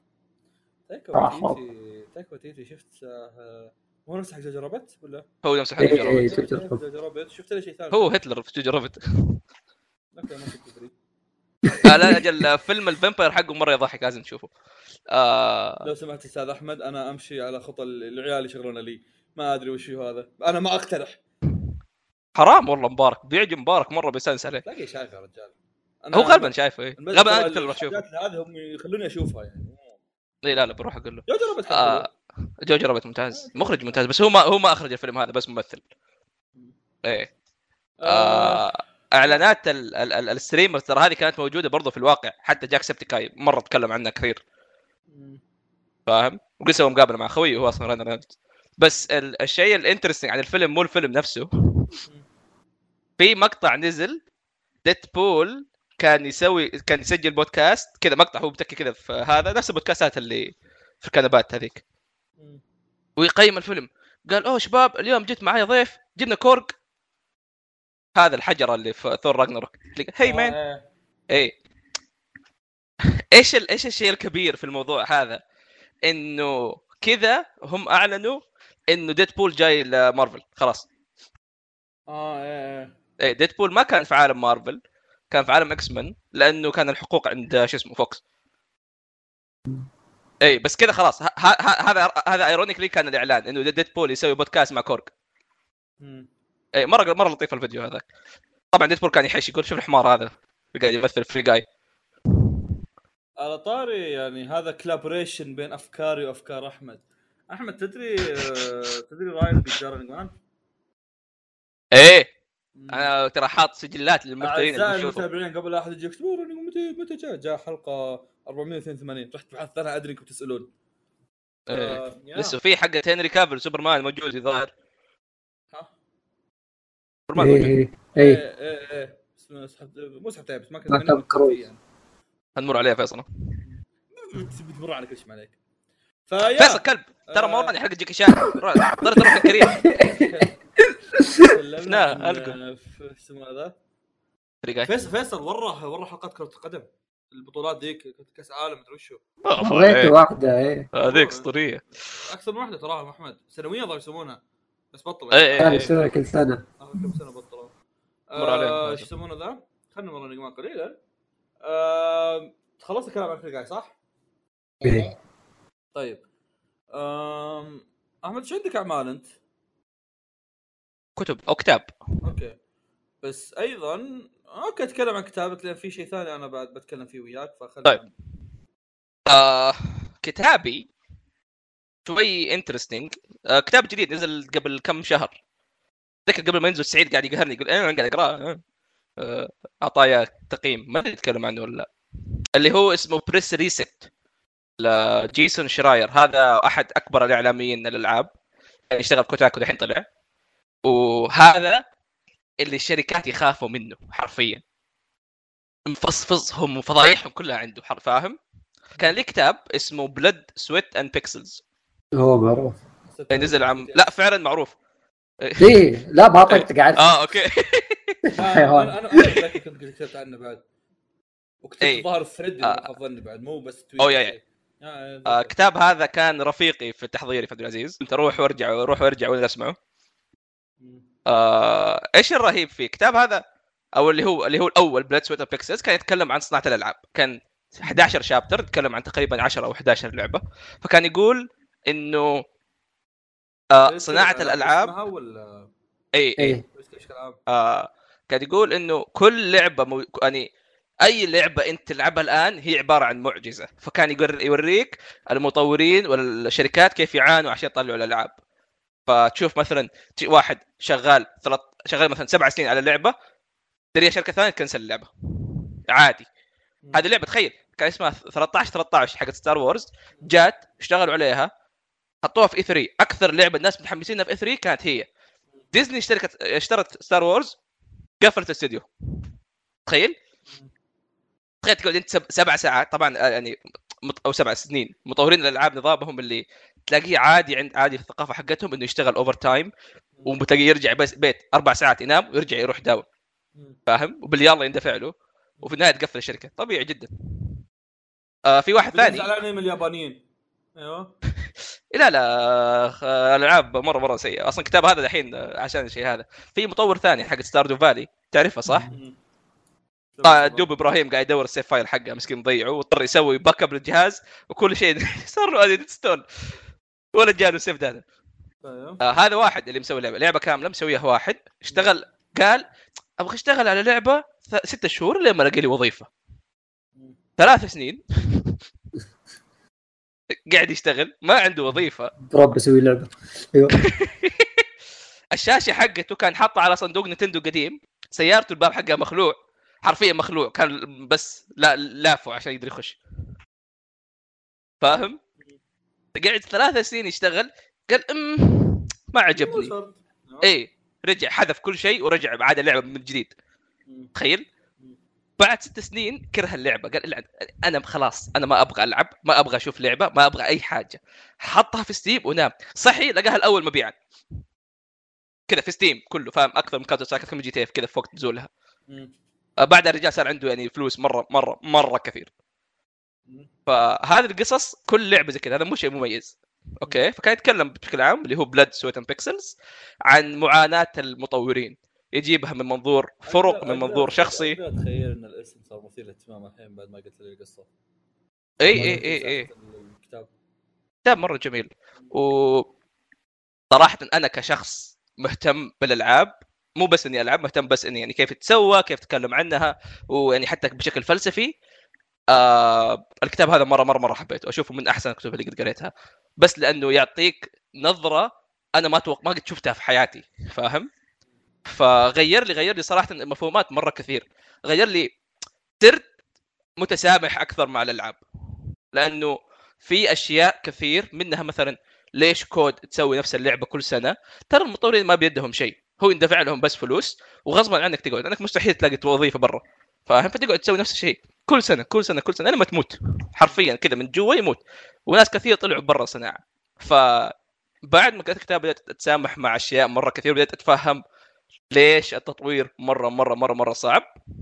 تايكا ويتيتي شفت هو نفس حق جوجو روبوت ولا هو نفس حق جوجو روبوت؟ شفت له شيء ثاني؟ هو هتلر في جوجو روبوت. ما كنت ادري. لا اجل فيلم الفامباير حقه مره يضحك لازم تشوفه. لو سمحت استاذ احمد انا امشي على خطى العيال يشغلون لي، ما ادري وش هو هذا، انا ما اقترح. حرام والله مبارك بيعجب مبارك مره بيسنس عليه. تلاقي شايف يا رجال هو غالبا شايفه. ايه غالبا قلت له روح شوف هذا هم يخلوني اشوفها يعني. ايه لا بروح اقول له جوجو روبوت جوجو روبوت ممتاز، مخرج ممتاز، بس هو ما اخرج الفيلم هذا، بس ممثل. ايه اعلانات الستريمرز ترى هذه كانت موجوده برضو في الواقع، حتى جاك سبتيكاي مره تكلم عنها كثير فاهم، وقصه مقابله مع خويه وهو اصلا رانر. بس الشيء الانترستنج عن الفيلم مو الفيلم نفسه. في مقطع نزل ديدبول كان يسجل بودكاست كذا، مقطع هو بتكي كذا في هذا نفس البودكاستات اللي في الكنبات هذيك، ويقيم الفيلم. قال اوه شباب اليوم جيت معي ضيف، جبنا كورغ هذا الحجره اللي في ثور راجناروك. هي مان ايه ايش الشيء الكبير في الموضوع هذا؟ انه كذا هم اعلنوا انه ديدبول جاي لمارفل خلاص. ايه ديدبول ما كان في عالم مارفل، كان في عالم اكس مان، لانه كان الحقوق عند شو اسمه فوكس. اي بس كذا خلاص. هذا ايرونيكلي كان الاعلان انه ديدبول يسوي بودكاست مع كورغ. اي مره لطيف الفيديو هذاك. طبعا ديدبول كان يحش يقول شوف الحمار هذا قاعد يمثل فري جاي. على طاري يعني هذا كلابوريشن بين افكاري وافكار احمد. تدري راين بيجارن جراند؟ ايه انا ترى حاط سجلات للمتابعين المتابعين قبل لا احد يجي يكتبوا متى جاء حلقه 482. رحت بحثت انا ادري انكم تسالون. لسه في حق هنري كافل سوبرمان موجود ظاهر. ايه مو سحبت بس ما كنت يعني هنمر عليها فيصل. بتمر على كل شيء عليك فيصل كلب ترى ما وراني حلقه جيكي شان ضرب كريم. لا القى اسمه هذا فيصل ورا حلقات كرة القدم البطولات ذيك كاس عالم مدري وشو مريت واحده. ايه هذيك اسطوريه اكثر من واحده تراها احمد سنويا ضايع يسمونها بس بطل كل سنه كم سنه بطلوا. مر عليه شو يسمونه ذا؟ خلنا نمر نجمع قليلا. خلصت الكلام عن فري جاي صح؟ إيه. طيب احمد شو عندك اعمال انت؟ كتب او كتاب. اوكي بس ايضا اوكي اتكلم عن كتابك لان في شيء ثاني انا بعد بتكلم فيه وياك طيب كتابي شوي انترستينج. كتاب جديد نزل قبل كم شهر. ذكر قبل ما ينزل سعيد قاعد يقهرني يقول انا قاعد اقراه. اعطايا تقييم ما ادري اتكلم عنه ولا لا. اللي هو اسمه بريس ريست لجيسون شراير. هذا احد اكبر الاعلاميين للالعاب يعني يشتغل كوتاكو الحين طلع. وهذا اللي الشركات يخافوا منه حرفيا مفصفصهم وفضايحهم كلها عنده فاهم. كان لي كتاب اسمه بلد سويت اند بيكسلز. هو معروف نزل عام لا فعلا معروف. ايه لا باطقت قاعد اوكي. انا ذاك كنت كتبت عنه بعد وكتبت ظهر فريد اظن بعد مو بس تويتر. كتاب هذا كان رفيقي في تحضيري في عبد العزيز. انت روح وارجع وانا اسمعه. ايش الرهيب فيه كتاب هذا او اللي هو الاول بلاد سويت اند بيكسلز كان يتكلم عن صناعه الالعاب. كان 11 شابتر يتكلم عن تقريبا 10 او 11 لعبه. فكان يقول انه صناعه الالعاب ولا اي كان يقول انه كل لعبه يعني اي لعبه انت تلعبها الان هي عباره عن معجزه. فكان يوريك المطورين والشركات كيف يعانوا عشان يطلعوا الالعاب. فتشوف مثلا واحد شغال مثلا 7 سنين على اللعبه ترى شركه ثانيه تكنسل اللعبه عادي. هذه اللعبه تخيل كان اسمها 13 حقت ستار وورز جات اشتغلوا عليها حطوها في E3. اكثر لعبه الناس متحمسينها في E3 كانت هي. ديزني اشترت ستار وورز قفلت الاستوديو. تخيل تقعد انت 7 ساعات طبعا يعني او 7 سنين. مطورين الالعاب نظامهم اللي تلاقيه عادي في الثقافه حقتهم انه يشتغل اوفر تايم وبتلاقيه يرجع بس بيت 4 ساعات ينام ويرجع يروح داون فاهم وباللي يلا يندفع له وفي النهايه تقفل الشركه طبيعي جدا. في واحد ثاني زعلانين من اليابانيين. ايوه لا الالعاب مره سيئه اصلا. كتاب هذا الحين عشان الشيء هذا. في مطور ثاني حق ستاردو فالي تعرفه صح؟ دوب ابراهيم قاعد يدور السيف فايل حقه مسكين ضيعه واضطر يسوي باك اب للجهاز وكل شيء صار له اديت ستون ولا جاله السيف ده. هذا واحد اللي مسوي لعبه كامله مسويها واحد اشتغل قال ابغى اشتغل على لعبه 6 شهور لما لقى لي وظيفه 3 سنين قاعد يشتغل ما عنده وظيفه رب اسوي لعبه. ايوه الشاشه حقته كان حاطه على صندوق نينتندو قديم. سيارته الباب حقها مخلوع حرفيا مخلوع كان بس لافه عشان يقدر يخش فاهم. قاعد 3 سنين يشتغل قال ما عجبني. ايه رجع حذف كل شيء ورجع بعد اللعبه من جديد. تخيل بعد 6 سنين كره اللعبه قال انا خلاص انا ما ابغى العب ما ابغى اشوف لعبه ما ابغى اي حاجه. حطها في ستيم ونام صحي لقاها الاول مبيعا كذا في ستيم كله فاهم اكثر من كاونتر سترايك كم جي تي اف كذا في وقت نزولها. بعد الرجال صار عنده يعني فلوس مره كثير. فهذه القصص كل لعبه زي كذا هذا مو شيء مميز اوكي. فكان يتكلم بشكل عام اللي هو بلاد سويت اند بيكسلز عن معاناه المطورين يجيبها من منظور فرق من منظور شخصي. تخيل ان الاسم صار مثير للاهتمام الحين بعد ما قلت لي القصه. اي كتاب مره جميل. وصراحه انا كشخص مهتم بالالعاب مو بس اني العب مهتم بس اني يعني كيف تسوى كيف تتكلم عنها ويعني حتى بشكل فلسفي. الكتاب هذا مره حبيته اشوفه من احسن الكتب اللي قد قريتها بس لانه يعطيك نظره انا ما قد شفتها في حياتي فاهم. فغير لي صراحه مفهومات مره كثير. غير لي صرت متسامح اكثر مع الالعاب لانه في اشياء كثير منها مثلا ليش كود تسوي نفس اللعبه كل سنه. ترى المطورين ما بيدهم شيء هو يندفع لهم بس فلوس وغصبا عنك تقعد انك مستحيل تلاقي وظيفه برا فاهم. فتقعد تسوي نفس الشيء كل سنه لما تموت حرفيا كذا من جوا يموت. وناس كثير طلعوا برا الصناعه. فبعد ما قرأت الكتاب بدأت أتسامح مع أشياء مرة كثير بدأت أتفهم ليش التطوير مرة صعب.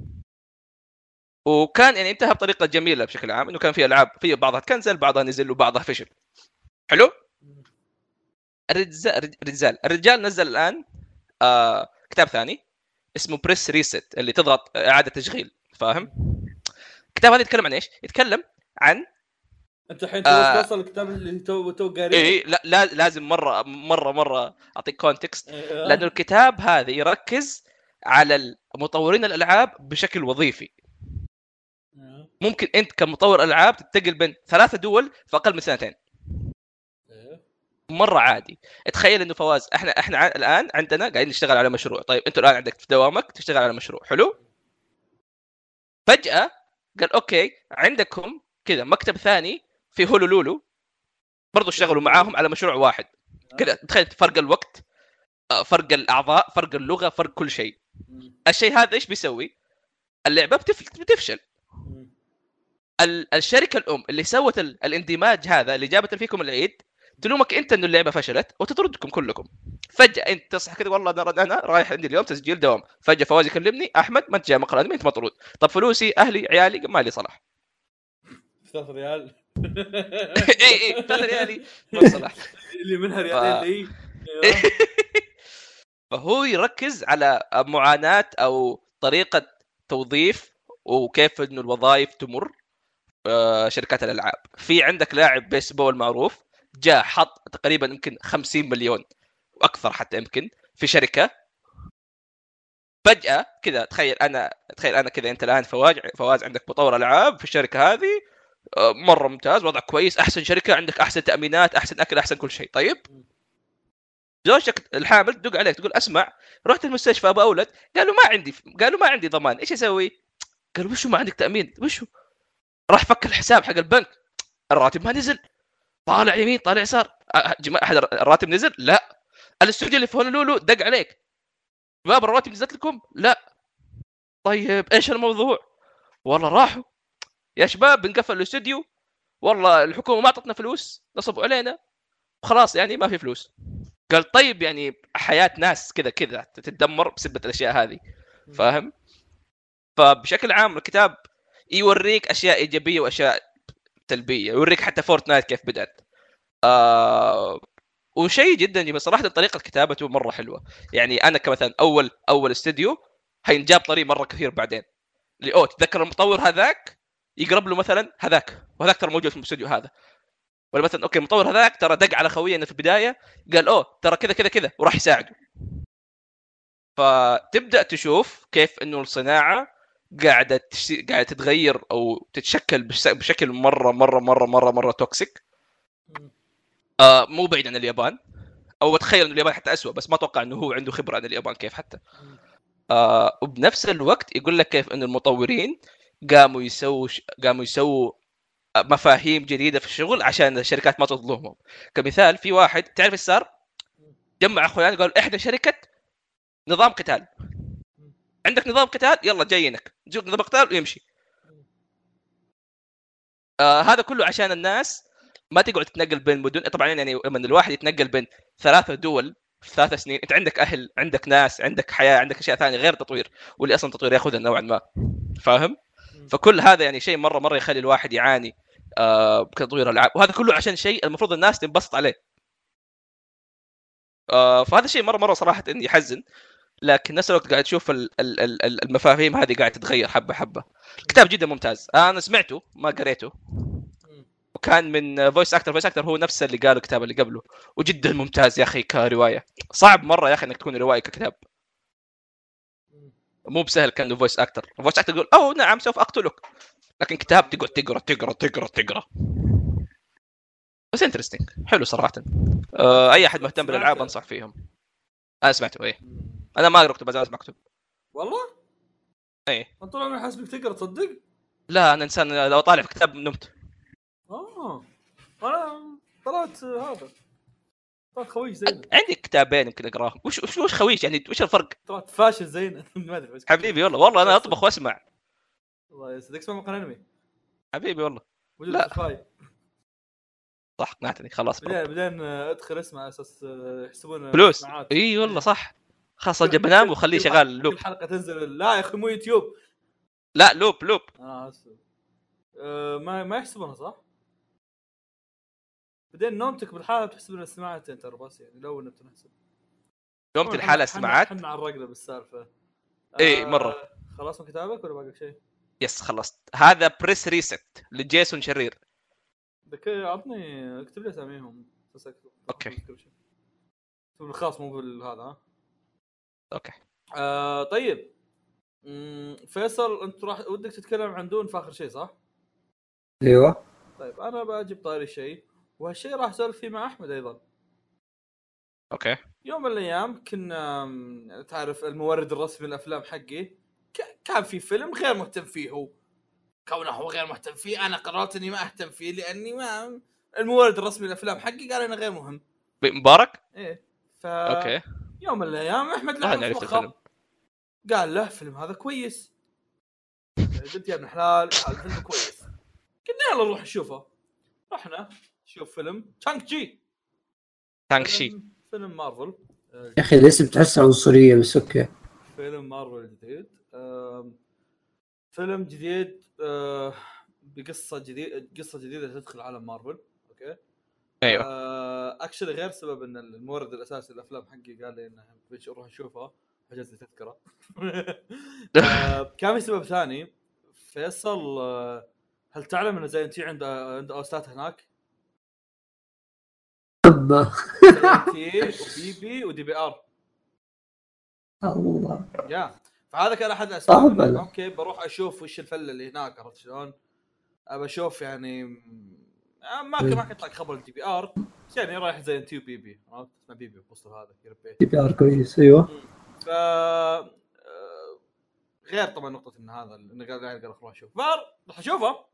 وكان يعني انتهى بطريقة جميلة بشكل عام انه كان في العاب في بعضها تكنسل بعضها نزل وبعضها فشل. حلو. الرجال نزل الآن كتاب ثاني اسمه بريس ريست اللي تضغط اعاده تشغيل، فاهم؟ الكتاب هذا يتكلم عن ايش؟ يتكلم عن انت الحين توصل الكتاب اللي تو قاريه. اي لا لازم مره اعطيك كونتكست. لانه الكتاب هذا يركز على مطورين الالعاب بشكل وظيفي. ممكن انت كمطور العاب تنتقل بين 3 دول في اقل من 2 مره عادي. تخيل انه فواز احنا الان عندنا قاعدين نشتغل على مشروع. طيب انت الان عندك في دوامك تشتغل على مشروع حلو، فجاه قال اوكي عندكم كذا مكتب ثاني في هولولولو برضو اشتغلوا معاهم على مشروع واحد كذا. تخيل فرق الوقت، فرق الاعضاء، فرق اللغه، فرق كل شيء. الشيء هذا ايش بيسوي؟ اللعبه بتفشل. الشركه الام اللي سوت الاندماج هذا اللي جابت فيكم العيد تلومك انت انه اللعبه فشلت وتطردكم كلكم. فجاه انت تصحى كذا والله انا رايح عندي اليوم تسجيل دوام، فجاه فواز يكلمني احمد ما انت جاي مقر انت مطرود. طب فلوسي اهلي عيالي ما لي صلاح. 3 ريال اي 3 ريالي ما صلاح اللي منها ريالين فهو يركز على معاناة او طريقة توظيف وكيف انه الوظائف تمر شركات الالعاب. في عندك لاعب بيسبول معروف جاء حط تقريبا يمكن 50 مليون واكثر حتى يمكن في شركة. فجأة كذا تخيل انا كذا، انت الان فواز عندك مطور العاب في الشركة هذه مرة ممتاز، وضع كويس، احسن شركة، عندك احسن تأمينات، احسن اكل، احسن كل شيء. طيب زوجتك الحامل تدق عليك تقول اسمع رحت المستشفى ابو اولد، قالوا ما عندي ضمان، ايش اسوي؟ قالوا وشو ما عندك تأمين؟ وشو؟ راح فك الحساب حق البنك، الراتب ما نزل، طالع يمين طالع يسار، احد الراتب نزل؟ لا. الاستوديو اللي في هونولولو دق عليك، شباب الراتب نزلت لكم؟ لا. طيب ايش الموضوع؟ والله راحوا يا شباب بنقفل الاستوديو، والله الحكومه ما اعطتنا فلوس، نصبوا علينا وخلاص يعني ما في فلوس. قال طيب يعني حياة ناس كذا تتدمر بسبب الاشياء هذه، فاهم؟ فبشكل عام الكتاب يوريك اشياء ايجابيه واشياء سلبيه، يوريك حتى فورتنايت كيف بدات. وشيء جدا جميل صراحه، طريقه كتابته مره حلوه. يعني انا كمثلا اول استوديو هينجاب طريق مره كثير بعدين اللي تتذكر المطور هذاك يقرب له مثلا هذاك، وهذاك ترى موجود في الاستوديو هذا، ولا مثلا اوكي المطور هذاك ترى دق على خويه انه في البدايه قال ترى كذا وراح يساعده. فتبدا تشوف كيف انه الصناعه قاعده تتغير او تتشكل بشكل مره توكسيك. مو بعيد عن اليابان، او اتخيل انه اليابان حتى اسوء، بس ما اتوقع انه هو عنده خبره عن اليابان كيف حتى. وبنفس الوقت يقول لك كيف انه المطورين قاموا يسووا مفاهيم جديده في الشغل عشان الشركات ما تظلمهم. كمثال في واحد تعرف ايش صار؟ جمع اخوان قالوا احنا شركه نظام قتال، عندك نظام قتال يلا جايينك نجيب نظام قتال ويمشي. هذا كله عشان الناس ما تقعد تتنقل بين مدن. طبعا يعني لما الواحد يتنقل بين 3 دول في 3 سنين، انت عندك اهل، عندك ناس، عندك حياه، عندك اشياء ثانيه غير تطوير، واللي اصلا تطوير ياخذها نوعا ما، فاهم؟ فكل هذا يعني شيء مره يخلي الواحد يعاني بتطوير الالعاب، وهذا كله عشان شيء المفروض الناس تنبسط عليه. فهذا شيء مره صراحه يحزن، لكن نفس الوقت قاعد تشوف المفاهيم هذه قاعد تتغير حبه. الكتاب جدا ممتاز، انا سمعته ما قريته، وكان من فويس اكتر هو نفس اللي قال الكتاب اللي قبله، وجدا ممتاز يا اخي. كروايه صعب مره يا اخي انك تكون روايه ككتاب، مو بسهل. كان فويس اكتر يقول نعم سوف اقتلك، لكن كتاب تقعد تقرا بس انترستينج حلو صراحه. اي احد مهتم بالالعاب انصح فيهم. انا سمعته ايه، انا ما قرأته بس اسمع كتب. والله ايه انت طول عمري حاسبك تقرا تصدق؟ لا انا انسان لو طالع في كتاب نمت. انا طلعت هذا طلعت خويش زين، عندي كتابين يمكن اقراهم. وش خويش يعني؟ وش الفرق؟ طلعت فاشل زين ما ادري حبيبي والله انا اطبخ واسمع. والله يصدق اسمع مقال انمي حبيبي والله. لا صح قنعتني خلاص. بعدين ادخل اسمع على اساس يحسبون فلوس. اي والله صح، خلاص بنام وخليه شغال لوب. الحلقه تنزل لا يا اخي مو يوتيوب، لا لوب ما يحسبونها صح. بعدين نومتك بالحاله بتحسب ان سمعت انت بس يعني لو انت تحسب دومت الحاله سمعت احنا عرقنا بالسالفه. ايه مره. خلاص من كتابك ولا باقي شيء؟ يس خلصت. هذا بريس ريست لجيسون شرير. عطني اكتب لي اساميهم. اوكي بالخاص مو بالهذا. ها اوكي. طيب فيصل انت راح ودك تتكلم عن دون في اخر شيء صح؟ ايوه. طيب انا بجيب طاري شيء، وهالشيء راح اسولف فيه مع احمد ايضا. اوكي. يوم من الايام كنا تعرف المورد الرسمي للافلام حقي كان في فيلم غير مهتم فيه، هو كونه هو غير مهتم فيه انا قررت اني ما اهتم فيه لاني ما المورد الرسمي للافلام حقي قال انه غير مهم. مبارك. ايه اوكي. يوم من الايام احمد لعب الفيلم قال له فيلم هذا كويس. قلت يا ابن الحلال الفيلم كويس، قلنا يلا نروح نشوفه. رحنا نشوف فيلم تانك شي فيلم مارفل. يا اخي الاسم تحسه عنصريه بس اوكي. فيلم مارفل جديد، فيلم جديد بقصه جديده تدخل عالم مارفل. اوكي ايوه. اكشلي غير سبب ان المورد الاساسي للافلام حقي قال لي انه نروح نشوفها حجز لي تذكره. كان في سبب ثاني. فيصل هل تعلم ان زي انتي عند اوستات هناك؟ زي وبيبي ودي بي ار. الله يا فهذا كان احد الاسباب. اوكي بروح اشوف وش الفله اللي هناك، عرفت شلون؟ ابى اشوف يعني ما كنت لك خبر الدي بي ار يعني رايح زي انتي وبيبي. عرفت اسمه بيبي بوصل هذا يربي دي بي ار كويس. ايوه. ف غير طبعا نقطه ان هذا انه قال اروح اشوف راح اشوفه.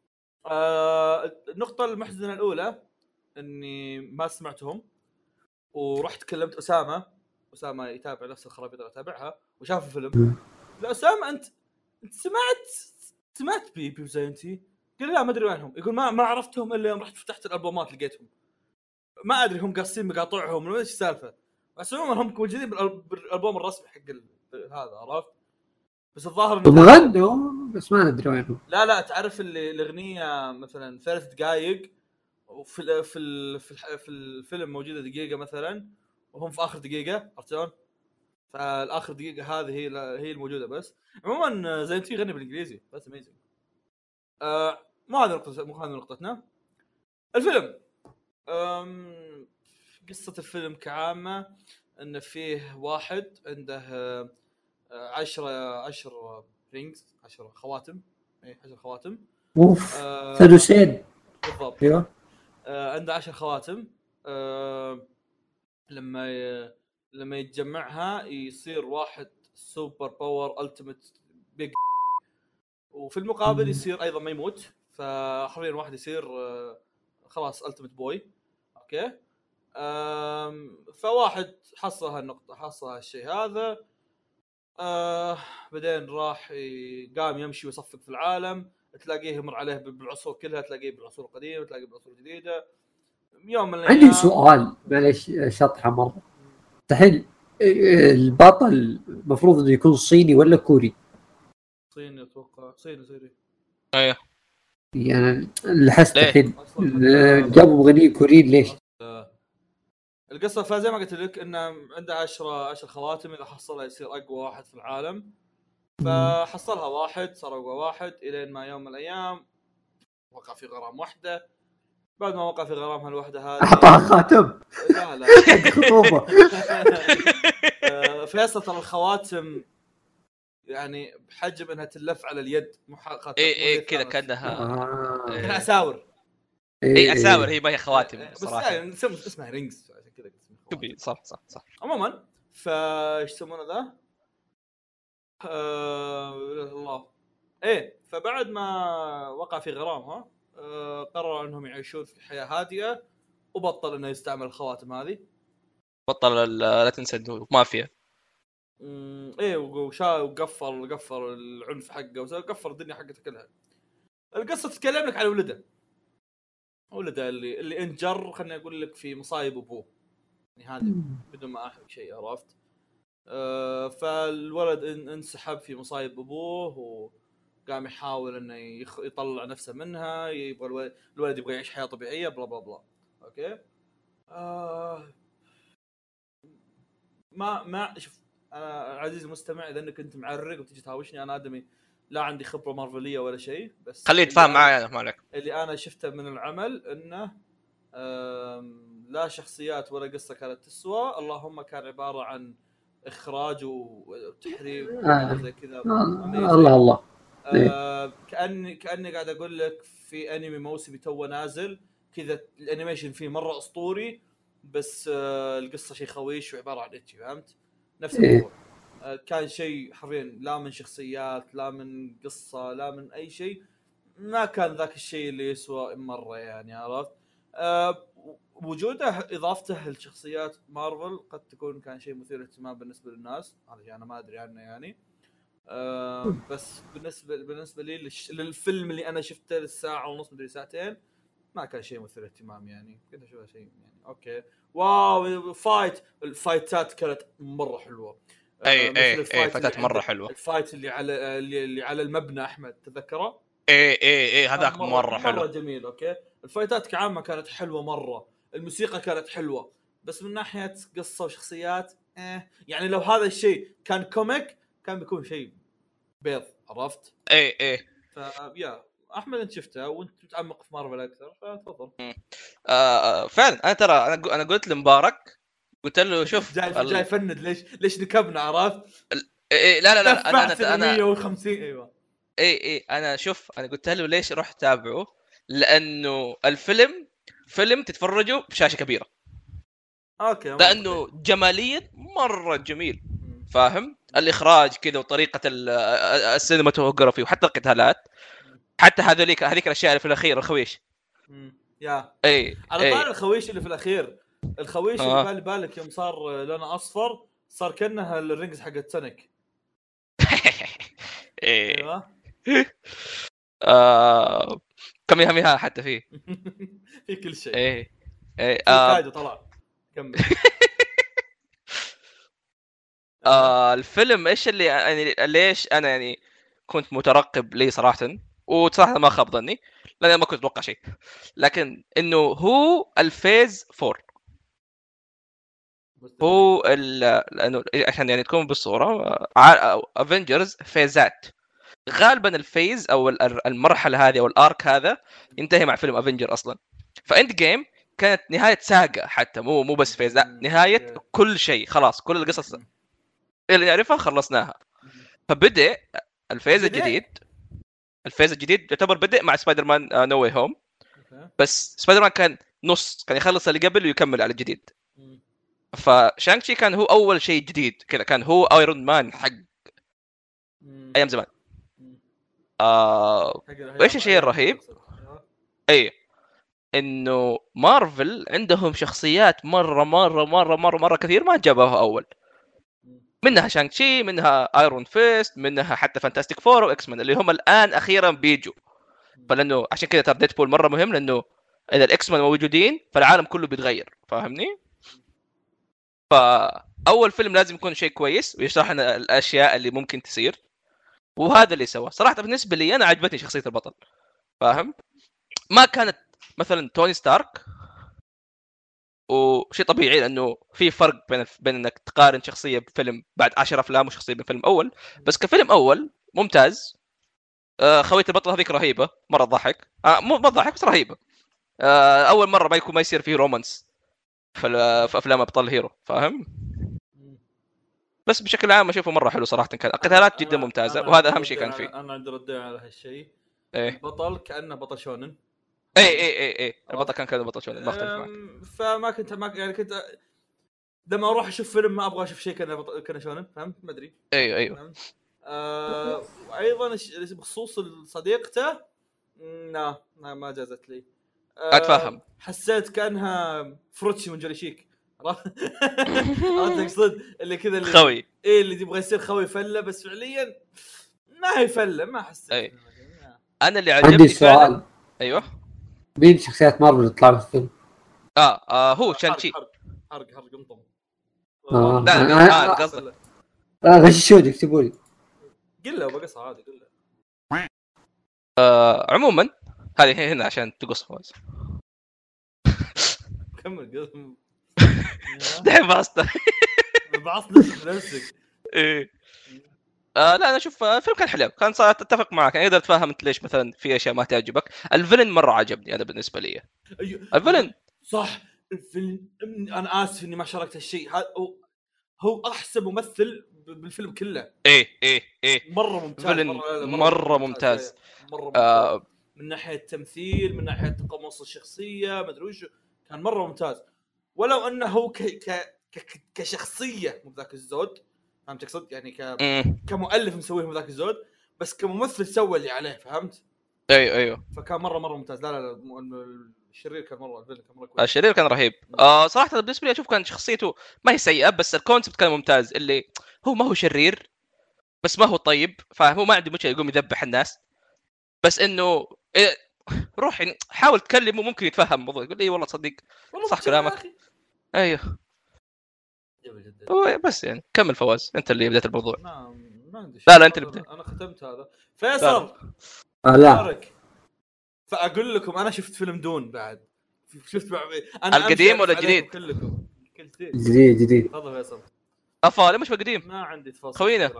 النقطه المحزنه الاولى اني ما سمعتهم، ورحت كلمت اسامه يتابع نفس الخرابيط اللي اتابعها وشاف الفيلم. لا اسامه انت سمعت بيبي وزينتي؟ قال لا ما ادري وينهم. يقول ما عرفتهم الا يوم رحت فتحت الالبومات لقيتهم. ما ادري هم قاصين مقاطعهم ولا ايش السالفه، بس عموما هم موجودين بالالبوم الرسمي حق هذا، عرفت؟ بس الظاهر انه غنوا بس ما ندري وينهم. لا تعرف اللي الاغنيه مثلا 3 دقائق وفي في الفيلم موجوده دقيقه مثلا وهم في اخر دقيقه، عرفت شلون؟ فالاخر دقيقه هذه هي الموجوده. بس عموما زي انت يغني بالانجليزي بس اميزنج. مو هذه نقطتنا. الفيلم قصه الفيلم كعامه ان فيه واحد عنده 10 رينجز 10 خواتم. اي 10 خواتم. اوف ثلثين بالضبط. ايوه. عنده 10 خواتم. لما يتجمعها يصير واحد سوبر باور التيميت بيج، وفي المقابل يصير ايضا ما يموت. فحرفيا واحد يصير خلاص التيميت بوي. اوكي فواحد حصل هالنقطه، حصل هالشيء هذا. بعدين راح قام يمشي ويصفق في العالم، تلاقيه يمر عليه بالعصور كلها، تلاقيه بالعصور القديمه، تلاقيه بالعصور الجديده. يوم من الايام عندي سؤال معلش شطحه مره. تحل البطل المفروض انه يكون صيني ولا كوري؟ صيني اتوقع. صيني ايوه يعني لاحظت الحين جابوا مغنيين كوريين ليش؟ القصه فزي ما قلت لك انه عنده 10 خواتم، اذا حصلها يصير اقوى واحد في العالم. فحصلها واحد صار اقوى واحد الين ما يوم من الايام وقع في غرام واحده. بعد ما وقع في غرام هالوحده هذه اعطاها خاتم. لا خطوبه. فيصل ترى الخواتم يعني بحجم انها تلف على اليد محققه. اي كذا كانها اساور. اي اساور هي ما هي خواتم صراحه. بس يعني اسمها رينجز عشان كذا اسمها صح. عموما فايش يسمونه ذا الله. ايه فبعد ما وقع في غرامها قرروا انهم يعيشون في حياه هادئه، وبطل انه يستعمل الخواتم هذه. بطل لا تنسى انه مافيا. ايه وقفل العنف حقه وقفل الدنيا حقته كلها. القصه تتكلم لك على ولده اللي انجر، خليني اقول لك في مصايب ابوه يعني هذا بدون ما احرق شيء، عرفت؟ فالولد انسحب في مصايب ابوه وقام يحاول انه يطلع نفسه منها. يبغى الولد يبغى يعيش حياه طبيعيه بلا بلا بلا. اوكي ما شوف عزيزي المستمع، اذا انك انت معرق وتجي تهاوشني، انا ادمي لا عندي خبره مارفليه ولا شيء، بس خليه يتفاهم معايا انا مالك. اللي انا شفته من العمل انه لا شخصيات ولا قصه كانت تسوى، اللهم كان عباره عن اخراج وتحريك زي كذا. الله كاني قاعد اقول لك في انمي موسمي تو نازل كذا، الانيميشن فيه مره اسطوري، بس القصه شيء خويش وعباره عن اتشي، فهمت؟ نفس الموضوع. كان شيء حرفيا لا من شخصيات لا من قصه لا من اي شيء، ما كان ذاك الشيء اللي يسوى مره يعني، عرفت؟ وجوده اضافته لشخصيات مارفل قد تكون كان شيء مثير اهتمام بالنسبه للناس، هذا انا ما ادري عنه يعني. بس بالنسبه لي للفيلم اللي انا شفته الساعه ونص مدري ساعتين، ما كان شيء مثير اهتمام يعني. كنت اشوفه شيء يعني اوكي واو الفايتات كانت مره حلوه. اي فايتات مره حلوه. الفايت اللي على المبنى احمد تذكره؟ اي هذاك مره حلو، مره جميل. اوكي الفايتات كعامه كانت حلوه مره، الموسيقى كانت حلوه، بس من ناحيه قصه وشخصيات يعني لو هذا الشيء كان كوميك كان بيكون شيء بيض، عرفت؟ اي يا احمد انت شفته وانت متعمق في مارفل اكثر فتفضل. فعلا انا ترى انا قلت لمبارك، قلت له شوف جاي فند ليش نكبنا، عرفت؟ لا انا 150 ايوه اي انا شوف انا قلت له ليش روح تابعه، لانه الفيلم فيلم تتفرجه بشاشه كبيره. اوكي لانه جماليا مره جميل، فاهم؟ الاخراج كذا وطريقه السينماتوجرافي وحتى القتالات، حتى هذيك الاشياء اللي في الاخير الخويش. يا اي على طاري الخويش اللي في الاخير، الخويش اللي بالك يوم صار لونه اصفر صار كانها الرينجز حقت سونيك. ايوه كميها حتى فيه في كل شيء. ايه كايدو طلع كمل. الفيلم ايش اللي يعني ليش انا يعني كنت مترقب ليه صراحه، وصراحه ما خاب ظني لان ما كنت اتوقع شيء، لكن انه هو الفيز 4 هو لانه عشان يعني تكون بالصوره افنجرز فيزات، غالبا الفيز او المرحله هذه او الارك هذا ينتهي مع فيلم افنجر اصلا. فاند جيم كانت نهايه ساغا، حتى مو بس فيز، لا نهايه كل شيء، خلاص كل القصص اللي نعرفها خلصناها. فبدأ الفيز الجديد يعتبر بدأ مع سبايدر مان نو واي هوم، بس سبايدر مان كان نص، كان يخلص اللي قبل ويكمل على الجديد. فشانغ شي كان هو اول شيء جديد كذا، كان هو ايرون مان حق ايام زمان. ايش الشيء الرهيب؟ اي انه مارفل عندهم شخصيات مره كثير ما جابوها اول، منها شانغ شي، منها ايرون فيست، منها حتى فانتاستيك فور واكس مان اللي هم الان اخيرا بيجوا. فلانه عشان كذا ترى ديدبول مره مهم، لانه اذا الاكس مان موجودين فالعالم كله بيتغير، فاهمني؟ فاول فيلم لازم يكون شيء كويس ويشرح لنا الاشياء اللي ممكن تصير، وهذا اللي سواه صراحه. بالنسبه لي انا عجبتني شخصيه البطل، فاهم؟ ما كانت مثلا توني ستارك، وشيء طبيعي لانه في فرق بين انك تقارن شخصيه بفيلم بعد 10 افلام وشخصيه بفيلم اول، بس كفيلم اول ممتاز. خويه البطل هذيك رهيبه مره، ضحك مو ضحك بس رهيبه. اول مره ما يصير فيه رومانس في افلام ابطال الهيرو، فاهم؟ بس بشكل عام اشوفه مره حلو صراحه، كان القتالات جدا ممتازه وهذا اهم شيء كان فيه. انا عندي رد على هالشيء. إيه؟ البطل كانه بطل شونن. اي البطل كان بطل شونن، ما اختلف معك. فما كنت يعني كنت لما اروح اشوف فيلم ما ابغى اشوف شيء كان شونن، فهمت؟ ما ادري. ايوه وايضا بخصوص صديقته ما جازت لي. اتفهم. حسيت كانها فروتشي من جولي شيك، اقصد اللي كذا اللي خوي، اللي يبغى يصير خوي فله، بس فعليا ما هي فله، ما حسيت. انا اللي عجبني فعلا ايوه مين شخصيات مارفل اللي تطلع في الفيلم؟ هو شانشي. حرق قمطم. لا قصدك غششوني اكتبوا لي. قل له بقص عادي، قل له. عموما هذه هنا عشان تقص فوز. كمل دحين باسطة. بعض نفسك. ايه لا انا اشوف الفيلم كان حلو، كان صار اتفق معك، انا اقدر اتفهم انت ليش مثلا في اشياء ما تعجبك. الفيلن مره عجبني انا بالنسبه لي. أيوه. الفيلن صح. الفيلم انا اسف اني ما شاركت هالشيء، هو احسن ممثل بالفيلم كله. ايه مره ممتاز، مره ممتاز. من ناحيه التمثيل، من ناحيه تقمص الشخصيه، ما ادري وش، كان مره ممتاز. ولو انه هو كشخصيه مو ذاك الزود، فهمت اقصد يعني كمؤلف مسويه مو ذاك الزود، بس كممثل سوى اللي عليه، فهمت؟ ايوه فكان مره ممتاز. لا الشرير كان مره، الفيلم كان مره كويس. الشرير كان رهيب. صراحه بالنسبه لي اشوف كان شخصيته ما هي سيئه، بس الكونسبت كان ممتاز، اللي هو ما هو شرير بس ما هو طيب، فهو ما عنده مشكله يقوم يذبح الناس، بس انه روح حاول تكلمه ممكن يتفهم الموضوع، يقول لي والله تصدق صح كلامك. ايوه بس يعني كمل فواز، انت اللي بدأت الموضوع. ما عندي لا انت اللي بدأت. انا ختمت هذا. فيصل لا فاقول لكم انا شفت فيلم دون بعد. شفت انا القديم ولا الجديد؟ كلكم جديد. تفضل فيصل. افا مش بالقديم، ما عندي تفاصيل خوينا.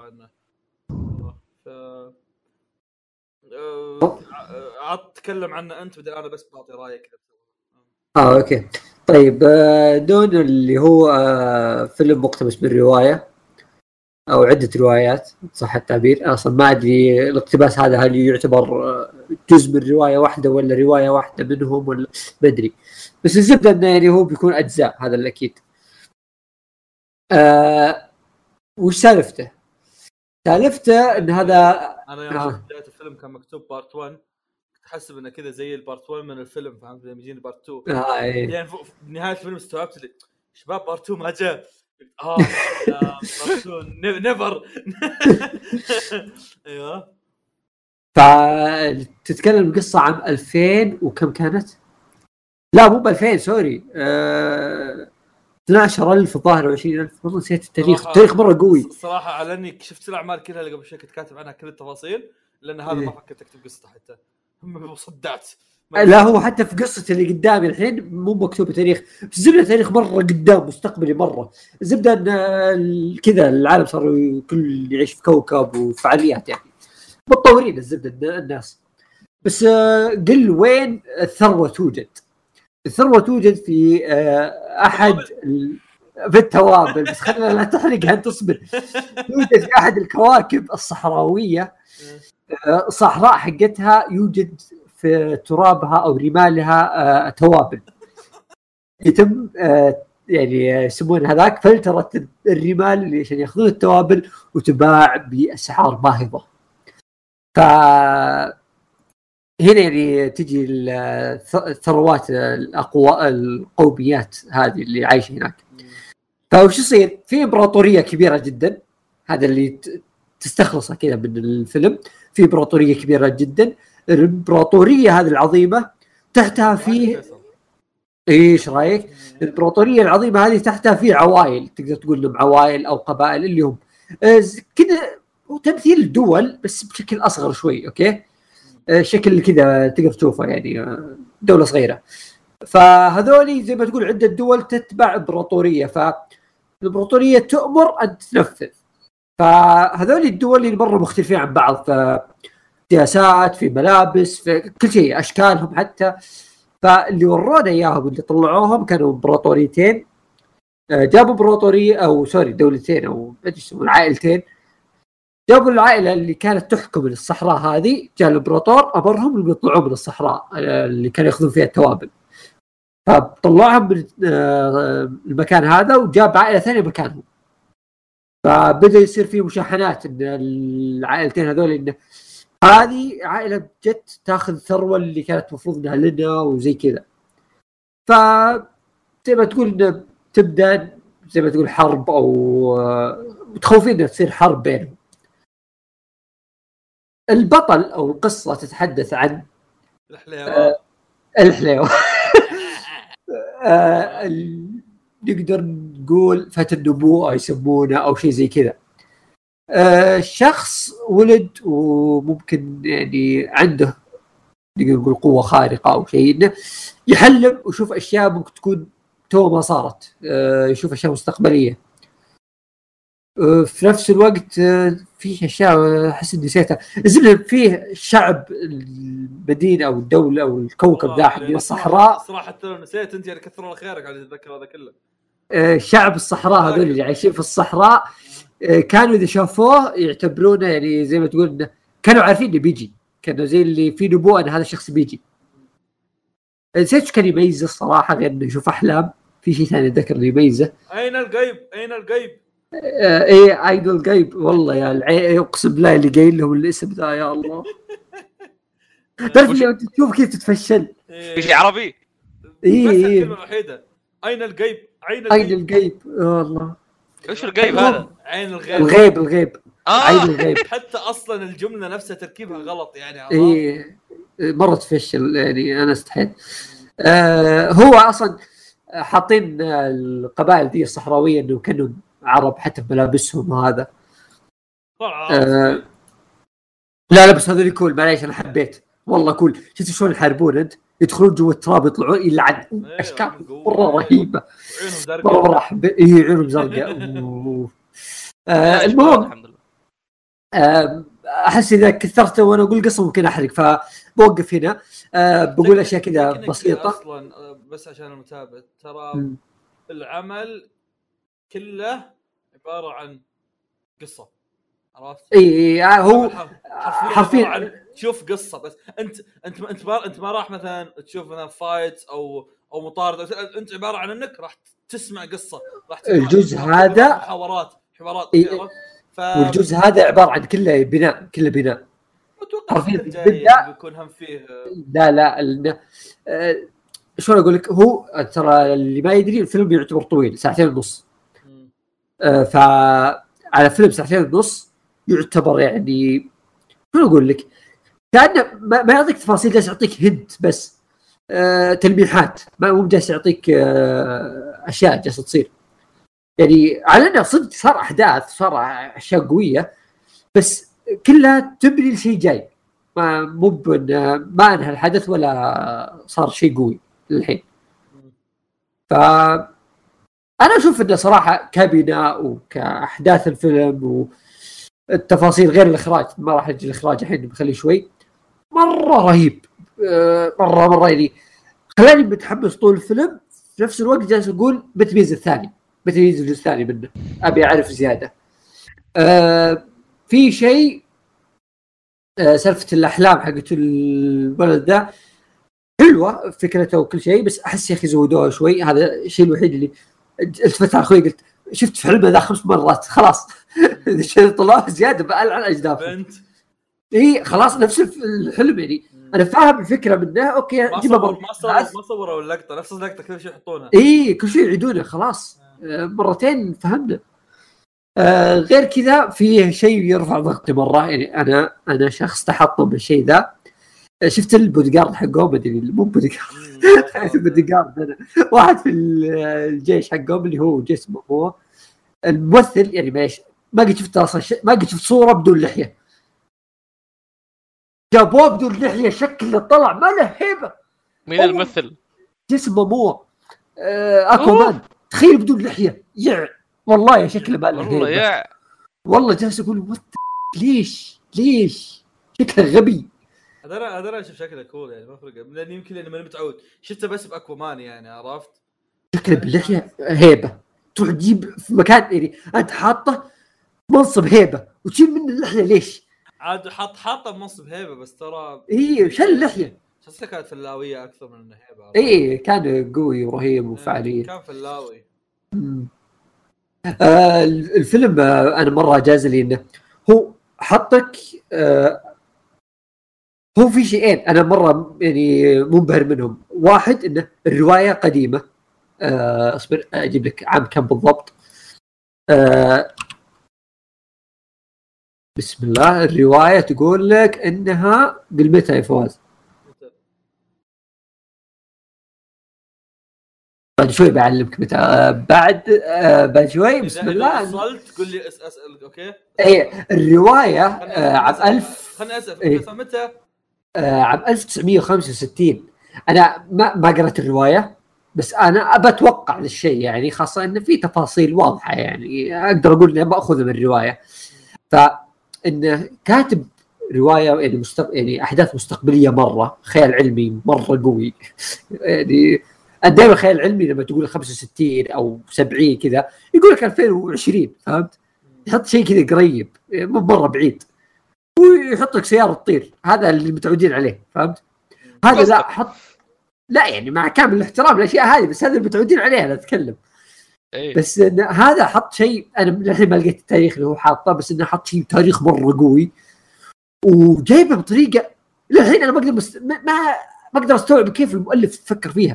اتكلم عنه انت، بدل انا بس بعطي رايك. اوكي طيب. دون اللي هو فيلم مقتبس من روايه او عده روايات صح التعبير، اصلا ما ادري الاقتباس هذا هل يعتبر جزء من روايه واحده ولا روايه واحده منهم ولا ما ادري، بس الزبده انه يعني هو بيكون اجزاء، هذا الاكيد. وش سالفته ان هذا انا يوم شفت بدايه الفيلم كان مكتوب بارت 1، تحسب انه كذا زي البارت 1 من الفيلم، فهمت؟ لما يجيني بارت 2 يعني بنهايه الفيلم استوعبت لي شباب بارت 2 ما جاء. بارت 2 نيفر. ايوه. فتتكلم القصه عن 2000 وكم كانت؟ لا مو ب 2000 سوري 12,000 الظاهر و20,000 والله نسيت التاريخ مره قوي صراحه. على اني شفت الاعمال كلها اللي قبل شوي كنت كاتب عنها كل التفاصيل، لان هذا ما فكرت اكتب قصته حتى هم صدعت. لا هو حتى في قصة اللي قدامي الحين مو مكتوب تاريخ، بس الزبدة تاريخ مرة قدام مستقبلي مرة. الزبدة ان كذا العالم صار كل يعيش في كوكب وفعاليات، يعني متطورين الزبدة الناس. بس قل وين الثروة توجد؟ الثروة توجد في أحد في التوابل، بس خلينا لا تحرقها انت تصبر. يوجد في أحد الكواكب الصحراوية، صحراء حقتها يوجد في ترابها أو رمالها توابل يتم يعني يسمون هذاك فلترة الرمال اللي عشان يأخذون التوابل وتباع بأسعار باهظة. فهنا يعني تجي الثروات القوميات هذه اللي عايشة هناك. فوش يصير؟ في إمبراطورية كبيرة جدا، هذا اللي تستخلصه كذا من الفيلم. في إمبراطورية كبيرة جدا، الإمبراطورية هذه العظيمة تحتها فيه إيش رأيك؟ الإمبراطورية العظيمة هذه تحتها فيه عوائل، تقدر تقول لهم عوائل أو قبائل اللي هم كذا، وتمثيل الدول بس بشكل أصغر شوي. أوكي شكل كذا تقدر تشوفه يعني دولة صغيرة. فهذولي زي ما تقول عدة دول تتبع إمبراطورية، فالإمبراطورية تؤمر أن تنفذ. فهذولي الدول اللي مرة مختلفين عن بعض في سياسات، في ملابس، في كل شيء، أشكالهم حتى. فاللي ورونا إياهم اللي طلعوهم كانوا إمبراطوريتين. جابوا إمبراطورية أو سوري دولتين أو ما يسمون عائلتين. جابوا العائلة اللي كانت تحكم الصحراء هذه، جاء الإمبراطور أمرهم إنهم يطلعوا من الصحراء اللي كانوا يأخذون فيها التوابل، فطلعهم من المكان هذا وجاب عائلة ثانية مكانهم. فبدأ يصير فيه مشاحنات إن العائلتين هذول إن هذه عائلة جت تاخذ ثروة اللي كانت مفروض انها لنا وزي كذا. ف زي ما تقول إن تبدأ زي ما تقول حرب او متخوفين انها تصير حرب بينهم. البطل او القصة تتحدث عن الحليوة نقدر نقول فتى النبوءة يسمونه او شيء زي كذا. شخص ولد وممكن يعني عنده نقدر نقول قوة خارقة أو شيء، إنه يحلم ويشوف أشياء ممكن تكون تو ما صارت، يشوف أشياء مستقبلية. في نفس الوقت فيه اشياء احس اني نسيتها. الزبده فيه شعب المدينه او الدوله او الكوكب ذا حق الصحراء. صراحه حتى لو نسيت انت يعني كثر الله خيرك على تتذكر هذا كله. شعب الصحراء هذول اللي عايشين في الصحراء كانوا اذا شافوه يعتبرونه يعني زي ما تقول كانوا عارفين انه بيجي، كانوا زي اللي في نبوءه ان هذا الشخص بيجي. نسيت كان يميزه الصراحه غير انه يشوف احلام. في شيء ثاني ذكر اللي يميزه اين الغيب اين الغيب. ايه ايدول الغيب والله يا اقسم بالله اللي قايل لهم الاسم ذا يا الله. تعرف اللي انت تشوف كيف تتفشل في شيء عربي. ايه بس الكلمه الوحيده اين الغيب عين الغيب والله. ايش الغيب هذا؟ عين الغيب الغيب عين الغيب. حتى اصلا الجمله نفسها تركيبها غلط يعني. ايه مره تفشل يعني انا استحيت. هو اصلا حاطين القبائل دي الصحراويه انه كانوا عرب حتى بملابسهم وهذا. لا بس هذول كول معليش انا حبيت والله كول. شفت شلون يحاربون انت يدخلون جوا التراب يطلعون يلعن اشكال مره رهيبه مره حبيت. ايه عيونهم زرقاء. المهم احس اذا كثرت وانا اقول قصه ممكن احرق فبوقف هنا. بقول اشياء كذا بسيطه اصلا بس عشان المتابع ترى العمل كله عباره عن قصه عرفت. اي هو حرفيا تشوف قصه بس انت ما راح مثلا تشوف مثلا فايت او مطارد. انت عباره عن انك راح تسمع قصه راح الجزء هذا حوارات والجزء هذا عباره عن كله بناء حرفيا بيكون هم فيه. لا شلون اقول لك. هو ترى اللي ما يدري الفيلم يعتبر طويل 2.5 ساعة. فعلى فيلم 2.5 ساعة يعتبر يعني شلون اقول لك كأنه ما يعطيك تفاصيل جالس يعطيك هنت بس تلميحات مو جالس يعطيك اشياء جالسه تصير يعني على انه صدق صار احداث صار اشياء قويه بس كلها تبني لشيء جاي. ما انهى الحدث ولا صار شيء قوي للحين. فأنا أشوف إنه صراحة كبناء وكأحداث الفيلم والتفاصيل غير الإخراج ما راح نجي الإخراج الحين بخليه شوي مرة رهيب. مرة يعني خلاني متحمس طول الفيلم. في نفس الوقت جالس أقول بتميز الجزء الثاني منه أبي أعرف زيادة. في شيء سالفة الأحلام حقت الولد ذا حلوة فكرته وكل شيء بس أحس يا أخي زودوها شوي. هذا الشيء الوحيد اللي التفت على أخوي قلت شفت فيلم ذا 5 مرات خلاص. الشيء طلع زيادة بألعن أجدافه. إيه خلاص نفس الفيلم يعني أنا فاهم الفكرة منه أوكي ما صوروا اللقطة نفس اللقطة كل شيء يحطونها. إيه كل شيء يعيدونه خلاص مرتين فهمنا. غير كذا فيه شيء يرفع ضغطي مرة يعني أنا شخص تحطم بالشيء ذا. شفت البوديجارد حقهم مو بوديجارد البوديجارد أنا واحد في الجيش حقهم اللي هو جسمه هو الممثل يعني ما قد شفت أصلا ما قد شفت صورة بدون لحية. جابوه بدون لحية شكله طلع ما له هيبة. مين الممثل؟ جسمه مو أكوامان تخيل بدون لحية والله يا شكله ما له هيبة والله جالس أقول ليش شكله غبي. هذا اشوف شكله كول يعني ما فرق لان يمكن لاني ماني متعود شفته بس باكوامان يعني عرفت شكله باللحيه هيبه تروح تجيب في مكان يعني انت حاطه منصب هيبه وتشيل منه اللحيه ليش عاد حاطه بمنصب هيبه بس ترى شل اللحيه شخصيته كانت فلاويه اكثر من انه هيبه. كان قوي ورهيب وفعاليه كان فلاوي. الفيلم انا مره جاز لي انه هو حطك هو في شيئين أنا مرة يعني منبهر منهم. واحد إنه الرواية قديمة أصبر أجيب لك عام كم بالضبط. بسم الله الرواية تقول لك إنها قل متى يا فواز بعد شوي بعلمك متى بعد شوي بسم الله وصلت قل لي أسألك أوكي. إيه الرواية عام 1000 خلني أسأل متى عام 1965. أنا ما قرأت الرواية بس انا ابى اتوقع للشيء يعني، خاصه ان في تفاصيل واضحه يعني اقدر اقول اني باخذها من الروايه. فانه كاتب روايه يعني يعني احداث مستقبليه مره، خيال علمي مره قوي يعني دائما خيال علمي لما تقول 65 او 70 كذا يقول لك 2020 فهمت، يحط شيء كذا قريب مو مره بعيد ويحط لك سياره تطير، هذا اللي متعودين عليه فهمت. هذا لا حط لا يعني مع كامل الاحترام الاشياء هذه، بس هذا اللي متعودين عليه انا اتكلم. بس إن هذا حط شيء انا الحين ما لقيت التاريخ اللي هو حاطه، بس انه حط شيء تاريخ مره قوي وجايبه بطريقه للحين انا ما اقدر ما اقدر استوعب كيف المؤلف فكر فيها.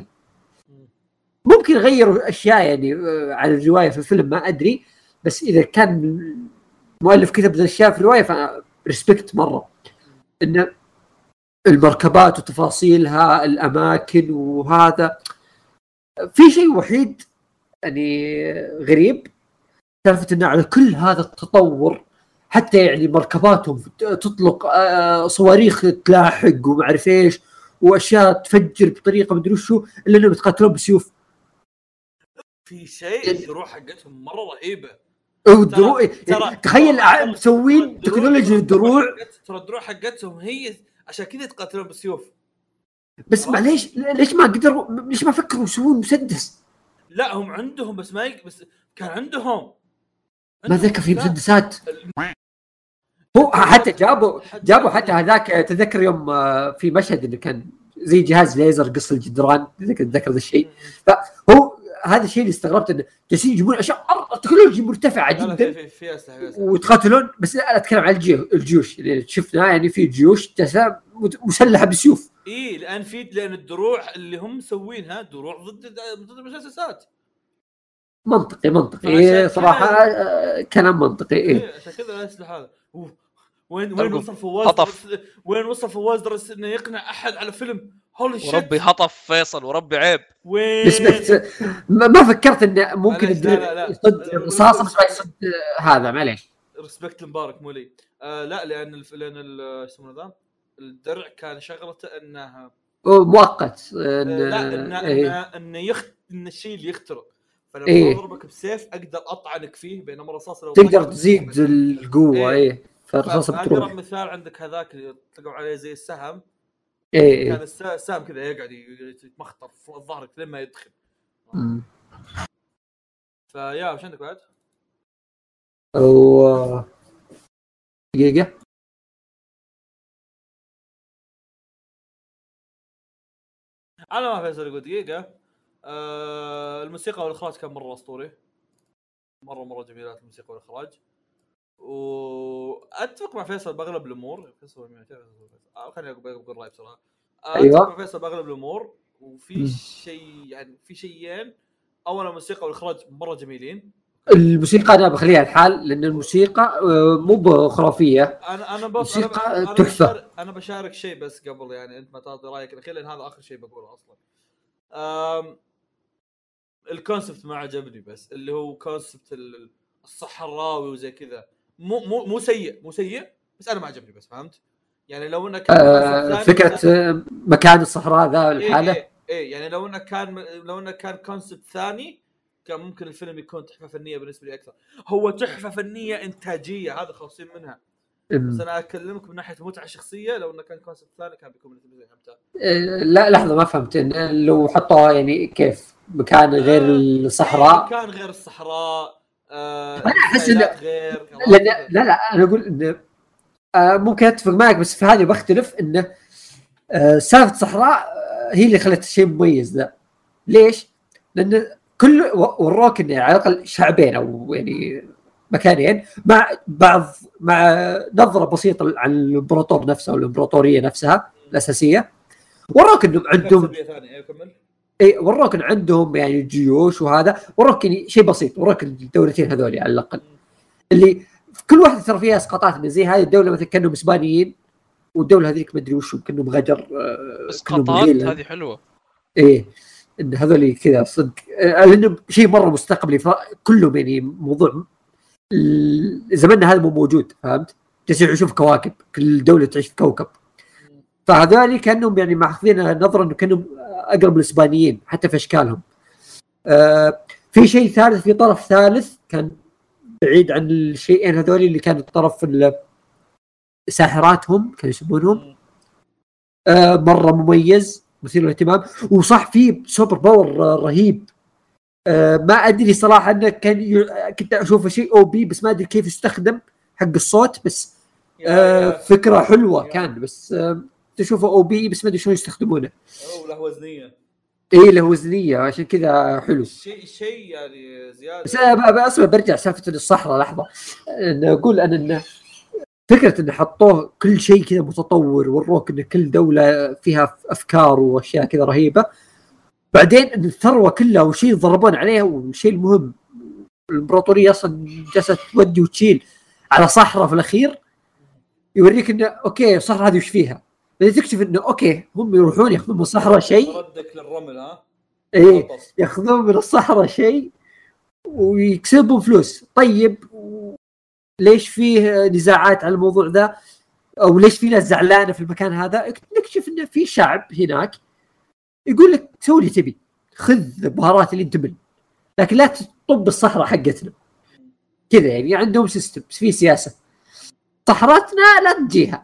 ممكن يغيروا اشياء يعني على الروايه في الفيلم ما ادري، بس اذا كان المؤلف كتب الاشياء في الروايه فريسبكت مره. ان المركبات وتفاصيلها الاماكن وهذا. في شيء وحيد يعني غريب، تعرفت انه على كل هذا التطور حتى يعني مركباتهم تطلق صواريخ تلاحق وما اعرف ايش واشياء تفجر بطريقه مدري وشو، الا انهم يتقاتلون بسيوف. في شيء الدروع حقتهم مره رهيبه. الدروع تخيل مسوين تكنولوجيا الدروع، ترى الدروع حقتهم هي عشان كذا يتقاتلون بالسيوف. بس معليش ليش ما قدروا، ليش ما فكروا يسوون مسدس؟ لا هم عندهم بس ما بس كان عندهم ما ذكر في مسدسات. هو حتى جابوا حتى هذاك تذكر يوم في مشهد اللي كان زي جهاز ليزر قص الجدران، تذكر ذا الشيء. فهو هذا الشيء اللي استغربت انه جالسين يجيبون اشياء تكنولوجيا مرتفعه جدا وتقاتلون. بس لا اتكلم عن الجيوش اللي شفناها يعني، في جيوش مسلحه بسيوف. ايه لان الدروع اللي هم مسوينها دروع ضد المسدسات. منطقي إيه صراحه كلام منطقي. ايه عشان كذا الاسلحه هذا وين وصل فواز درس انه يقنع احد على فيلم هولي شيت. وربي حطف فيصل وربي عيب. بس ما فكرت انه ممكن يصد رصاصه بس ما يصد هذا. معليش ريسبكت المبارك مو لي. لا لان اسمه ذا الدرع كان شغلته انها مؤقت. لا ان الشيء اللي يخترق، فلما اضربك بسيف اقدر اطعنك فيه، بينما الرصاص لو تقدر تزيد القوه. ايه فالرصاصه بتروح. اقرب مثال عندك هذاك اللي تلقوا عليه زي السهم. كان السهم كذا يقعد يتمخطر فوق ظهرك لما يدخل. فيا وش عندك بعد؟ دقيقه على ما فيصل يقول دقيقه. الموسيقى والاخراج كان مره اسطوري، مره جميلات الموسيقى والاخراج. واتفق مع فيصل باغلب الامور. فيصل خليني اقول رايي بصراحه. اتفق مع فيصل باغلب الامور. وفي شيء يعني في شيئين. اولا الموسيقى والاخراج مره جميلين. الموسيقى انا بخليها الحال لان الموسيقى مو خرافيه. انا موسيقى تحفه. انا بشارك شيء بس قبل يعني انت ما تعطي رايك الاخير، لان هذا اخر شيء بقوله اصلا. الكونسبت ما عجبني، بس اللي هو كونسبت الصحراوي وزي كذا مو سيء بس انا ما عجبني. بس فهمت يعني لو انك فكره مكان الصحراء ذا الحاله. ايه يعني لو انك كان كونسبت ثاني كان ممكن الفيلم يكون تحفه فنيه بالنسبه لي اكثر. هو تحفه فنيه انتاجيه هذا خاصين منها. بس انا اكلمك من ناحيه متعه شخصيه. لو انه كان كونسبت ثاني كان بيكون بالنسبه لي امتع. لا لحظه ما فهمت لو حطوها يعني كيف مكان غير الصحراء. مكان غير الصحراء. انا احس غير لا انا اقول انه ممكن اتفق معك، بس في هذه بختلف انه سالفه الصحراء هي اللي خلت الشيء مميز ذا. ليش؟ لان كل وروك انه على الاقل شعبين او يعني مكانين مع نظره بسيطه عن الامبراطور نفسه او الامبراطوريه نفسها الاساسيه. وروك انهم عندهم وروك ان عندهم يعني جيوش وهذا. وروك يعني شيء بسيط. وروك الدولتين هذول على الاقل اللي كل واحده ترى فيها اسقاطات. زي هذه الدوله مثلا كانهم اسبانيين، والدوله هذيك ما ادري وش كانهم غجر. اسقاطات هذه حلوه. ايه ان هذول كذا صدق لانه شيء مره مستقبلي. فكلهم يعني موضوع زماننا هذا مو موجود. فهمت؟ تسير يشوف كواكب، كل دوله تعيش في كوكب. فهذول كانهم يعني ماخذين نظره انه كانوا اقرب للاسبانيين حتى في اشكالهم. في شيء ثالث، في طرف ثالث كان بعيد عن الشيئين هذول اللي كان الطرف ساحراتهم كانوا يسمونهم، مره مميز مثير للاهتمام. وصح فيه سوبر باور رهيب، ما ادري صراحه انه كنت اشوفه شيء او بي بس ما ادري كيف يستخدم حق الصوت، بس فكره حلوه كان، بس تشوفه او بي بس ما ادري شلون يستخدمونه. له وزنيه، ايه له وزنيه عشان كذا حلو. شيء يعني زياده. بس اصلا برجع سالفه الصحراء لحظه، اقول انا انه فكره ان حطوه كل شيء كذا متطور، وروك ان كل دوله فيها افكار واشياء كذا رهيبه، بعدين ان الثروه كلها وشيء ضربون عليها، والشيء المهم الامبراطوريه اصلا جالسه تودي وتشيل على صحراء في الاخير، يوريك انه اوكي الصحراء هذه وش فيها، بعدين تكتشف انه اوكي هم يروحون ياخذون من الصحراء شيء، ردك للرمل ها ايه ياخذون من الصحراء شيء ويكسبون فلوس. طيب ليش فيه نزاعات على الموضوع ذا، او ليش في ناس زعلانه في المكان هذا؟ نكتشف انه في شعب هناك يقول لك سوي اللي تبي، خذ البهارات اللي انت لكن لا تطب الصحراء حقتنا كذا. يعني عندهم سيستم، في سياسه، صحراتنا لا تجيها.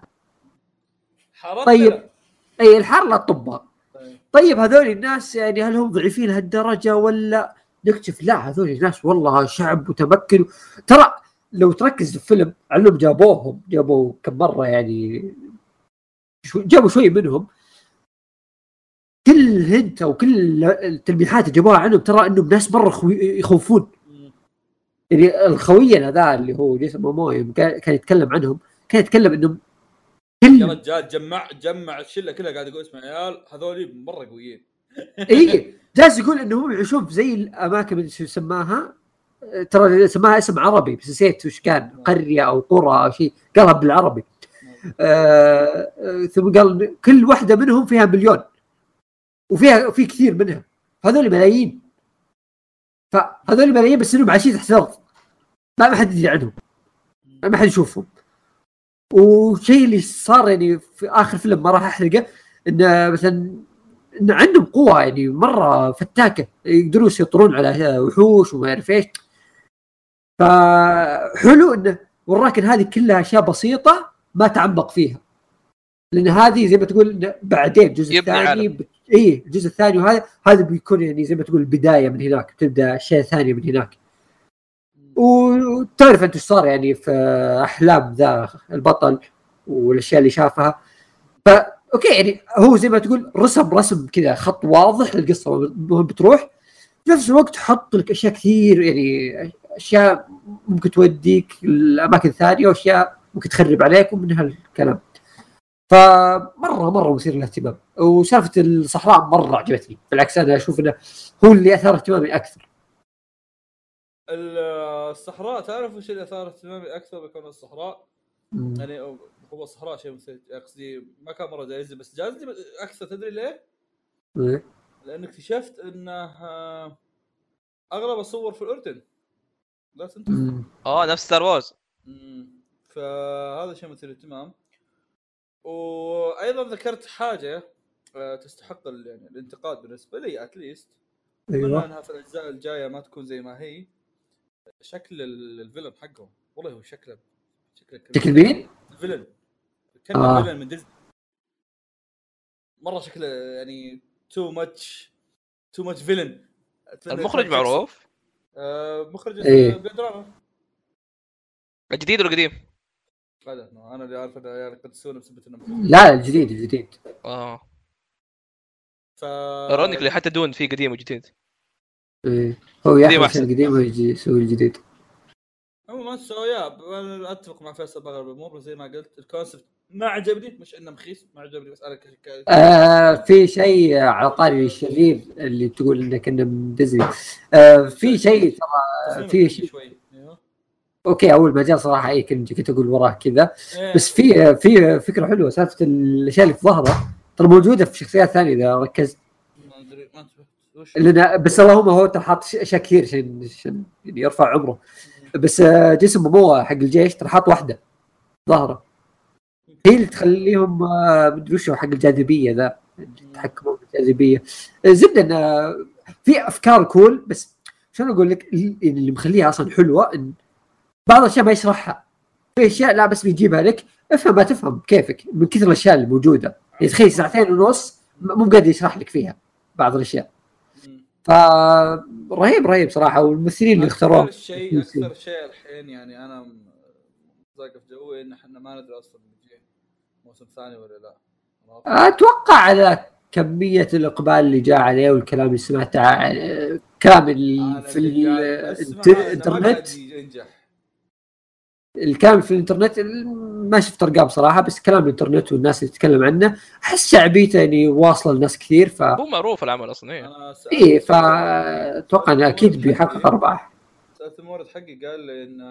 طيب اي الحر لا تطبها. طيب هذول الناس يعني هل هم ضعيفين هالدرجه ولا؟ نكتشف لا، هذول الناس والله شعب متمكن. ترى لو تركز في الفيلم علم جابوا كم مره، يعني جابوا شوي منهم، كل هنت او كل التلميحات جابوها عنهم ترى انهم ناس مره يخوفون. يعني الخويه هذا اللي هو جيسون موموي كان يتكلم عنهم، كان يتكلم انهم يا رجال جمع الشله كلها قاعد يقول اسمع عيال هذول مره قويين. اي جالس يقول انهم يعيشون زي الاماكن اللي سماها، ترى سماها اسم عربي بس نسيت وش كان، قريه او قرى او شيء، قالها بالعربي. ثم قال كل واحده منهم فيها مليون، في كثير منها، هذول ملايين. فهذول ملايين بس انهم عايشين تحت الارض، ما حد يدري عنهم، ما حد يشوفهم. وشيء اللي صار يعني في اخر فيلم ما راح احرقه، انه مثلا ان عندهم قوه يعني مره فتاكه، يقدروا يسيطرون على وحوش وما اعرف ايش. فحلو انه وراك ان هذه كلها اشياء بسيطه ما تعمق فيها، لان هذه زي ما تقول بعدين الجزء الثاني الجزء الثاني، وهذا بيكون يعني زي ما تقول البدايه من هناك، تبدا اشياء ثانيه من هناك. وتعرف انت صار يعني في احلام ذا البطل والاشياء اللي شافها. اوكي يعني هو زي ما تقول رسم كذا خط واضح للقصه وين بتروح، في نفس الوقت حط لك اشياء كثير، يعني اشياء ممكن توديك الاماكن ثانيه واشياء ممكن تخرب عليك ومن هالكلام. فمره مثير للاهتمام. وسالفه الصحراء مره عجبتني، بالعكس انا اشوف انه هو اللي اثار اهتمامي اكثر. الصحراء تعرف وش اللي اثار اهتمامي اكثر بكون الصحراء؟ يعني هو الصحراء شيء قصدي ما كان مره جايز، بس جاز لي اكثر. تدري ليه؟ لان اكتشفت انه اغلب الصور في الاردن. لا تنتظر نفس ستار وورز. فهذا شيء مثير اهتمام. وايضا ذكرت حاجه تستحق يعني الانتقاد بالنسبه لي اتليست، اتمنى انها في الاجزاء الجايه ما تكون زي ما هي. شكل الفيلم حقهم والله هو شكل مين؟ الفيلن كان فيلن من ديزني مره، شكله يعني تو ماتش فيلن. المخرج معروف؟ مخرج بيدرانا. الجديد ولا القديم؟ انا اللي عارف يعني قد سونا بسبب انه لا الجديد. رونيك حتى دون في قديم وجديد. هو يحدث القديم ويجي يسوي الجديد. ما سويا. انا اتفق مع فيصل بغير الامور، زي ما قلت الكونسبت ما عجبني، مش انه مخيس، ما عجبني. بس انا في شيء على طاري الشرير اللي تقول انه كنا من ديزني. في شيء ترى في شيء شوي. اوكي اول ما جاء صراحه كنت اقول وراه كذا. بس في فكره حلوه، سالفه الاشياء اللي في ظهره ترى موجوده في شخصيات ثانيه اذا ركزت. ما ادري لنا بس اللهم هو ترى حاط اشياء كثير عشان يعني يرفع عمره. بس جسم مو حق الجيش ترى حاط واحده ظهره. هي اللي تخليهم مدري وش حق الجاذبيه ذا، التحكم بالجاذبيه. زبده ان في افكار كول، بس شلون اقول لك اللي مخليها اصلا حلوه ان بعض الاشياء ما يشرحها، في اشياء لا بس بيجيبها لك افهم ما تفهم كيفك من كثر الاشياء اللي موجوده. يعني تخيل 2.5 ساعة مو قادر يشرح لك فيها بعض الاشياء. فرهيب صراحه، والممثلين اللي اختاروه اكثر شيء الحين يعني انا ضايق في جوي ان احنا ما ندري اصلا بيجي موسم ثاني ولا لا. اتوقع على كميه الاقبال اللي جاء عليه والكلام اللي سمعته كلام في الانترنت، الكلام في الانترنت ما شفت ارقام صراحه، بس كلام الانترنت والناس اللي تتكلم عنه احس شعبيته يعني واصله لناس كثير. مو معروف العمل اصلا. ايه فاتوقع انه اكيد بيحقق ارباح. سالت المورد حقي قال لي ان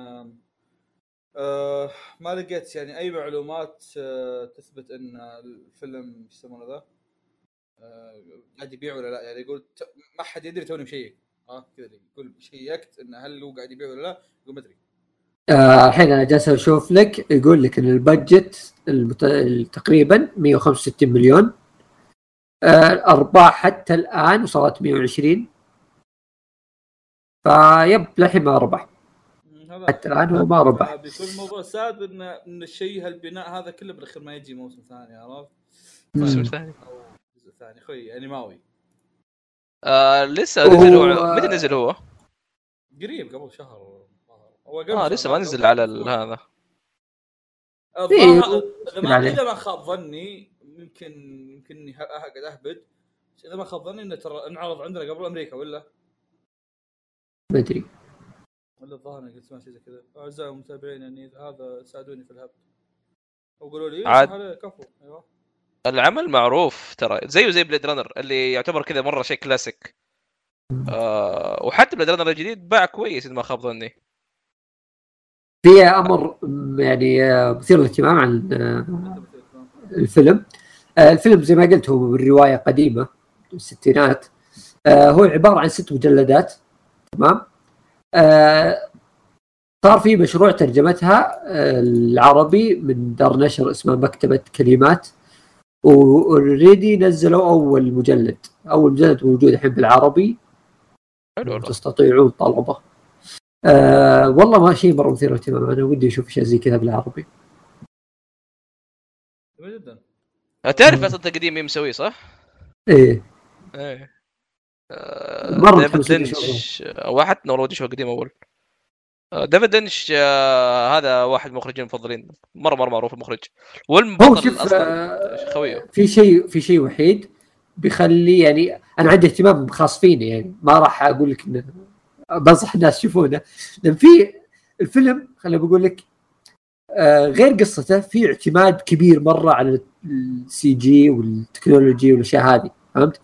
ما لقيت يعني اي معلومات تثبت ان الفيلم يسمونه ذا قاعد يبيع ولا لا. يعني يقول ما حد يدري توني مشيك كذا، يقول شيكت ان هل هو قاعد يبيع ولا لا، يقول ما ادري. الحين انا جالس اشوف لك، يقول لك ان البادجت تقريبا 165 مليون، ارباح حتى الان وصلت 120، فيب للحين ما ربح حتى الان، هو ما ربح. بيكون الموضوع ساد ان الشيء هالبناء هذا كله بالاخير ما يجي موسم ثاني. عرفت؟ موسم ثاني او جزء ثاني خوي انماوي. لسه نزل هو. متى نزل هو؟ قريب قبل شهر. لسه ما نزل على هذا. إذا ما خاب ظني يمكن قاعد أهبد. إذا ما خاب ظني إنه ترى انعرض عندنا قبل أمريكا ولا ما أدري، ولا الظاهر أنا قلت سمعت شيء زي كذا. أعزائي المتابعين يعني هذا ساعدوني في الهبد وقولوا لي عاد كفو. أيوة العمل معروف ترى، زي بليد رانر اللي يعتبر كذا مرة شيء كلاسيك. وحتى بليد رانر الجديد باع كويس إذا ما خاب ظني. في امر يعني مثير للاهتمام عن الفيلم. الفيلم زي ما قلت هو من روايه قديمه من الستينات. هو عباره عن 6 مجلدات. تمام. صار في مشروع ترجمتها العربي من دار نشر اسمها مكتبه كلمات، واوريدي نزلوا اول مجلد موجود الحين بالعربي، تستطيعون طلبه. والله ما شيء مره مثير اهتمام، انا ودي اشوف شيء زي كذا بالعربي. جميل جدا. تعرف اصلا قديم مين مسوي صح؟ ايه مره ديفيد لينش، واحد نورودي شو قديم اول. ديفيد لينش هذا واحد المخرجين المفضلين، مره معروف المخرج والبطل اصلا خويه. في شيء وحيد بيخلي يعني انا عندي اهتمام خاص فيني، يعني ما راح اقول لك انه بنصح الناس يشوفونه، لأن في الفيلم خليني بقول لك غير قصته في اعتماد كبير مرة على السي جي والتكنولوجي والأشياء هذه، فهمت؟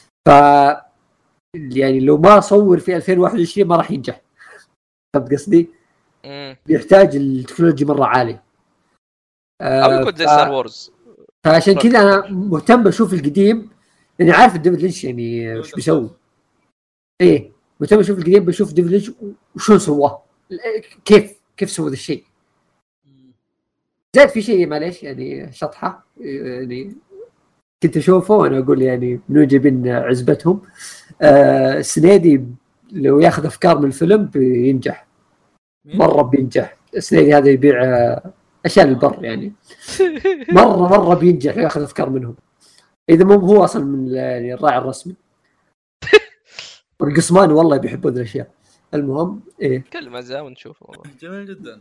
يعني لو ما صور في 2021 ما راح ينجح، فهمت قصدي؟ بيحتاج التكنولوجي مرة عالية. أو زي ستار وورز. فعشان كذا أنا مهتم بشوف القديم، لأني عارف ديفيد لينش يعني وش بيسوي. إيه مهتم بشوف القديم، بشوف ديفيد لينش وشون سواه، كيف سوى ذا الشيء. زاد في شيء معليش يعني شطحة، يعني كنت أشوفه وأنا أقول يعني منو جايبين عزبتهم. السنيدي لو ياخذ أفكار من الفيلم بينجح مرة، بينجح. السنيدي هذا يبيع أشياء للبر يعني مرة بينجح ياخذ أفكار منهم، إذا مو هو أصلا من يعني الراعي الرسمي. والقسمان والله بيحبون الأشياء. المهم إيه كلمة زا ونشوفه والله. جميل جدا.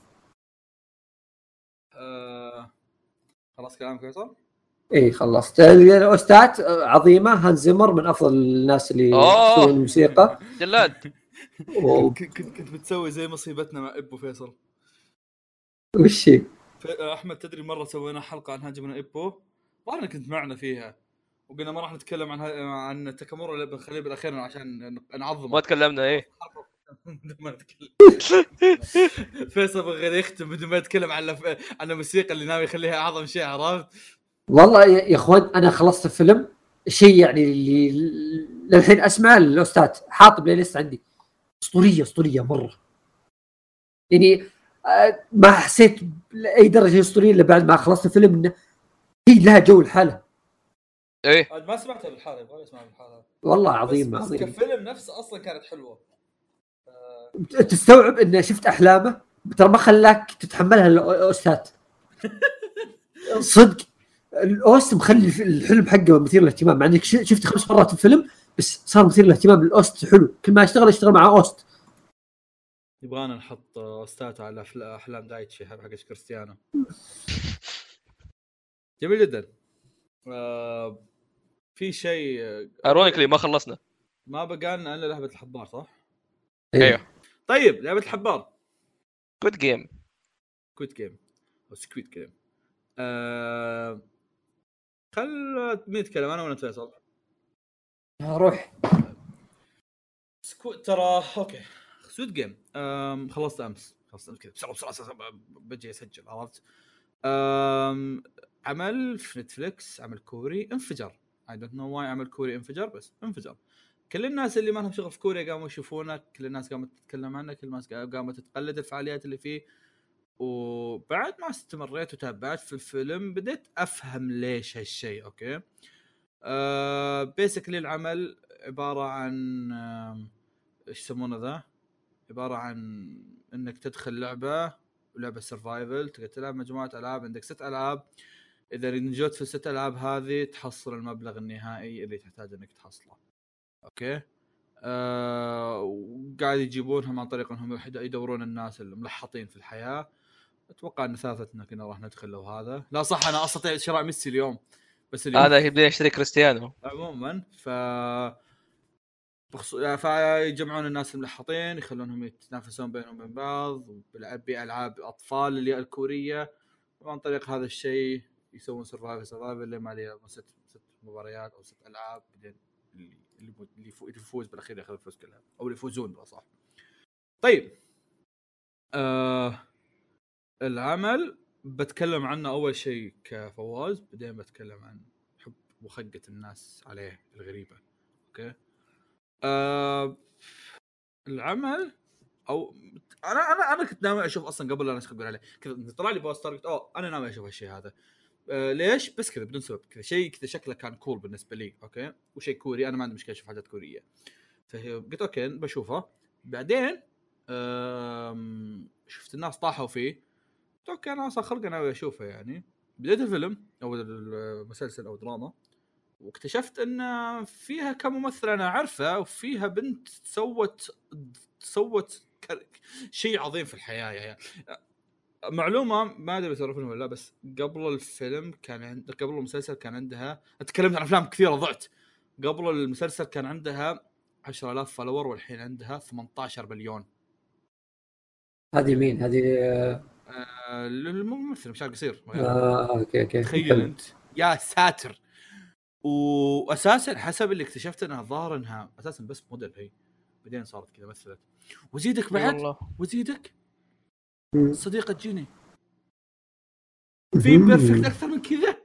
خلاص كلامك فيصل؟ ايه خلصت. الاوستات عظيمه، هانز زيمر من افضل الناس اللي يسوون الموسيقى. جلاد. كنت بتسوي زي مصيبتنا مع ابو فيصل. وش احمد تدري مره سوينا حلقه عن هاجمنا ابو، وانا كنت معنا فيها وقلنا ما راح نتكلم عن تاكامورا اللي بنخليه بالاخير عشان نعظمه. ما تكلمنا ايه ما نتكلم. فيصل بغير يختم بدون ما يتكلم عن الموسيقى اللي ناوي يخليها اعظم شيء. عرفت والله يا اخوان انا خلصت الفيلم شيء يعني اللي للحين اسمع الاوستات حاط بلاي ليست عندي اسطوريه مره. يعني ما حسيت لاي درجه اسطوريه الا بعد ما خلصت الفيلم انه هي لها جو الحاله. ايه ما سمعت الحلقه، ولا اسمع الحلقه والله عظيم بس عظيم. كفيلم نفسه اصلا كانت حلوه. تستوعب انه شفت احلامه ترى ما خلاك تتحملها الاوستات. صدق الاوست مخلي الحلم حقه مثير للاهتمام، مع انك شفت 5 مرات الفيلم بس صار مثير للاهتمام. الاوست حلو، كل ما اشتغل مع اوست. يبغانا نحط اوستات على احلام دايتشي حق كريستيانو. جميل جدا. في شيء ايرونيكلي ما خلصنا، ما بقى لنا الا لعبه الحبار صح؟ ايوه. طيب لعبه الحبار كود جيم او سكويد جيم. خل مين يتكلم، انا ولا فيصل؟ روح. ترى اوكي سكويد جيم خلصت امس كذا بسرعه بجي اسجل، عرفت؟ عمل في نتفليكس، عمل كوري انفجر. I don't know why عمل كوري انفجر، بس انفجر. كل الناس اللي ما لهم شغل في كوريا قاموا يشوفونه، كل الناس قامت تتكلم عنه، كل الناس قامت تقلد الفعاليات اللي فيه. وبعد ما استمريت وتابعت في الفيلم بديت افهم ليش هالشيء. اوكي بيسكلي العمل عباره عن ايش يسمونه ذا، عباره عن انك تدخل لعبه سرفايفل، تقدر تلعب مجموعه العاب، عندك 6 العاب. اذا نجوت في 6 العاب هذه تحصل المبلغ النهائي اللي تحتاج انك تحصله. اوكي وقاعد يجيبونهم عن طريق انهم يدورون الناس الملحطين في الحياه. اتوقع ان ثالثتنا كنا راح ندخل له هذا. لا صح انا اصلا شراء ميسي اليوم، بس اليوم هذا يبدا يشتري كريستيانو عموما. فيجمعون الناس الملحطين يخلونهم يتنافسون بينهم وبين بعض بألعاب أطفال اللي الكورية، وعن طريق هذا الشيء يسوون سرفايفل اللي ما عليه 6 مباريات أو 6 ألعاب، بعدين اللي يفوز بالأخير ياخذ الفوز كلها، أو اللي يفوزون بصح. طيب العمل بتكلم عنه أول شيء كفواز، بعدين بتكلم عن حب وخقة الناس عليه الغريبة. أوكي العمل او انا كنت ناوي اشوف اصلا قبل لا ندخل عليه كذا، طلع لي بوستر قلت انا ناوي اشوف هالشيء هذا. ليش بس كذا بدون سبب، كذا شيء كذا شكله كان كول بالنسبه لي. اوكي وشيء كوري، انا ما عندي مشكله اشوف حاجات كوريه، فقلت اوكي بشوفه. بعدين شفت الناس طاحوا فيه، قلت اوكي انا اصلا خلق ناوي اشوفه. يعني بديت الفيلم او المسلسل او دراما، واكتشفت ان فيها كم ممثل انا عارفه، وفيها بنت سوت شيء عظيم في الحياه. يعني معلومه ما ادري تعرفونها ولا لا، بس قبل الفيلم كان قبل المسلسل كان عندها، اتكلمت عن افلام كثيره ضعت. قبل المسلسل كان عندها 10,000 فولور، والحين عندها 18 مليون. هذه مين هذه؟ الممثل مشان قصير. اوكي تخيل انت يا ساتر. واساسا حسب اللي اكتشفت انها ظاهر انها اساسا بس موديل، هي بعدين صارت كذا مثلت. وزيدك بعد وزيدك صديقة جيني في بيرفكت اكثر من كذا.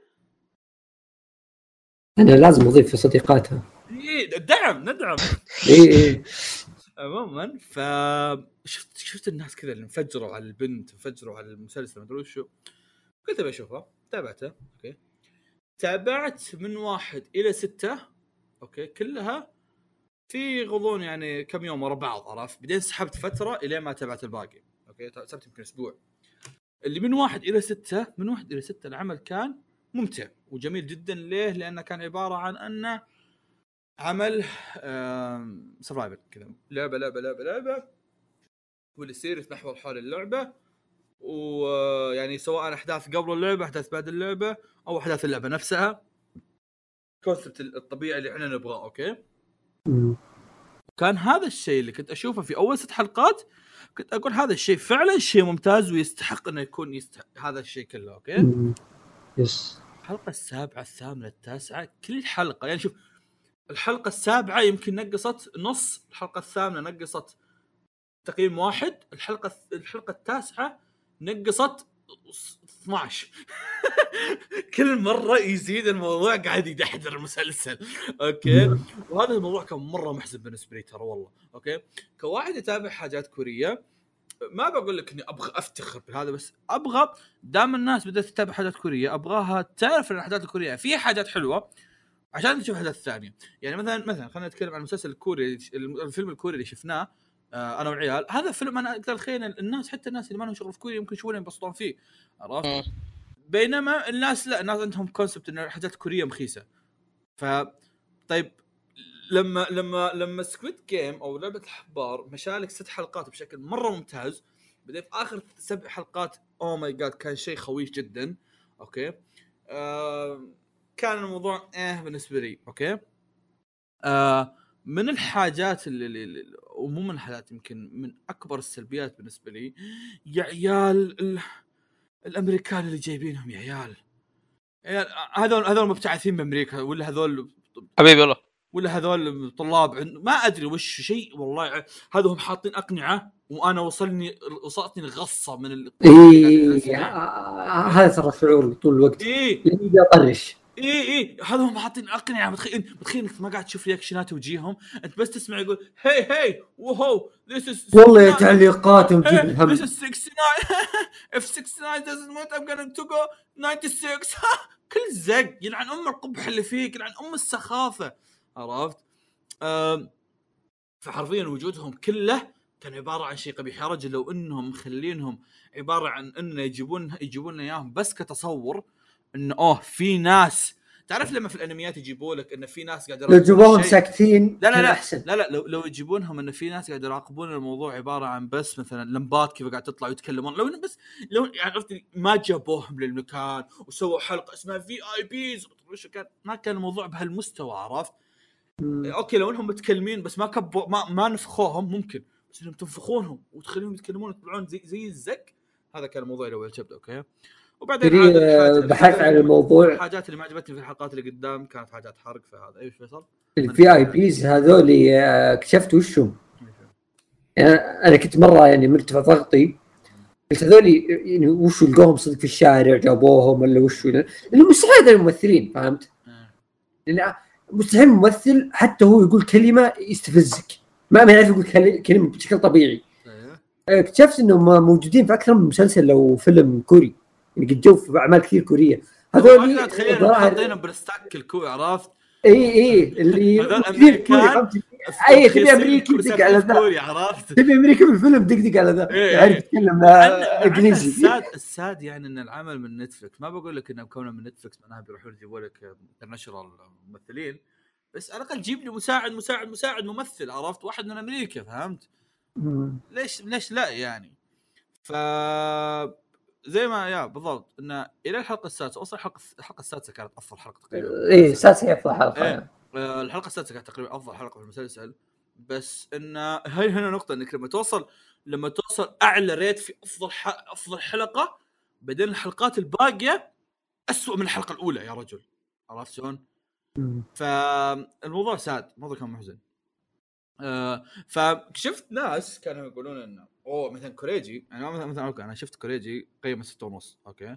انا لازم اضيف في صديقاتها. ندعم ايه عموما. شفت الناس كذا اللي انفجروا على البنت، انفجروا على المسلسل، ما ادري وشو. قلت بشوفها، تابعته. اوكي تابعت من 1 إلى 6. اوكي كلها في غضون يعني كم يوم ورا بعض، عرفت؟ بعدين سحبت فتره الى ما تابعت الباقي. اوكي سبت يمكن اسبوع. اللي من 1 إلى 6، من 1 إلى 6 العمل كان ممتع وجميل جدا. ليه؟ لانه كان عباره عن انه عمل سرفايفل كذا، لعبه واللي يصير يتمحور حول اللعبه، ويعني سواء احداث قبل اللعبه، احداث بعد اللعبه، او احداث اللعبه نفسها، كونسبت الطبيعي اللي احنا نبغاه. اوكي كان هذا الشيء اللي كنت اشوفه في اول 6 حلقات، كنت اقول هذا الشيء فعلا شيء ممتاز ويستحق انه يكون هذا الشيء كله. اوكي يس. الحلقه 7 8 9 كل حلقه، يعني شوف الحلقه 7 يمكن نقصت نص، الحلقه 8 نقصت تقييم 1، الحلقه 9 نقصت 12. كل مره يزيد الموضوع، قاعد يدحدر المسلسل. اوكي وهذا الموضوع كان مره محزن بالنسبه لي ترى والله. اوكي كواحد يتابع حاجات كوريه ما بقول لك اني ابغى افتخر بهذا، بس ابغى دام الناس بدات تتابع حاجات كوريه ابغاها تعرف ان الحاجات الكوريه في حاجات حلوه عشان تشوف حاجات ثانيه. يعني مثلا خلينا نتكلم عن المسلسل الكوري، الفيلم الكوري اللي شفناه انا والعيال. هذا فيلم انا اقدر اتخيل الناس، حتى الناس اللي ما لهم شغل في كوريا يمكن يشوفونه ينبسطون فيه، عرفت؟ بينما الناس لا، الناس عندهم كونسبت ان الحاجات الكوريه مخيسه. ف طيب لما سكويد جيم او لعبه الحبار مشالك 6 حلقات بشكل مره ممتاز، بعدين في اخر 7 حلقات او ماي جاد كان شيء خويش جدا. اوكي كان الموضوع بالنسبه لي اوكي. من الحاجات اللي ومو من الحاجات، يمكن من اكبر السلبيات بالنسبه لي، يا عيال الامريكان اللي جايبينهم، يا عيال هذول مبتعثين من امريكا ولا هذول حبيبي والله، ولا هذول طلاب ما ادري وش شيء والله. هذا هم حاطين اقنعه وانا وصلتني غصه من هذا ترى شعور طول الوقت. اللي يطرش هذا هم حاطين اقنعه. متخيل انك ما قاعد تشوف رياكشنات وجيههم، انت بس تسمع يقول هي وهو والله تعليقاتهم تجيب الهم. This is 69 if 69 doesn't want I'm gonna to go 96 كل زق يلعن القبح اللي فيك، يلعن السخافه، عرفت؟ فحرفيا وجودهم كله كان عباره عن شيء قبيح يا رجل. لو انهم مخلينهم عباره عن انه يجيبون لنا اياهم بس كتصور انه في ناس، تعرف لما في الانميات يجيبوا لك ان في ناس قاعد يراقبون ساكتين، لا لو يجيبونهم ان في ناس قاعد يراقبون الموضوع عباره عن بس مثلا لمبات كيف قاعد تطلع ويتكلمون، لو انه بس لو يعني عرفت ما جابوهم للمكان وسووا حلقه اسمها VIPs كان ما كان الموضوع بهالمستوى، عرفت؟ اوكي لو انهم متكلمين بس ما كبوا ما نفخوهم ممكن، بس انهم تنفخونهم وتخليهم يتكلمون ويطلعون زي الزق، هذا كان الموضوع لو عجبته. اوكي وبعدين بحث عن الموضوع. الحاجات اللي ما عجبتني في الحلقات اللي قدام كانت حاجات حرق، فهذا ايش فيصل الVIPs هذول اكتشفت وشهم. انا كنت مره يعني مرتفع ضغطي، قلت هذول يعني وش لقوهم صدق في الشارع جابوهم ولا وش، لانه مستحيل الممثلين، فهمت؟ لان مستحيل ممثل حتى هو يقول كلمه يستفزك، ما يعرف يقول كلمه بشكل طبيعي. اكتشفت انهم موجودين في اكثر من مسلسل لو فيلم كوري، يعني قد جو في اعمال كثير كوريه. هذول تخيل حاطينهم بالستاك الكوري، عرفت؟ اي اللي هذول امريكان، تبي امريكي دق على ذا، عرفت؟ تبي امريكي بالفيلم دق على ذا، يعرف يتكلم انجليزي. الساد يعني ان العمل من نتفلكس، ما بقول لك انه كونه من نتفلكس معناها بيروحوا يجيبوا لك انترناشونال ممثلين، بس على الاقل جيب لي مساعد ممثل، عرفت؟ واحد من امريكا، فهمت؟ ليش لا يعني. ف زي ما بالضبط انه الى الحلقه السادسه، اصلا الحلقه السادسه كانت افضل حلقه تقريبا. السادسه هي افضل حلقه. الحلقه السادسه كانت تقريبا افضل حلقه في المسلسل، بس انه هي هنا نقطه انك لما توصل اعلى ريت في افضل حلقه، بعدين الحلقات الباقيه أسوأ من الحلقه الاولى يا رجل، عرفت شلون؟ فالموضوع ساد، الموضوع كان محزن. فشفت ناس كانوا يقولون انه مثلا كوريجي، يعني مثلا انا شفت كوريجي قيمه 6.5 اوكي،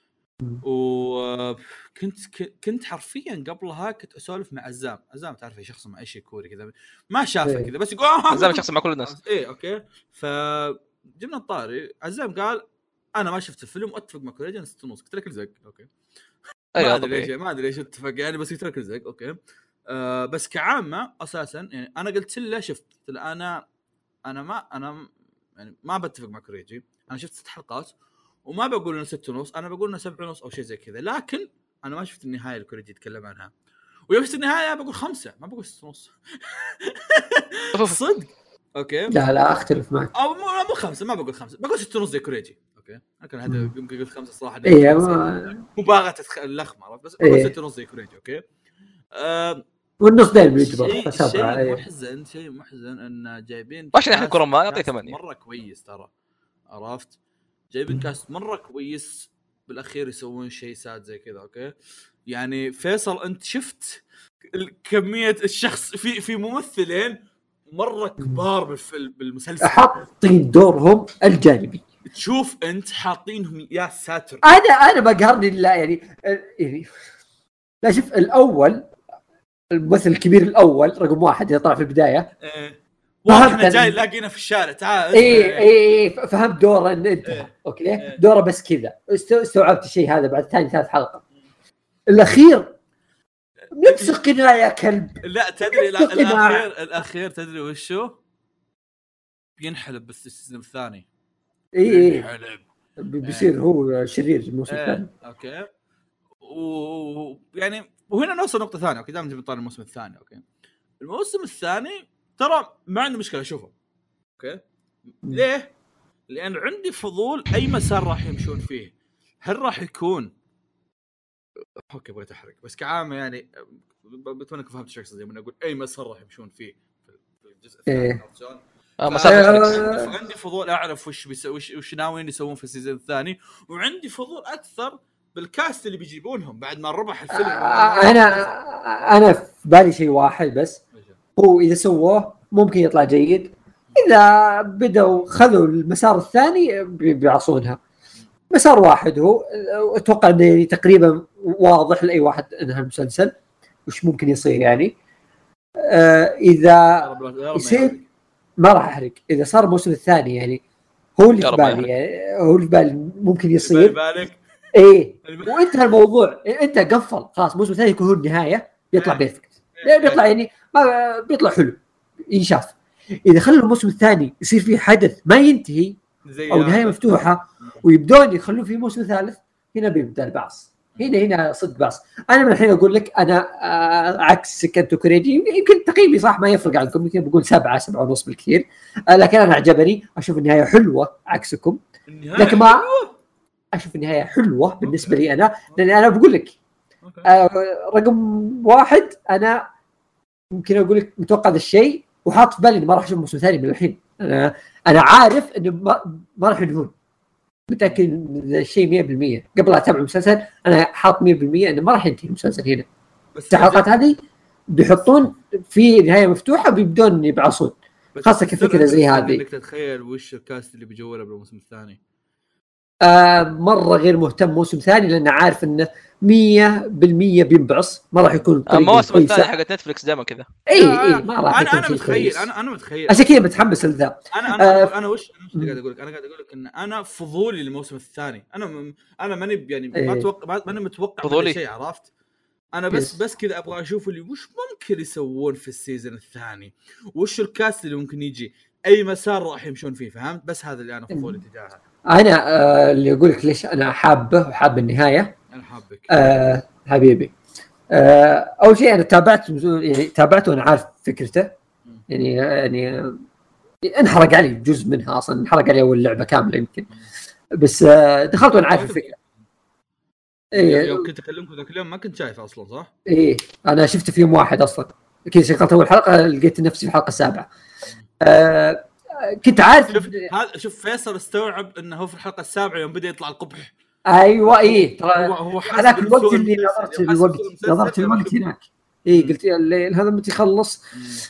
وكنت حرفيا قبلها كنت اسولف مع عزام تعرف شخص مع اي شيء كوري كذا ما شافه كذا بس يقول عزام شخص مع كل الناس اوكي. فجبنا الطاري، عزام قال انا ما شفت الفيلم واتفق مع كوريجي 6.5، قلت لك الزق اوكي. ما ادري ليش اتفق يعني، بس قلت لك الزق اوكي. بس كعامه اساسا يعني انا قلت له شفت انا يعني ما بتفق مع كوريجي، انا شفت 6 حلقات وما بقول انه 6.5، انا بقول انه 7.5 او شيء زي كذا، لكن انا ما شفت النهايه اللي كوريجي يتكلم عنها، ويوم شفت النهايه بقول 5 ما بقول 6.5 صدق اوكي. لا اختلف معك، او مو 5 ما بقول 5 بقول 6.5 زي كوريجي اوكي. لكن هذا يمكن قلت 5 صراحه مباغته اللخمه، بس بقول 6.5 زي كوريجي اوكي. والنص ده بيجبر شيء محزن ان جايبين واش الحين كره ما يعطي 8 مره كويس ترى، عرفت؟ جايبين كاست مره كويس، بالاخير يسوون شيء ساد زي كذا اوكي. يعني فيصل انت شفت كميه الشخص في ممثلين مره كبار بالمسلسل حاطين دورهم الجانبي، تشوف انت حاطينهم يا ساتر. انا بقهرني لا يعني لا شوف الاول الممثل الكبير الاول رقم 1 اللي طلع في البدايه واحنا جاي لاقينا في الشارع تعال اي فهمت دوره ان انت اوكي دوره بس كذا استوعبت الشيء هذا بعد ثاني ثالث حلقه. الاخير نفس القناع يا كلب. لا تدري الاخير تدري وشو بينحلب بس السيزون الثاني. اي بيصير هو شرير الموسم الثاني. اوكي ويعني وهنا نوصل نقطه ثانيه. اوكي دام نطالع الموسم الثاني. اوكي الموسم الثاني ترى ما عندي مشكله اشوفه. اوكي ليه؟ لان عندي فضول اي مسار راح يمشون فيه. هل راح يكون اوكي بغيت احرق بس كعامه يعني بتمنى انكم فهمتوا شو اقصد لما اقول اي مسار راح يمشون فيه في الجزء الثاني عندي فضول اعرف وش ناويين يسوون في السيزون الثاني. وعندي فضول اكثر بالكاست اللي بيجيبونهم بعد ما ربح الفيلم. انا في بالي شيء واحد بس، هو اذا سووه ممكن يطلع جيد، اذا بدأوا خذوا المسار الثاني بيعصونها. مسار واحد هو اتوقع انه تقريبا واضح لاي واحد انها المسلسل وش ممكن يصير يعني. اذا يصير ما راح احرق، اذا صار الموسم الثاني يعني هو اللي في بالي يعني هو اللي في بالي ممكن يصير بالك. ايه وانتهى الموضوع، انت قفل خلاص. الموسم الثاني يكون هو النهايه، بيطلع بيرفكت، بيطلع يعني ما بيطلع حلو ينشاف. اذا خلوا الموسم الثاني يصير فيه حدث ما ينتهي او نهايه مفتوحه ويبدون يخلون فيه موسم ثالث، هنا بيبدا البعص. هنا صدق بعص. انا من الحين اقول لك انا عكس كنتو كريدي، يمكن تقييمي صح ما يفرق عنكم، يمكن بقول 7.5 بالكثير، لكن انا عجبني. اشوف النهايه حلوه عكسكم، لكن ما اشوف النهايه حلوه بالنسبه لي انا، لان انا بقول لك رقم واحد انا ممكن اقول لك متوقع هذا الشيء وحاط في بالي اني ما راح اشوف موسم ثاني من الحين. انا عارف انه ما راح ينهون، متاكد من الشيء 100%. قبل لا اتابع المسلسل انا حاط 100% انه ما راح ينتهي المسلسل هنا. بس الحلقات هذه بيحطون في نهايه مفتوحه وبيبدون يبعصون، خاصه كفكره زي هذه. انك تتخيل وش الكاست اللي بيجوله بالموسم الثاني. مره غير مهتم موسم ثاني، لان عارف انه 100% بينبعص، ما راح يكون المواسم الثانيه حقت نتفلكس دائما كذا. اي ما راح يكون. انا متخيل عشان كذا متحمس لذا. انا وش قاعد اقول لك؟ انا قاعد اقول لك ان انا فضولي للموسم الثاني. انا ماني يعني ما اتوقع، ماني متوقع شيء، عرفت؟ انا بس كذا ابغى اشوف اللي وش ممكن يسوون في السيزون الثاني، وش الكاست اللي ممكن يجي، اي مسار راح يمشون فيه، فهمت؟ بس هذا اللي انا فضولي تجاهه. انا اللي اقول لك ليش انا حابه وحاب النهايه. انا حابك حبيبي. اول شيء انا تابعته وانا عارف فكرته، يعني انحرق علي جزء منها، اصلا انحرق علي اول لعبه كامله يمكن، بس دخلت وانا عارف الفكره. يوم كنت اكلمكم ذاك اليوم ما كنت شايف اصلا، صح؟ انا شفته في يوم واحد اصلا، كذا شغلت اول حلقه لقيت نفسي في الحلقه السابعه. كنت عارف. شوف فيصل استوعب انه هو في الحلقه السابعه يوم بدا يطلع القبح. ايوه ترى هو هذاك الوقت اللي نظرت الوقت هناك. قلت هذا متى يخلص.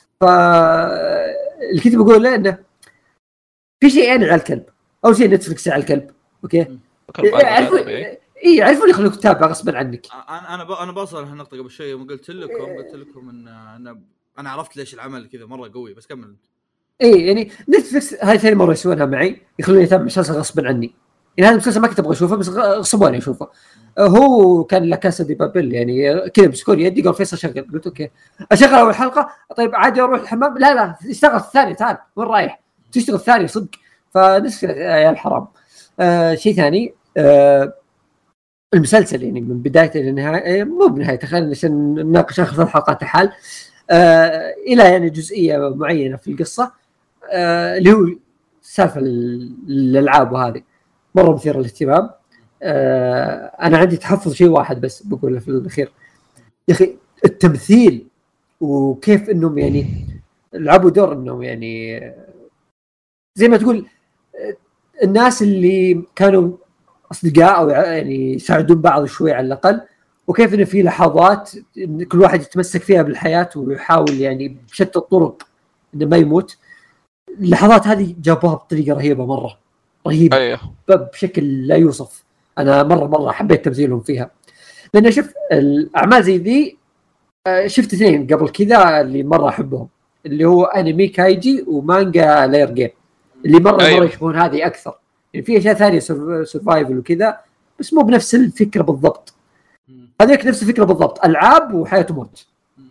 اللي كنت بقول له انه في شيئين على الكلب. اول شيء نتفلكس على الكلب، اوكي يعرفون يخلوك تتابع غصبا عنك. انا بوصل هالنقطه قبل شوي يوم قلت لكم ان انا عرفت ليش العمل كذا مره قوي، بس كمل. يعني نتفلكس هاي ثاني مره يسوونها معي، يخلوني اتابع مسلسل غصبا عني. يعني هذا المسلسل ما كنت ابغى اشوفه بس غصبوني اشوفه. هو كان لا كاسا دي بابل، يعني كذا بسكور يدي قال فيصل شغل، قلت اوكي اشغل اول حلقه. طيب عادي اروح الحمام؟ لا اشتغل الثاني، تعال وين رايح؟ تشتغل الثاني صدق. فنسكت يا الحرام. شيء ثاني، المسلسل يعني من بدايته للنهايه، مو بنهايه، خلينا عشان نناقش اخر 3 حلقات الحال، الى يعني جزئيه معينه في القصه، اللي هو سالفه الالعاب، وهذه مره مثيره للاهتمام. انا عندي تحفظ شيء واحد بس بقوله في الاخير، يا اخي التمثيل وكيف انهم يعني لعبوا دور انهم يعني زي ما تقول الناس اللي كانوا اصدقاء او يعني يساعدون بعض شوي على الاقل، وكيف انه في لحظات كل واحد يتمسك فيها بالحياه ويحاول يعني بشتى الطرق انه ما يموت. اللحظات هذه جابوها بطريقه رهيبه، مره رهيبه بشكل لا يوصف. انا مره حبيت تمثيلهم فيها، لان شوف الاعمال زي ذي شفت 2 قبل كذا اللي مره احبهم، اللي هو انمي كايجي ومانجا لاير جيم اللي مره يشوفون هذه اكثر. يعني في اشياء ثانيه سرفايفل وكذا بس مو بنفس الفكره بالضبط. هذيك نفس الفكره بالضبط، العاب وحياه وموت.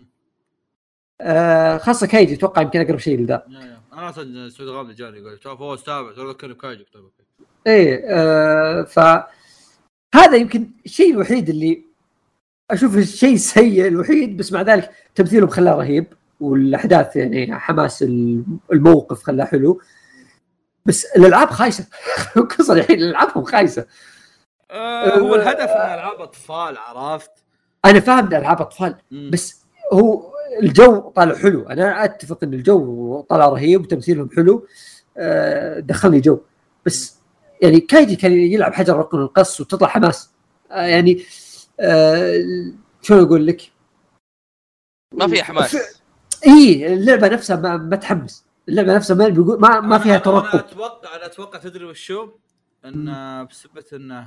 خاصه كايجي اتوقع يمكن اقرب شيء لذا. انا اصلا سعود غامدي جاني يقول شوف هو استابع تذكرني بكايجي. طيب ف هذا يمكن الشيء الوحيد اللي اشوف الشيء السيء الوحيد، بس مع ذلك تمثيله خلاه رهيب والاحداث يعني حماس الموقف خلاه حلو. بس الالعاب خايسه قصة الحين العابهم خايسه. هو الهدف من العاب اطفال، عرفت؟ انا فاهم ان العاب اطفال بس هو الجو طالع حلو. انا اتفق ان الجو طالع رهيب وتمثيلهم حلو، دخلني جو. بس يعني كايجي كان يلعب حجر رقم القص وتطلع حماس. يعني شو اقول لك، ما فيها حماس. اللعبه نفسها ما تحمس. اللعبه نفسها ما فيها ترقب. انا اتوقع تدري وشو ان بسبه انه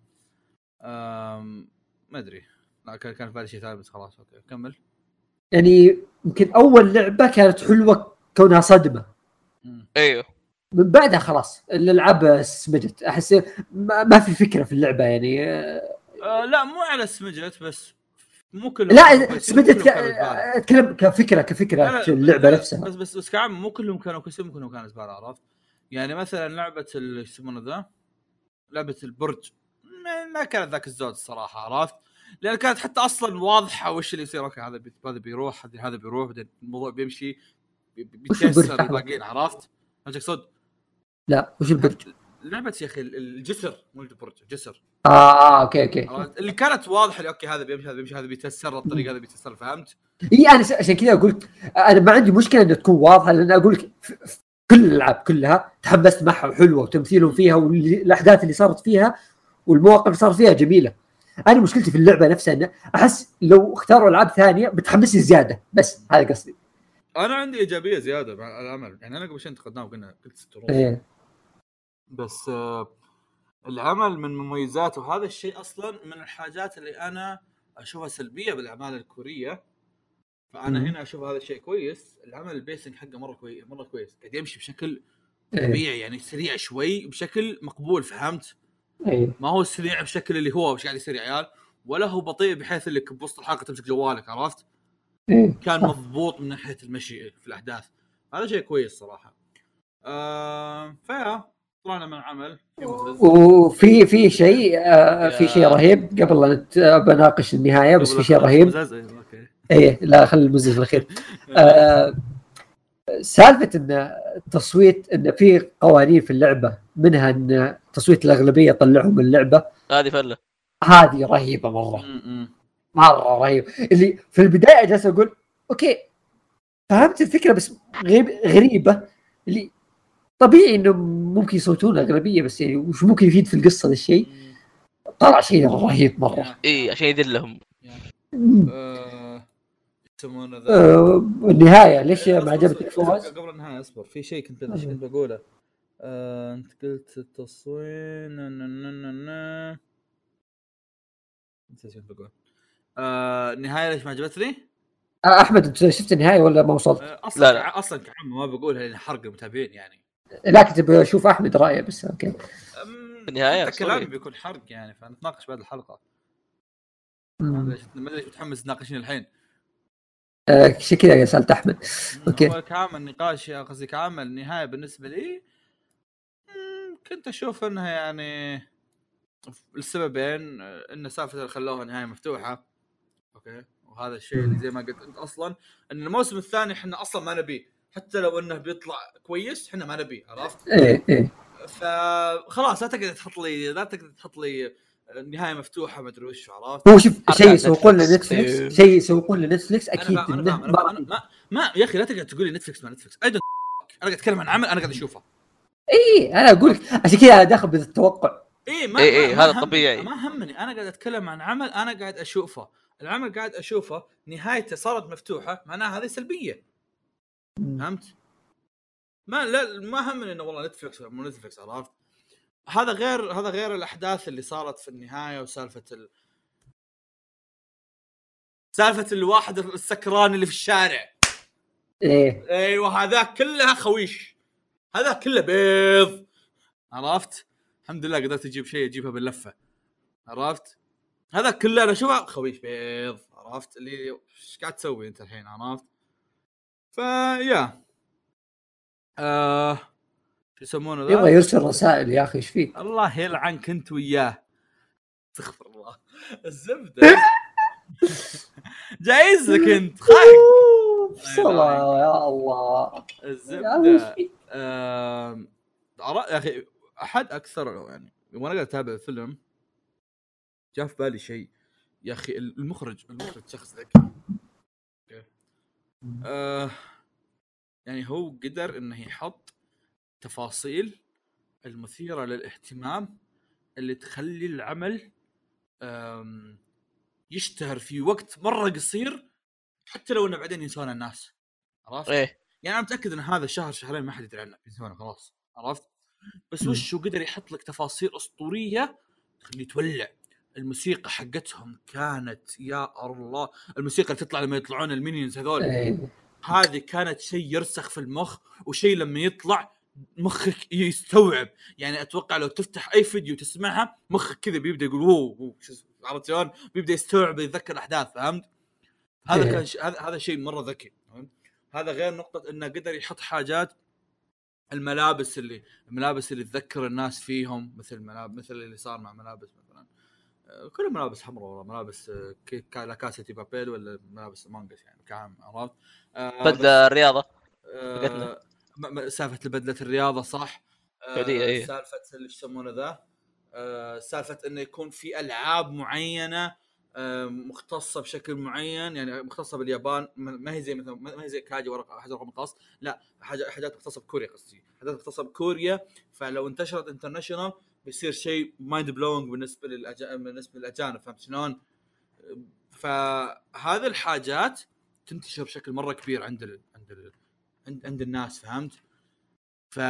ما ادري كان في بالي شيء ثاني بس خلاص اوكي كمل. يعني يمكن اول لعبه كانت حلوه كونها صدمه. ايوه من بعدها خلاص الالعاب سمجت. احس ما في فكره في اللعبه يعني. لا مو على سمجت بس مو كلهم. لا سمجت اتكلم كفكره اللعبه نفسها. بس كعام مو كلهم كانوا كسم، كلهم كانوا زباله، عرفت؟ يعني مثلا لعبه اللي يسمونه ذا لعبه البرج ما كانت ذاك الزود الصراحه، عرفت؟ لان كانت حتى اصلا واضحه وش اللي يصير. اوكي هذا بيروح هذا بيروح بعدين الموضوع بيمشي بيتكسر الباقيين، عرفت؟ ما تقصد؟ لا وش البرج؟ لعبه يا اخي الجسر مو البرج، الجسر. اوكي اللي كانت واضحه اوكي هذا بيمشي هذا بيتسر الطريق، هذا بيتسر، فهمت؟ انا عشان كذا اقول انا ما عندي مشكله انها تكون واضحه، لان اقول لك كل الالعاب كلها تحمست معها وحلوه وتمثيلهم فيها والاحداث اللي صارت فيها والمواقف اللي صار فيها جميله. انا مشكلتي في اللعبه نفسها ان احس لو اختاروا العاب ثانيه بتحمسني زياده، بس هذا قصدي. انا عندي ايجابيه زياده مع العمل. يعني انا قبل شوي انتقدناه وقلنا قلت 6 ونص بس العمل من مميزاته، وهذا الشيء اصلا من الحاجات اللي انا اشوفها سلبيه بالاعمال الكوريه، فانا هنا اشوف هذا الشيء كويس. العمل البيسنج حقه مره كويس قاعد يمشي بشكل طبيعي، يعني سريع شوي بشكل مقبول، فهمت؟ ما هو سريع بشكل اللي هو وش قاعد يصير يا عيال، ولا هو بطيء بحيث اللي بوسط الحلقه تمسك جوالك، عرفت؟ كان مضبوط من ناحيه المشي في الاحداث. هذا شيء كويس صراحه. طلعنا من العمل وفي شيء في شيء رهيب قبل لا بناقش النهايه، بس في شيء رهيب. لا خلي المزز في الاخير. سالفه ان التصويت، ان في قوانين في اللعبه منها ان تصويت الاغلبيه طلعهم من اللعبه. هذه فله، هذه رهيبه مره رهيب. اللي في البدايه جالس اقول اوكي فهمت الفكره، بس غريبه. اللي طبيعي انه ممكن يصوتون اغلبيه، بس يعني وش ممكن يفيد في القصه ذا الشيء؟ طلع شيء رهيب مره. عشان يدلهم. يسمونه ذا النهايه. ليش ما عجبتك فواز؟ قبل النهايه اصبر، في شيء كنت بقوله. انت قلت التصوين نسيت بقول. النهايه ليش ما عجبتني؟ احمد انت شفت النهايه ولا ما وصلت؟ اصلا كعم ما بقولها لان حرق المتابعين يعني. لا كنت بشوف احمد رايه بس. اوكي النهايه كلامي بيكون حرق يعني، فنتناقش بعد الحلقه. ما ادري متحمس ناقشين الحين. شيء كذا سالت احمد. اوكي هو كعمل نقاش، قصدي كعمل النهايه بالنسبه لي كنت اشوف انها يعني السببين ان سالفه اللي خلوها نهايه مفتوحه. اوكي وهذا الشيء اللي زي ما قلت انت اصلا ان الموسم الثاني احنا اصلا ما نبيه، حتى لو انه بيطلع كويس احنا ما نبيه، عرفت؟ ايه فخلاص لا تقدر تحط لي نهايه مفتوحه ما ادري وش، عرفت؟ هو شوف شيء يسوقون لنتفلكس، شيء يسوقون لنتفلكس اكيد. أنا ما يا اخي لا تقدر تقول لي نتفلكس ما نتفلكس. انا قاعد اتكلم عن عمل انا قاعد اشوفه. انا اقول لك عشان كذا داخل بالتوقع. ما هذا طبيعي. ما همني، انا قاعد اتكلم عن عمل انا قاعد اشوفه. العمل قاعد اشوفه نهايته صارت مفتوحه، معناها هذه سلبيه، فهمت؟ ما همني انه والله نتفلكس مو نتفلكس، عرفت؟ هذا غير الاحداث اللي صارت في النهايه، وسالفه الواحد السكران اللي في الشارع ايه ايوه هذاك كلها خويش، هذا كله بيض عرفت. الحمد لله قدرت اجيب شيء اجيبها باللفه عرفت. هذا كله انا اشوفه خويش بيض عرفت. اللي ايش قاعد تسوي انت الحين عرفت. فيا شو يسمونه ذا، يبغى يرسل رسائل يا اخي ايش فيك؟ الله يلعنك انت وياه استغفر الله. الزبده جايز لك انت خايف صلاة يا الله. الزبده. يا اخي احد اكثر يعني وانا قاعد اتابع الفيلم جاء في بالي شيء يا اخي. المخرج شخص ذكي يعني هو قدر انه يحط تفاصيل المثيرة للاهتمام اللي تخلي العمل يشتهر في وقت مرة قصير حتى لو انه بعدين ينسون الناس عرفت. ايه يعني انا متاكد ان هذا الشهر شهرين ما حد يدري عنه ينسونه خلاص عرفت. بس وش هو قدر يحط لك تفاصيل اسطوريه تخلي تولع. الموسيقى حقتهم كانت يا الله، الموسيقى اللي تطلع لما يطلعون المينيونز هذول هذه كانت شيء يرسخ في المخ، وشيء لما يطلع مخك يستوعب. يعني اتوقع لو تفتح اي فيديو تسمعها مخك كذا بيبدا يقول اوه عرفت شلون، بيبدا يستوعب يتذكر الاحداث فهمت. هذا كان هذا شيء مره ذكي. هذا غير نقطه انه قدر يحط حاجات الملابس اللي تذكر الناس فيهم، مثل اللي صار مع ملابس مثلا كل ملابس حمراء ولا ملابس لا كاسة بابيل ولا ملابس مانجس يعني كعام عرفت. بدله الرياضه سالفه البدله الرياضه صح. إيه. سالفه اللي يسمونه ذا سالفه انه يكون في العاب معينه مختصه بشكل معين، يعني مختصه باليابان، ما هي زي مثلا ما هي زي كاجي ورقه حاجه رقم خاص، لا حاجات مختصه بكوريا قصدي، حاجات مختصه بكوريا. فلو انتشرت انترناشونال بيصير شيء مايند بلوينج بالنسبه للاجانب فهمت شلون. فهذه الحاجات تنتشر بشكل مره كبير عند الناس فهمت. ف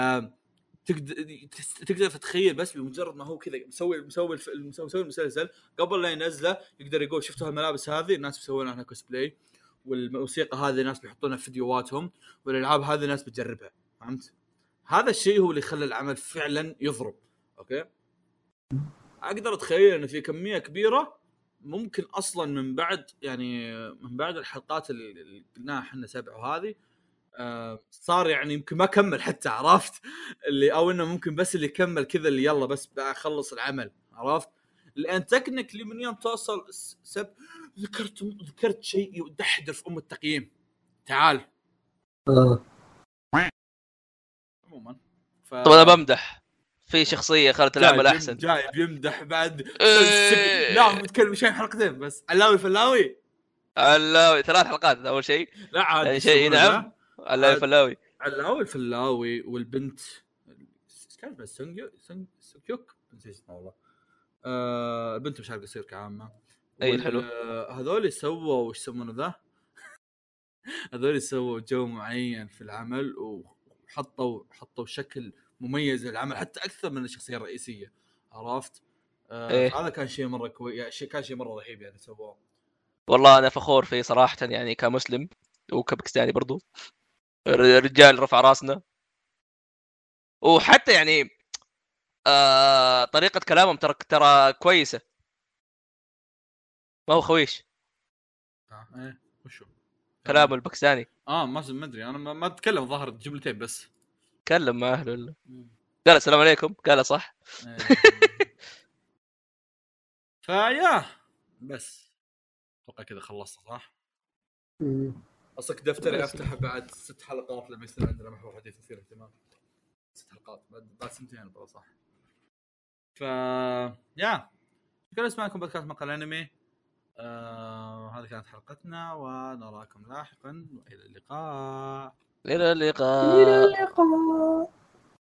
تقدر تتخيل بس بمجرد ما هو كذا مسوي المسلسل قبل لا ينزله يقدر يقول شفتوا هالملابس هذه الناس بيسوون لها كوسبلاي، والموسيقى هذه الناس بيحطونها في فيديوهاتهم، والالعاب هذه الناس بتجربها فهمت. هذا الشيء هو اللي خلى العمل فعلا يضرب. اوكي اقدر اتخيل ان في كميه كبيره ممكن اصلا من بعد الحلقات اللي قلناها احنا 7 هذه صار يعني يمكن ما كمل حتى عرفت اللي او انه ممكن بس اللي كمل كذا اللي يلا بس بخلص العمل عرفت. لان تكنيكلي من يوم توصل ذكرت شيء يدحدر في التقييم. تعال عموما طب انا بمدح في شخصيه خلت العمل احسن. جاي بيمدح بعد لا بتكلم شيء حلقتين بس. علاوي 3 حلقات اول شيء لا عاد يعني شيء نعم. علاوي الفلاوي والبنت كانت بس سونغيوك نسيت اسمها والله. البنت مش عارف يصير كعامه. اي حلو. هذول سووا وش يسمونه ذا هذول سووا جو معين في العمل وحطوا شكل مميز للعمل حتى اكثر من الشخصيه الرئيسيه عرفت. هذا كان شيء مره كويس، كان شيء مره رهيب يعني سووه. والله انا فخور فيه صراحه يعني كمسلم وكباكستاني برضو. الرجال رفع راسنا، وحتى يعني طريقه كلامهم ترى كويسه ما هو خويش. ايه وشو كلام الباكستاني ما ادري انا ما اتكلم ظهر جملتين بس تكلم مع اهله قال السلام عليكم قال صح. فيا بس اتوقع كذا خلصت صح. اصك دفتري افتح بعد 6 حلقات لما يصير عندنا محور حديث يصير اهتمام 6 حلقات بعد 2 بقى صح. يا شكرا لسماعكم بودكاست مقال انمي. هذه كانت حلقتنا ونراكم لاحقا والى اللقاء. الى اللقاء.